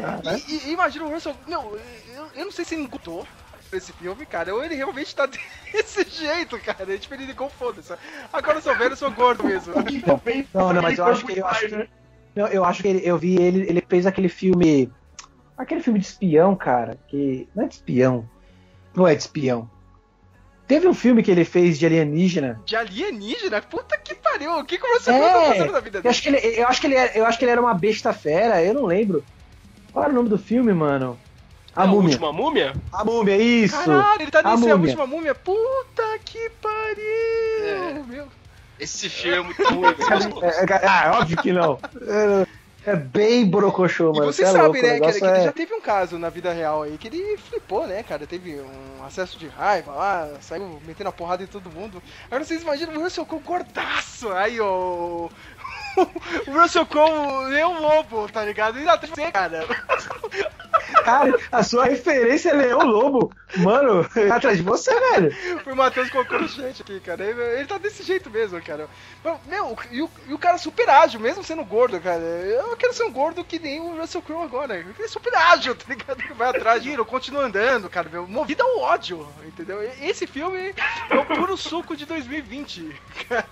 E imagina o Russell, eu não sei se ele engutou esse filme, cara, ou ele realmente tá desse jeito, cara. Tipo, ele ligou foda-se. Agora eu sou velho, eu sou gordo mesmo. Não, mas eu acho que eu acho que eu vi ele fez aquele filme de espião, cara, que não é de espião. Não é de espião. Teve um filme que ele fez de alienígena. De alienígena? Puta que pariu! O que você tá fazendo na vida dele? Eu acho que ele era uma besta fera, eu não lembro. Qual era o nome do filme, mano? A Múmia. A Última Múmia? A Múmia, isso! Caralho, ele tá nesse A Última Múmia. Puta que pariu! Meu... Esse filme é muito ruim, velho. Óbvio que não. É bem brocochô, E mano. você é sabe, louco, né, o negócio que ele é- já teve um caso na vida real aí, que ele flipou, né, cara? Teve um acesso de raiva lá, saiu metendo a porrada em todo mundo. Agora vocês imaginam o Russell Crowe gordaço. Aí, ó... O Russell Crowe é um lobo, tá ligado? E até você, cara. Cara, a sua referência é Leão Lobo. Mano, atrás de você, velho. Foi o Matheus que colocou no chat aqui, cara. Ele tá desse jeito mesmo, cara. Meu, e o cara super ágil, mesmo sendo gordo, cara. Eu quero ser um gordo que nem o Russell Crowe agora. Ele é super ágil, tá ligado? Ele vai atrás, giro, continua andando, cara. Meu, movido ao ódio, entendeu? Esse filme é o puro suco de 2020, cara.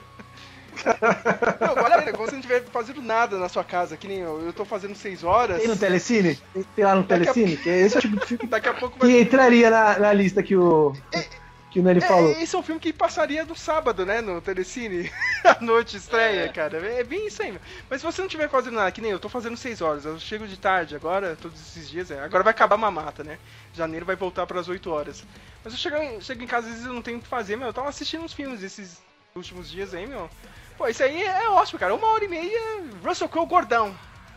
Não, olha, quando você não estiver fazendo nada na sua casa, que nem eu tô fazendo 6 horas. Tem no Telecine? Tem lá no Telecine? Que esse é o tipo de filme Daqui a pouco que entraria na lista que o Nani falou. Esse é um filme que passaria no sábado, né? No Telecine. À noite estreia, cara. É bem isso aí, meu. Mas se você não estiver fazendo nada, que nem eu tô fazendo 6 horas, eu chego de tarde agora, todos esses dias, agora vai acabar a mamata, né? Janeiro vai voltar pras 8 horas. Mas eu chego em casa, às vezes eu não tenho o que fazer, meu. Eu tava assistindo uns filmes esses últimos dias aí, meu. Pô, isso aí é ótimo, cara. 1h30, Russell Crowe gordão.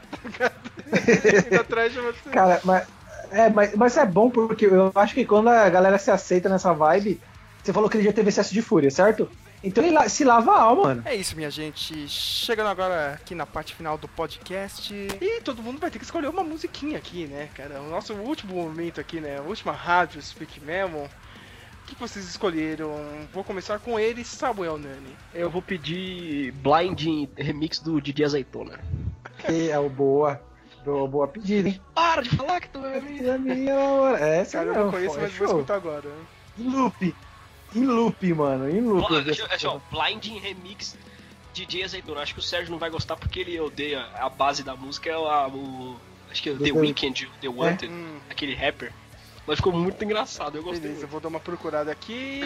Atrás de você. Cara, mas é bom porque eu acho que quando a galera se aceita nessa vibe, você falou que ele já teve excesso de fúria, certo? Então ele se lava a alma, mano. É isso, minha gente. Chegando agora aqui na parte final do podcast. E todo mundo vai ter que escolher uma musiquinha aqui, né, cara? O nosso último momento aqui, né? A última rádio Speak Melon. O que vocês escolheram? Vou começar com ele, Samuel Nani. Eu vou pedir Blind Remix do Didi Azeitona. Que é o boa pedida, hein? Para de falar que tu é minha hora. Essa cara, eu não conheço, mas vou escutar agora. Em loop, mano. Em loop. Blind Remix DJ Azeitona. Acho que o Sérgio não vai gostar porque ele odeia a base da música, acho que é o The Weeknd, The Wanted, aquele rapper. Mas ficou muito engraçado, eu gostei. Beleza, eu vou dar uma procurada aqui.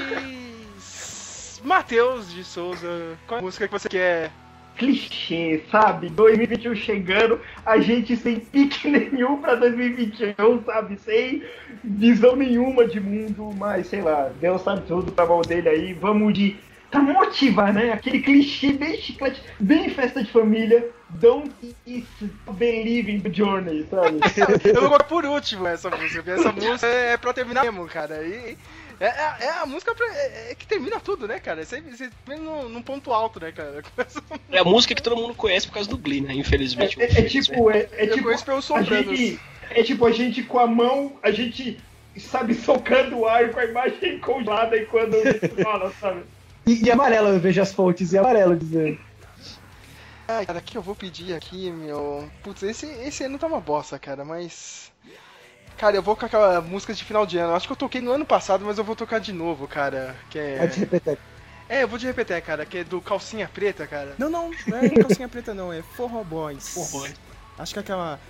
Matheus de Souza, qual é a música que você quer? Clichê, sabe? 2021 chegando, a gente sem pique nenhum pra 2021, sabe? Sem visão nenhuma de mundo, mas sei lá, Deus sabe tudo pra mão dele aí. Vamos pra motivar, né? Aquele clichê bem chiclete, bem festa de família. Don't believe in the journey, sabe? Eu vou colocar por último essa música, porque essa música é pra terminar mesmo, cara. E é a música que termina tudo, né, cara? Você vem num ponto alto, né, cara? É a música que todo mundo conhece por causa do Glee, né? Infelizmente. É tipo, eu conheço pelos Sopranos. É tipo a gente com a mão, a gente sabe socando o ar com a imagem congelada e quando fala, sabe? E amarelo, eu vejo as fontes e amarelo dizendo. Ai, cara, o que eu vou pedir aqui, meu... Putz, esse ano tá uma bosta, cara, mas... Cara, eu vou com aquela música de final de ano. Acho que eu toquei no ano passado, mas eu vou tocar de novo, cara. Que é... Pode repetir. Eu vou de repetir, cara, que é do Calcinha Preta, cara. Não é Calcinha Preta não, é Forró Boys. Forró Boys. Acho que é aquela...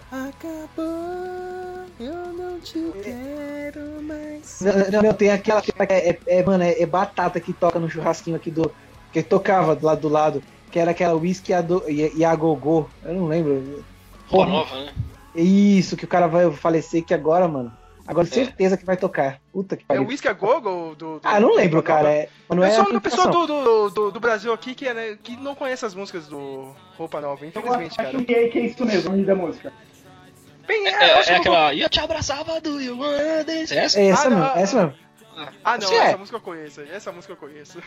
Acabou, eu não te quero mais. Não, tem aquela que mano, é batata que toca no churrasquinho aqui que tocava do lado. Que era aquela Whisky e a Gogô. Eu não lembro. Roupa nova, né? Isso, que o cara vai falecer que agora, mano. Agora certeza que vai tocar. Puta que pariu. É o Whisky a Gogô? Não lembro, cara. Não eu sou uma pessoa do Brasil aqui que não conhece as músicas do Roupa Nova, infelizmente, cara. Que é isso mesmo, o nome da música. Bem, é aquela... E eu te abraçava do You Want This. É essa mesmo. Essa música eu conheço. Essa música eu conheço.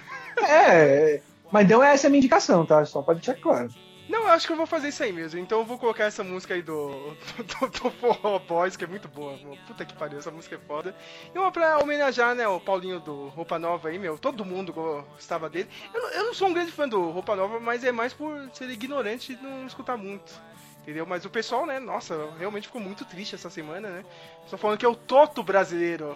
Mas não essa é a minha indicação, tá? Só pra deixar claro. Não, eu acho que eu vou fazer isso aí mesmo. Então eu vou colocar essa música aí do Forró Boys, que é muito boa. Puta que pariu, essa música é foda. E uma pra homenagear, né, o Paulinho do Roupa Nova aí, meu. Todo mundo gostava dele. Eu não sou um grande fã do Roupa Nova, mas é mais por ser ignorante e não escutar muito. Entendeu? Mas o pessoal, né, nossa, realmente ficou muito triste essa semana, né? Só falando que é o Toto brasileiro.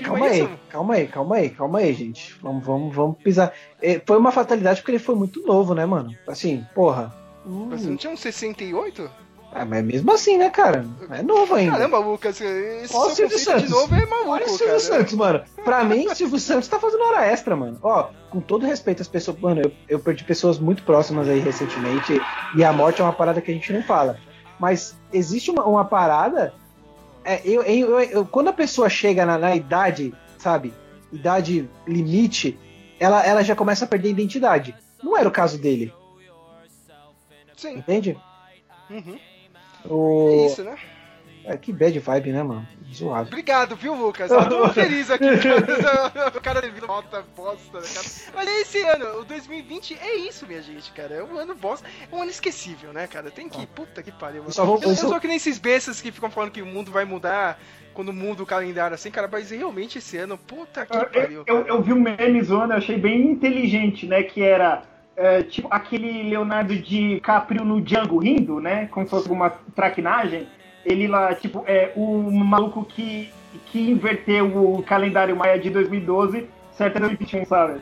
Calma aí, gente. Vamos pisar. Foi uma fatalidade porque ele foi muito novo, né, mano? Assim, porra. Você não tinha uns 68? Mas mesmo assim, né, cara? É novo ainda. Caramba, Lucas, esse Ó, seu conceito de novo é maluco, Olha o Silvio Santos, mano. Pra mim, Silvio Santos tá fazendo hora extra, mano. Ó, com todo respeito às pessoas... Mano, eu perdi pessoas muito próximas aí recentemente e a morte é uma parada que a gente não fala. Mas existe uma parada... quando a pessoa chega na idade, sabe? Idade limite, ela já começa a perder a identidade. Não era o caso dele. Sim. Entende? Uhum. O... É isso, né? Que bad vibe, né, mano? Zoado. Obrigado, viu, Lucas? Eu tô feliz aqui. O cara devido volta bosta, né, cara? Mas esse ano, o 2020, é isso, minha gente, cara. É um ano bosta. É um ano esquecível, né, cara? Tem que... Puta que pariu, mano. Eu sou que nem esses bestas que ficam falando que o mundo vai mudar quando muda o calendário assim, cara. Mas realmente esse ano, puta que pariu. Eu vi um meme zona, eu achei bem inteligente, né? Que era... tipo aquele Leonardo DiCaprio no Django rindo, né? Como se fosse uma traquinagem. Ele lá, tipo, o maluco que inverteu o calendário maia de 2012, certo? É 2021, sabe?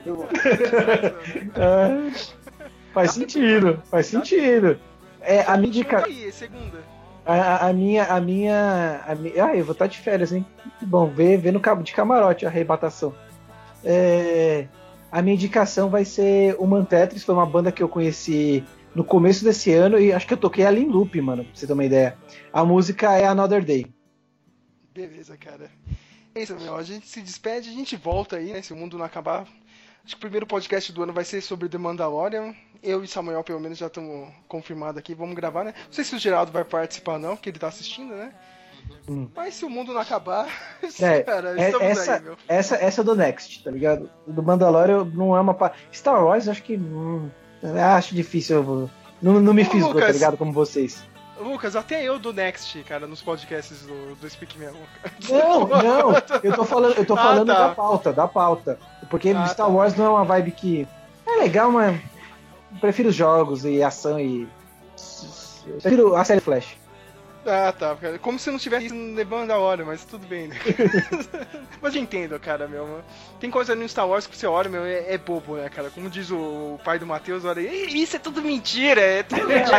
Faz sentido. A minha dica... segunda. Eu vou estar de férias, hein? Bom, ver no cabo de camarote a arrebatação. A minha indicação vai ser o Mantetris, foi uma banda que eu conheci no começo desse ano e acho que eu toquei ela em loop, mano, pra você ter uma ideia. A música é Another Day. Beleza, cara. É isso, meu. A gente se despede, a gente volta aí, né? Se o mundo não acabar. Acho que o primeiro podcast do ano vai ser sobre The Mandalorian. Eu e Samuel, pelo menos, já estamos confirmados aqui. Vamos gravar, né? Não sei se o Geraldo vai participar, não, porque ele tá assistindo, né? Mas se o mundo não acabar, cara, estamos aí, meu. Essa é do Next, tá ligado? Do Mandalorian não é uma... Star Wars, acho que... acho difícil, não me fiz, tá ligado, como vocês. Lucas, até eu do Next, cara, nos podcasts do Speak Mesmo. Não, eu tô falando tá. da pauta. Porque Star Wars não é uma vibe que... É legal, mas... Eu prefiro jogos e ação e... Eu prefiro a série Flash. Tá, cara. Como se não tivesse levando a hora, mas tudo bem, né? Mas eu entendo, cara, meu. Tem coisa no Star Wars que você olha, meu, é bobo, né, cara? Como diz o pai do Matheus, olha, isso é tudo mentira, é tudo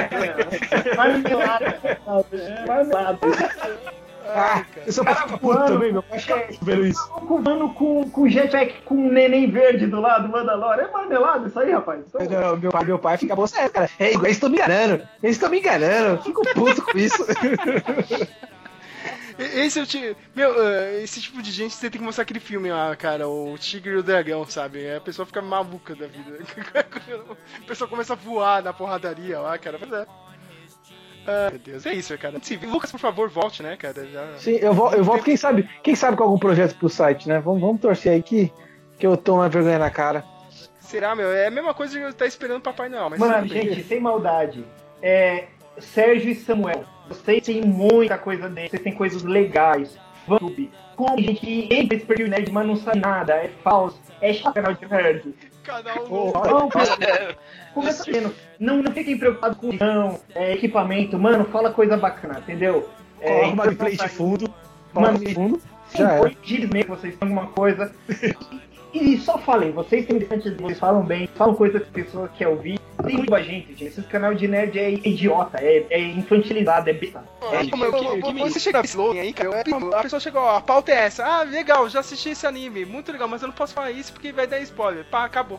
eu sou puto também, meu pai fica vendo isso. Mano, com jetpack com um neném verde do lado, Mandalorian. É marmelado isso aí, rapaz. Meu pai fica bom, cara. Eles estão me enganando. Eu fico puto com isso. Esse tipo de gente, você tem que mostrar aquele filme lá, cara, o Tigre e o Dragão, sabe? A pessoa fica maluca da vida. A pessoa começa a voar na porradaria lá, cara. Mas meu Deus, é isso, cara. Lucas, por favor, volte, né, cara? Sim, eu volto, quem sabe com algum projeto pro site, né? Vamos torcer aí que eu tomo uma vergonha na cara. Será, meu? É a mesma coisa que eu estar esperando o Papai Noel, mas... Mano, gente, sem maldade. Sérgio e Samuel, vocês têm muita coisa dentro, vocês têm coisas legais. Vamos subir. Como gente que entra esse perfil nerd, mas não sabe nada, é falso, é chato canal de nerd. Canal Começa vendo. Não fiquem preocupados com equipamento, mano, fala coisa bacana, entendeu? Coloca uma gameplay de fundo. Mano, gires mesmo, vocês têm alguma coisa. E só falei, vocês têm vocês falam bem, falam coisas que a pessoa quer ouvir. Tem muita gente. Esse canal de nerd é idiota, é infantilizado, é besta. Você chega nesse slogan aí, cara, a pessoa chegou, a pauta é essa. Ah, legal, já assisti esse anime, muito legal, mas eu não posso falar isso porque vai dar spoiler. Pá, acabou.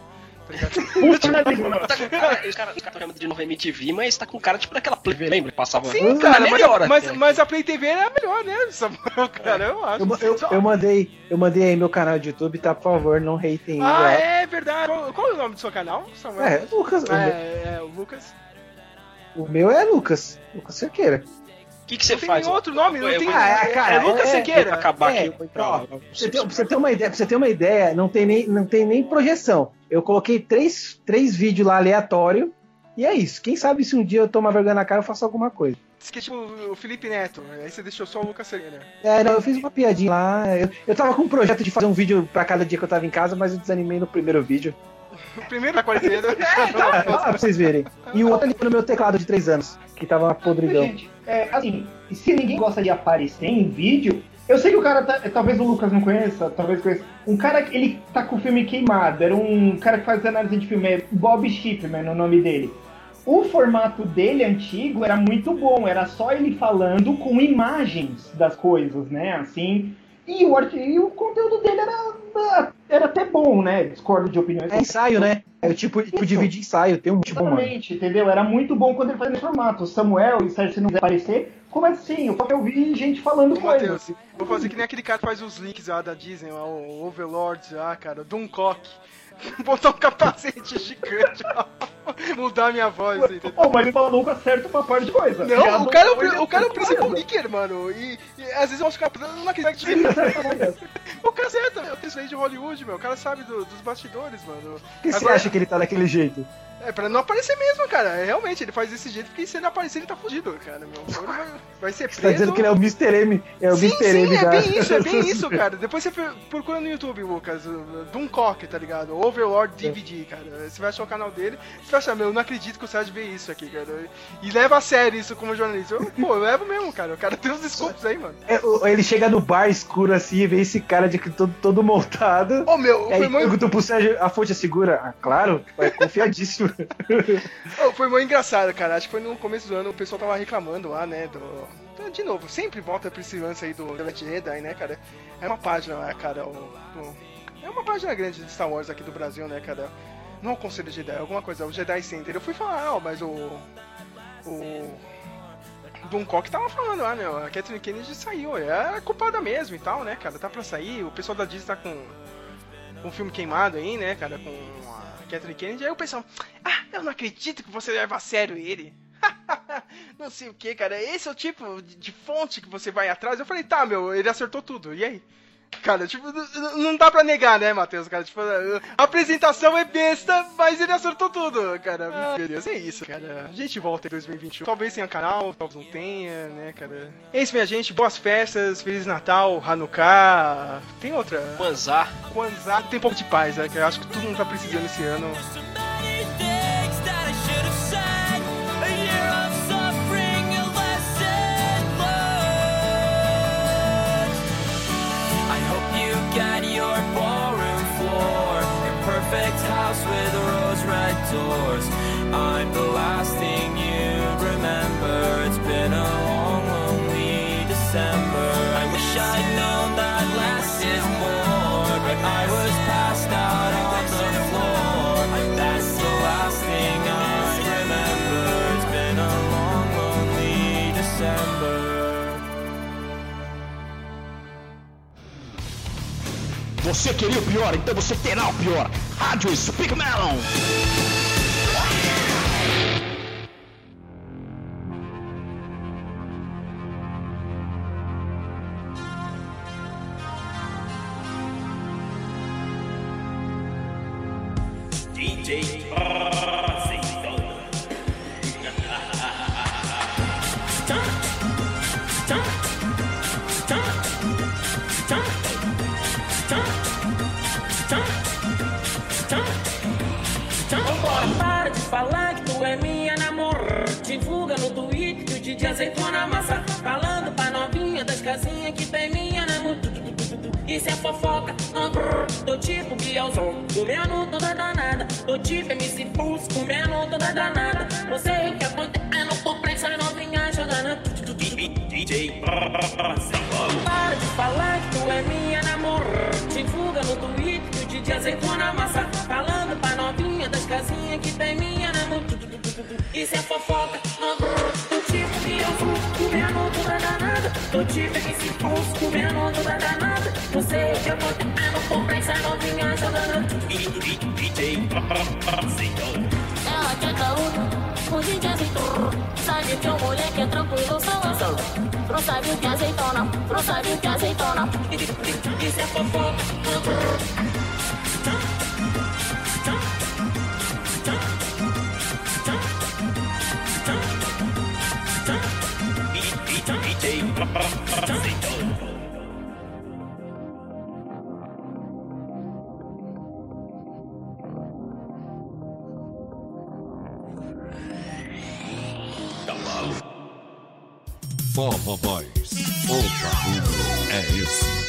Os caras estão chamando de novo MTV, mas tá com cara tipo daquela Play TV, lembra? Passava. Sim, cara, mas a Play TV era melhor, né? Cara, eu acho. Eu mandei aí meu canal de YouTube, tá? Por favor, não hatem. É verdade. Qual é o nome do seu canal, Samuel? Lucas. O Lucas. O meu é Lucas Cerqueira. O que você faz? Tem outro nome? Não tem. Cara, é Lucas Cerqueira. Acabar aqui. Pra você ter uma ideia, não tem nem projeção. Eu coloquei três vídeos lá aleatório e é isso. Quem sabe se um dia eu tomar vergonha na cara eu faço alguma coisa. Isso que é tipo o Felipe Neto, aí você deixou só o Lucas Cerqueira. Não, eu fiz uma piadinha lá. Eu tava com um projeto de fazer um vídeo pra cada dia que eu tava em casa, mas eu desanimei no primeiro vídeo. O primeiro da quarentena. Pra vocês verem. E o outro ali no meu teclado de 3 anos, que tava podridão. Gente, assim, se ninguém gosta de aparecer em vídeo, eu sei que o cara, talvez o Lucas não conheça, talvez conheça. Um cara, ele tá com o filme queimado, era um cara que faz análise de filme, é Bob Shipman, o nome dele. O formato dele antigo era muito bom, era só ele falando com imagens das coisas, né, assim... E o conteúdo dele era até bom, né? Discordo de opiniões. É ensaio, né? É o tipo de vídeo ensaio, tem um tipo bom. Exatamente, entendeu? Era muito bom quando ele fazia nesse formato. O Samuel e o Sérgio, se não quiser aparecer, como assim? Eu vi gente falando coisas. Vou fazer que nem aquele cara que faz os links lá da Disney, lá, o Overlord, cara, o Doomcock. Botar um capacete gigante. Mudar minha voz, entendeu? Pô, mas ele nunca acerta uma parte de coisa. Não, o cara é o principal leaker, mano. E às vezes eu acho que eu não acredito que o cara acerta, meu. Tem isso aí de Hollywood, meu. O cara sabe dos bastidores, mano. Por que você acha que ele tá daquele jeito? É pra não aparecer mesmo, cara. Realmente, ele faz desse jeito porque se ele não aparecer, ele tá fudido, cara. Meu, vai ser preso. Você tá dizendo que ele é o Mr. M. É o Mr. M, é bem isso, cara. Depois você procura no YouTube, Lucas, Doomcock, tá ligado? Overlord DVD, cara. Você vai achar o canal dele, você vai achar, meu, eu não acredito que o Sérgio vê isso aqui, cara. E leva a sério isso como jornalista. Eu levo mesmo, cara. O cara tem uns desculpos aí, mano. Ele chega no bar escuro assim e vê esse cara de todo montado. Ô, meu, aí perguntou pro Sérgio, a fonte é segura? Ah, claro, é confiadíssimo. Foi muito engraçado, cara. Acho que foi no começo do ano, o pessoal tava reclamando lá, né, de novo, sempre volta pra esse lance aí do The Last Jedi, né, cara? É uma página lá, cara, é uma página grande de Star Wars aqui do Brasil, né, cara? Não é o Conselho Jedi, é alguma coisa, o Jedi Center. Eu fui falar, mas o Doomcock tava falando lá, meu, a Kathleen Kennedy saiu, é culpada mesmo e tal, né, cara? Tá pra sair, o pessoal da Disney tá com um filme queimado aí, né, cara, com a Kathleen Kennedy. Aí o pessoal, eu não acredito que você leva a sério ele. Não sei o que, cara, esse é o tipo de fonte que você vai atrás. Eu falei, tá, meu, ele acertou tudo, e aí? Cara, tipo, não dá pra negar, né, Matheus, cara, tipo, a apresentação é besta, mas ele acertou tudo, cara. Meu Deus, é isso, cara. A gente volta em 2021, talvez tenha canal, talvez não tenha, né, cara. É isso, minha gente, boas festas, Feliz Natal, Hanukkah, tem outra? Kwanzaa, tem um pouco de paz, né, que eu acho que todo mundo tá precisando esse ano. Perfect house with rose-red doors. I'm the last thing you remember. It's been a long, lonely December. I wish I'd known that less is more, but I was passed out on the floor. That's the last thing I remember. It's been a long, lonely December. Você queria o pior, então você terá o pior. Rádio Speak Melon. DJ Para de falar que tu é minha namorada. Divulga no Twitter que o DJ azeitona massa. Falando pra novinha das casinhas que tem minha namorada. Isso é fofoca, tô tipo Bielzão, comendo toda danada. Tô tipo MC Pulse, comendo toda danada. Não sei o que acontece, tô presa novinha jogando DJ. Para de falar que tu é minha namorada. Divulga no Twitter que o DJ azeitona massa. Falando pra novinha das casinhas que tem minha namorada. Isso é fofoca, tô tipo Bielzão, comendo toda danada. Tô tipo MC Pulse, comendo toda danada. Não sei o que acontece, tô presa novinha jogando DJ. Ela quer caúdo, o DJ azeitou. Sabe que o moleque é tranquilo, só. Não sabe o que azeitona, não sabe o que azeitona. Isso é fofoca. Forró Boys, o barulho é esse.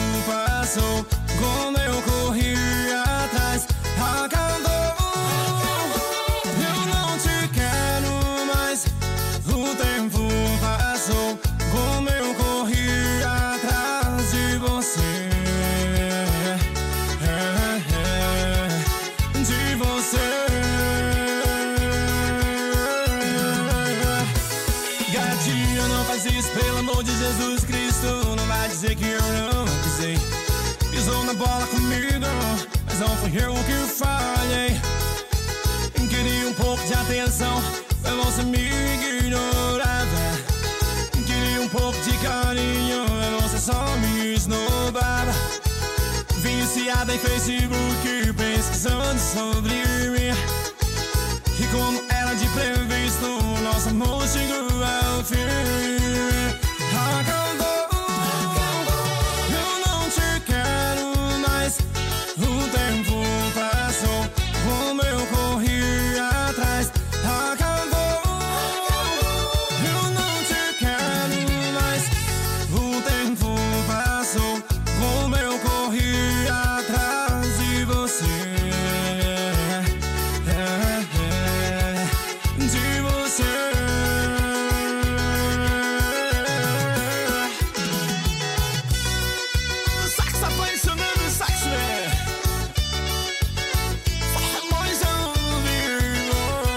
Como eu corri atrás, acabou. Gatinho, não faz isso, pelo amor de Jesus Cristo. Não vai dizer que eu não avisei. Pisou na bola comigo, mas não fui eu que falhei. Queria um pouco de atenção, mas você me ignorava. Queria um pouco de carinho, mas você só me esnobava. Viciada em Facebook, pesquisando sobre mim. E como era de previsto, nosso amor chegou ao fim. Acabou, eu não te quero mais. O tempo passou, como eu corri atrás. Acabou, eu não te quero mais. O tempo passou, como eu corri atrás de você. De você. Sax apaixonando, sax, né? Famosa ao vivo.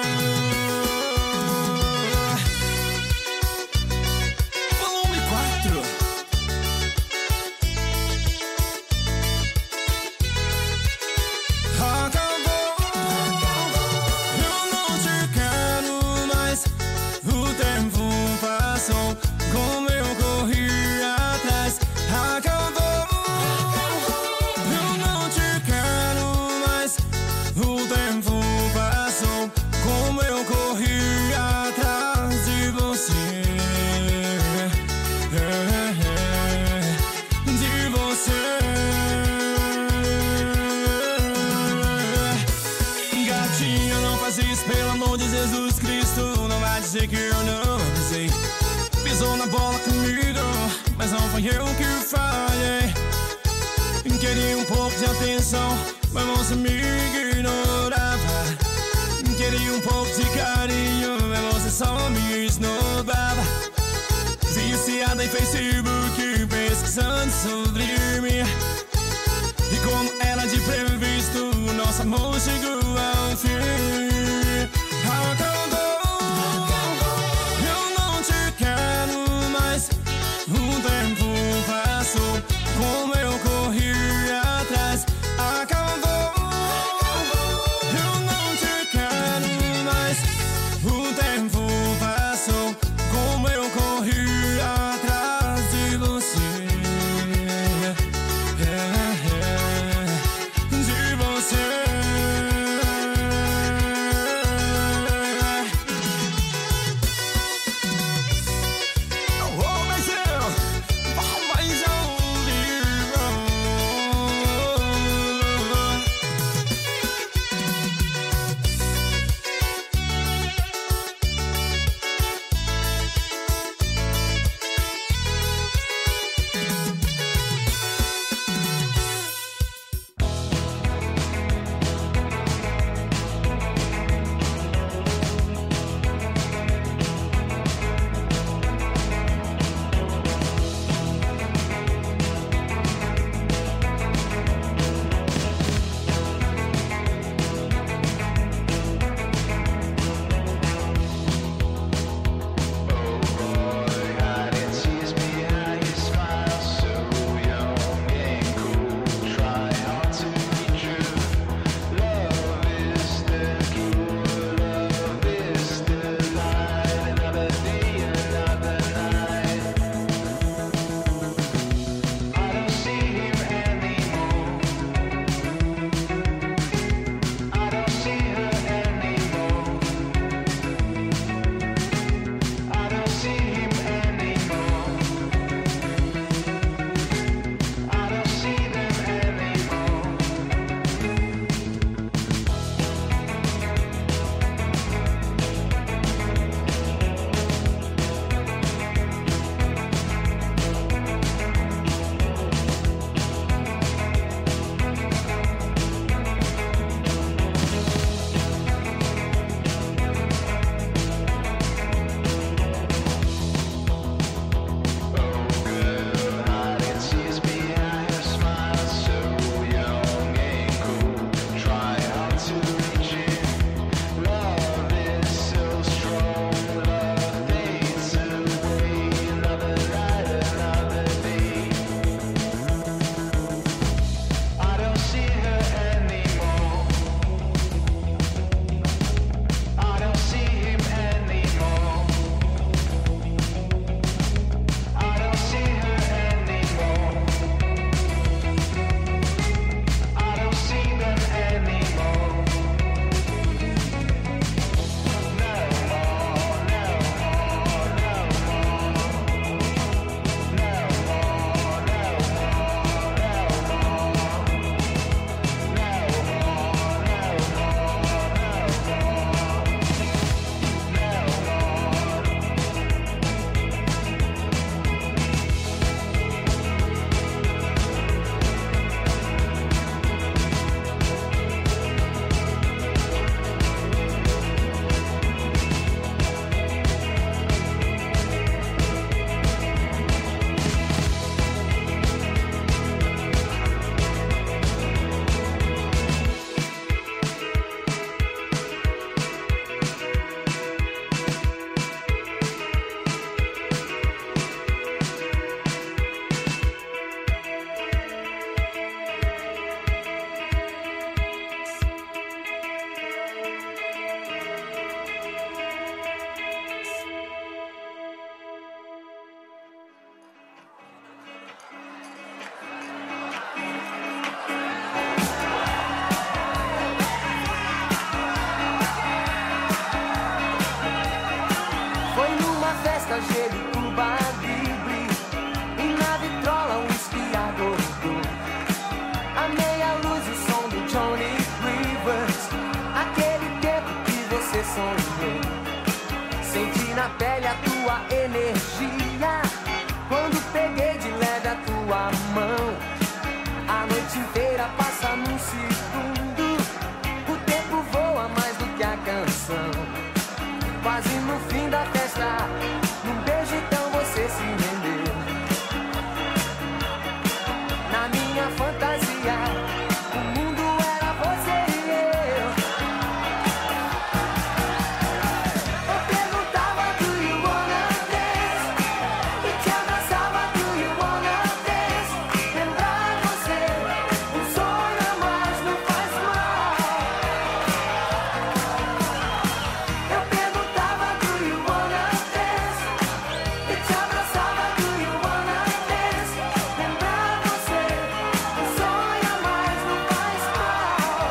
Volume 4. Acabou, eu não te quero mais. O tempo passou, como eu corri atrás. Acabou, eu não te quero mais. O tempo passou, como eu corri atrás de você. De você. Gatinho, não faz isso, pelo amor de Jesus Cristo. Não vai dizer que eu não avisei. Pisou na bola comigo, mas não foi eu que falhei. Queria um pouco de atenção, mas você me ignorava. Queria um pouco de carinho, mas você só me esnobava. Viciada em Facebook, pesquisando sobre mim. E como era de previsto, nosso amor chegou ao fim. Acabou, eu não te quero mais. O tempo passou, como eu corri atrás. Acabou, eu não te quero mais. O tempo passou, como eu corri atrás de você. De você. pele a tua energia. Quando peguei de leve a tua mão, a noite inteira passa num segundo. O tempo voa mais do que a canção. Quase no fim da festa, num beijo então você se rendeu. Na minha fantasia, o mundo era você e eu. Eu perguntava, do you wanna dance? E te abraçava, do you wanna dance? Lembrar você, um sonho a mais não faz mal. Eu perguntava, do you wanna dance? E te abraçava, do you wanna dance? Lembrar você, um sonho a mais não faz mal.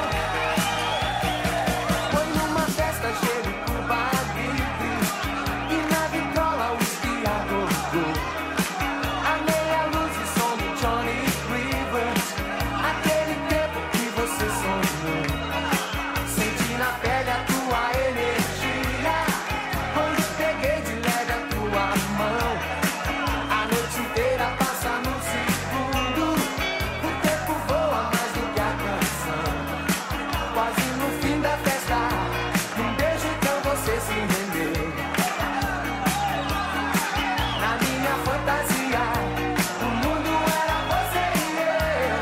Foi numa festa cheia de Cuba Libre e na vitrola o esquiador. A meia luz e som do Johnny Rivers, aquele tempo que você sonhou. Senti na pele a tua energia, quando peguei de leve a tua mão. A noite inteira passa num segundo, o tempo voa mais do que a canção. Quase no fim da festa, num beijo então você se rendeu. Na minha fantasia, o mundo era você e eu.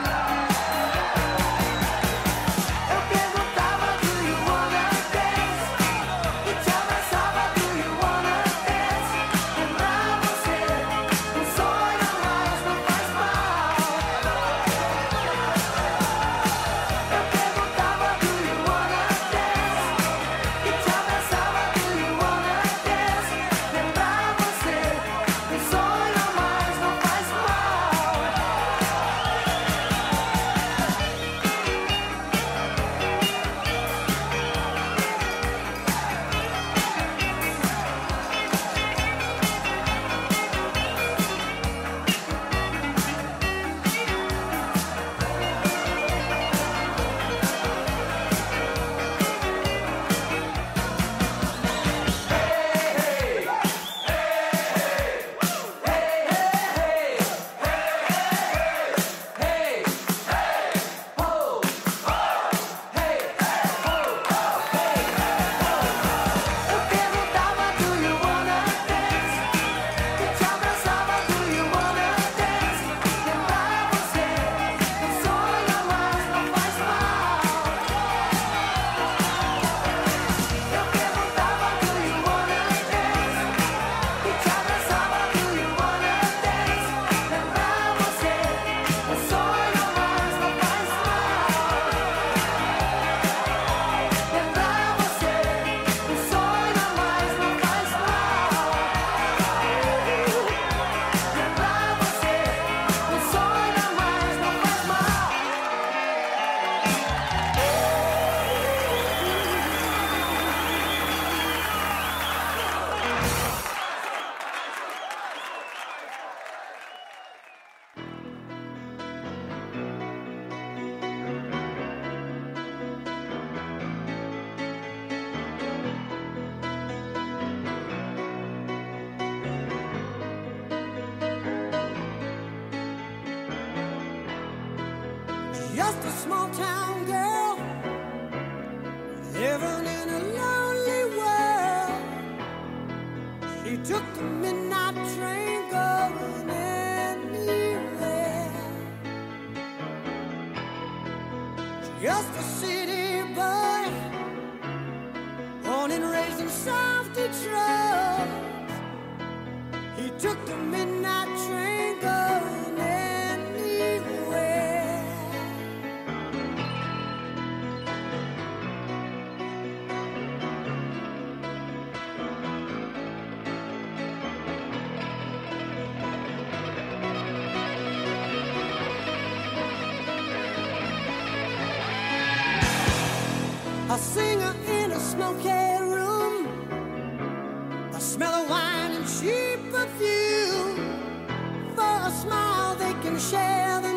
Eu perguntava, do you wanna dance? E te abraçava, do you wanna dance? Lembrar você, um sonho a mais não faz mal. Eu perguntava, do you wanna dance? E te abraçava, do you wanna dance? Lembrar você, um sonho a mais não faz mal. Eu perguntava, do you wanna dance? E te abraçava, do you wanna dance? Lembrar você, um sonho a mais não faz mal. Eu perguntava, do you wanna dance? E te abraçava, do you wanna dance? Lembrar você, um sonho a mais não faz mal. Lembrar você, um sonho a mais não faz mal. Lembrar você, um sonho a mais não faz mal. Just a small town girl living in a lonely world. She took the midnight train going anywhere. Just a city boy, born and raised in South Detroit. He took the midnight train going anywhere. A singer in a smoky room, a smell of wine and cheap perfume. For a smile they can share the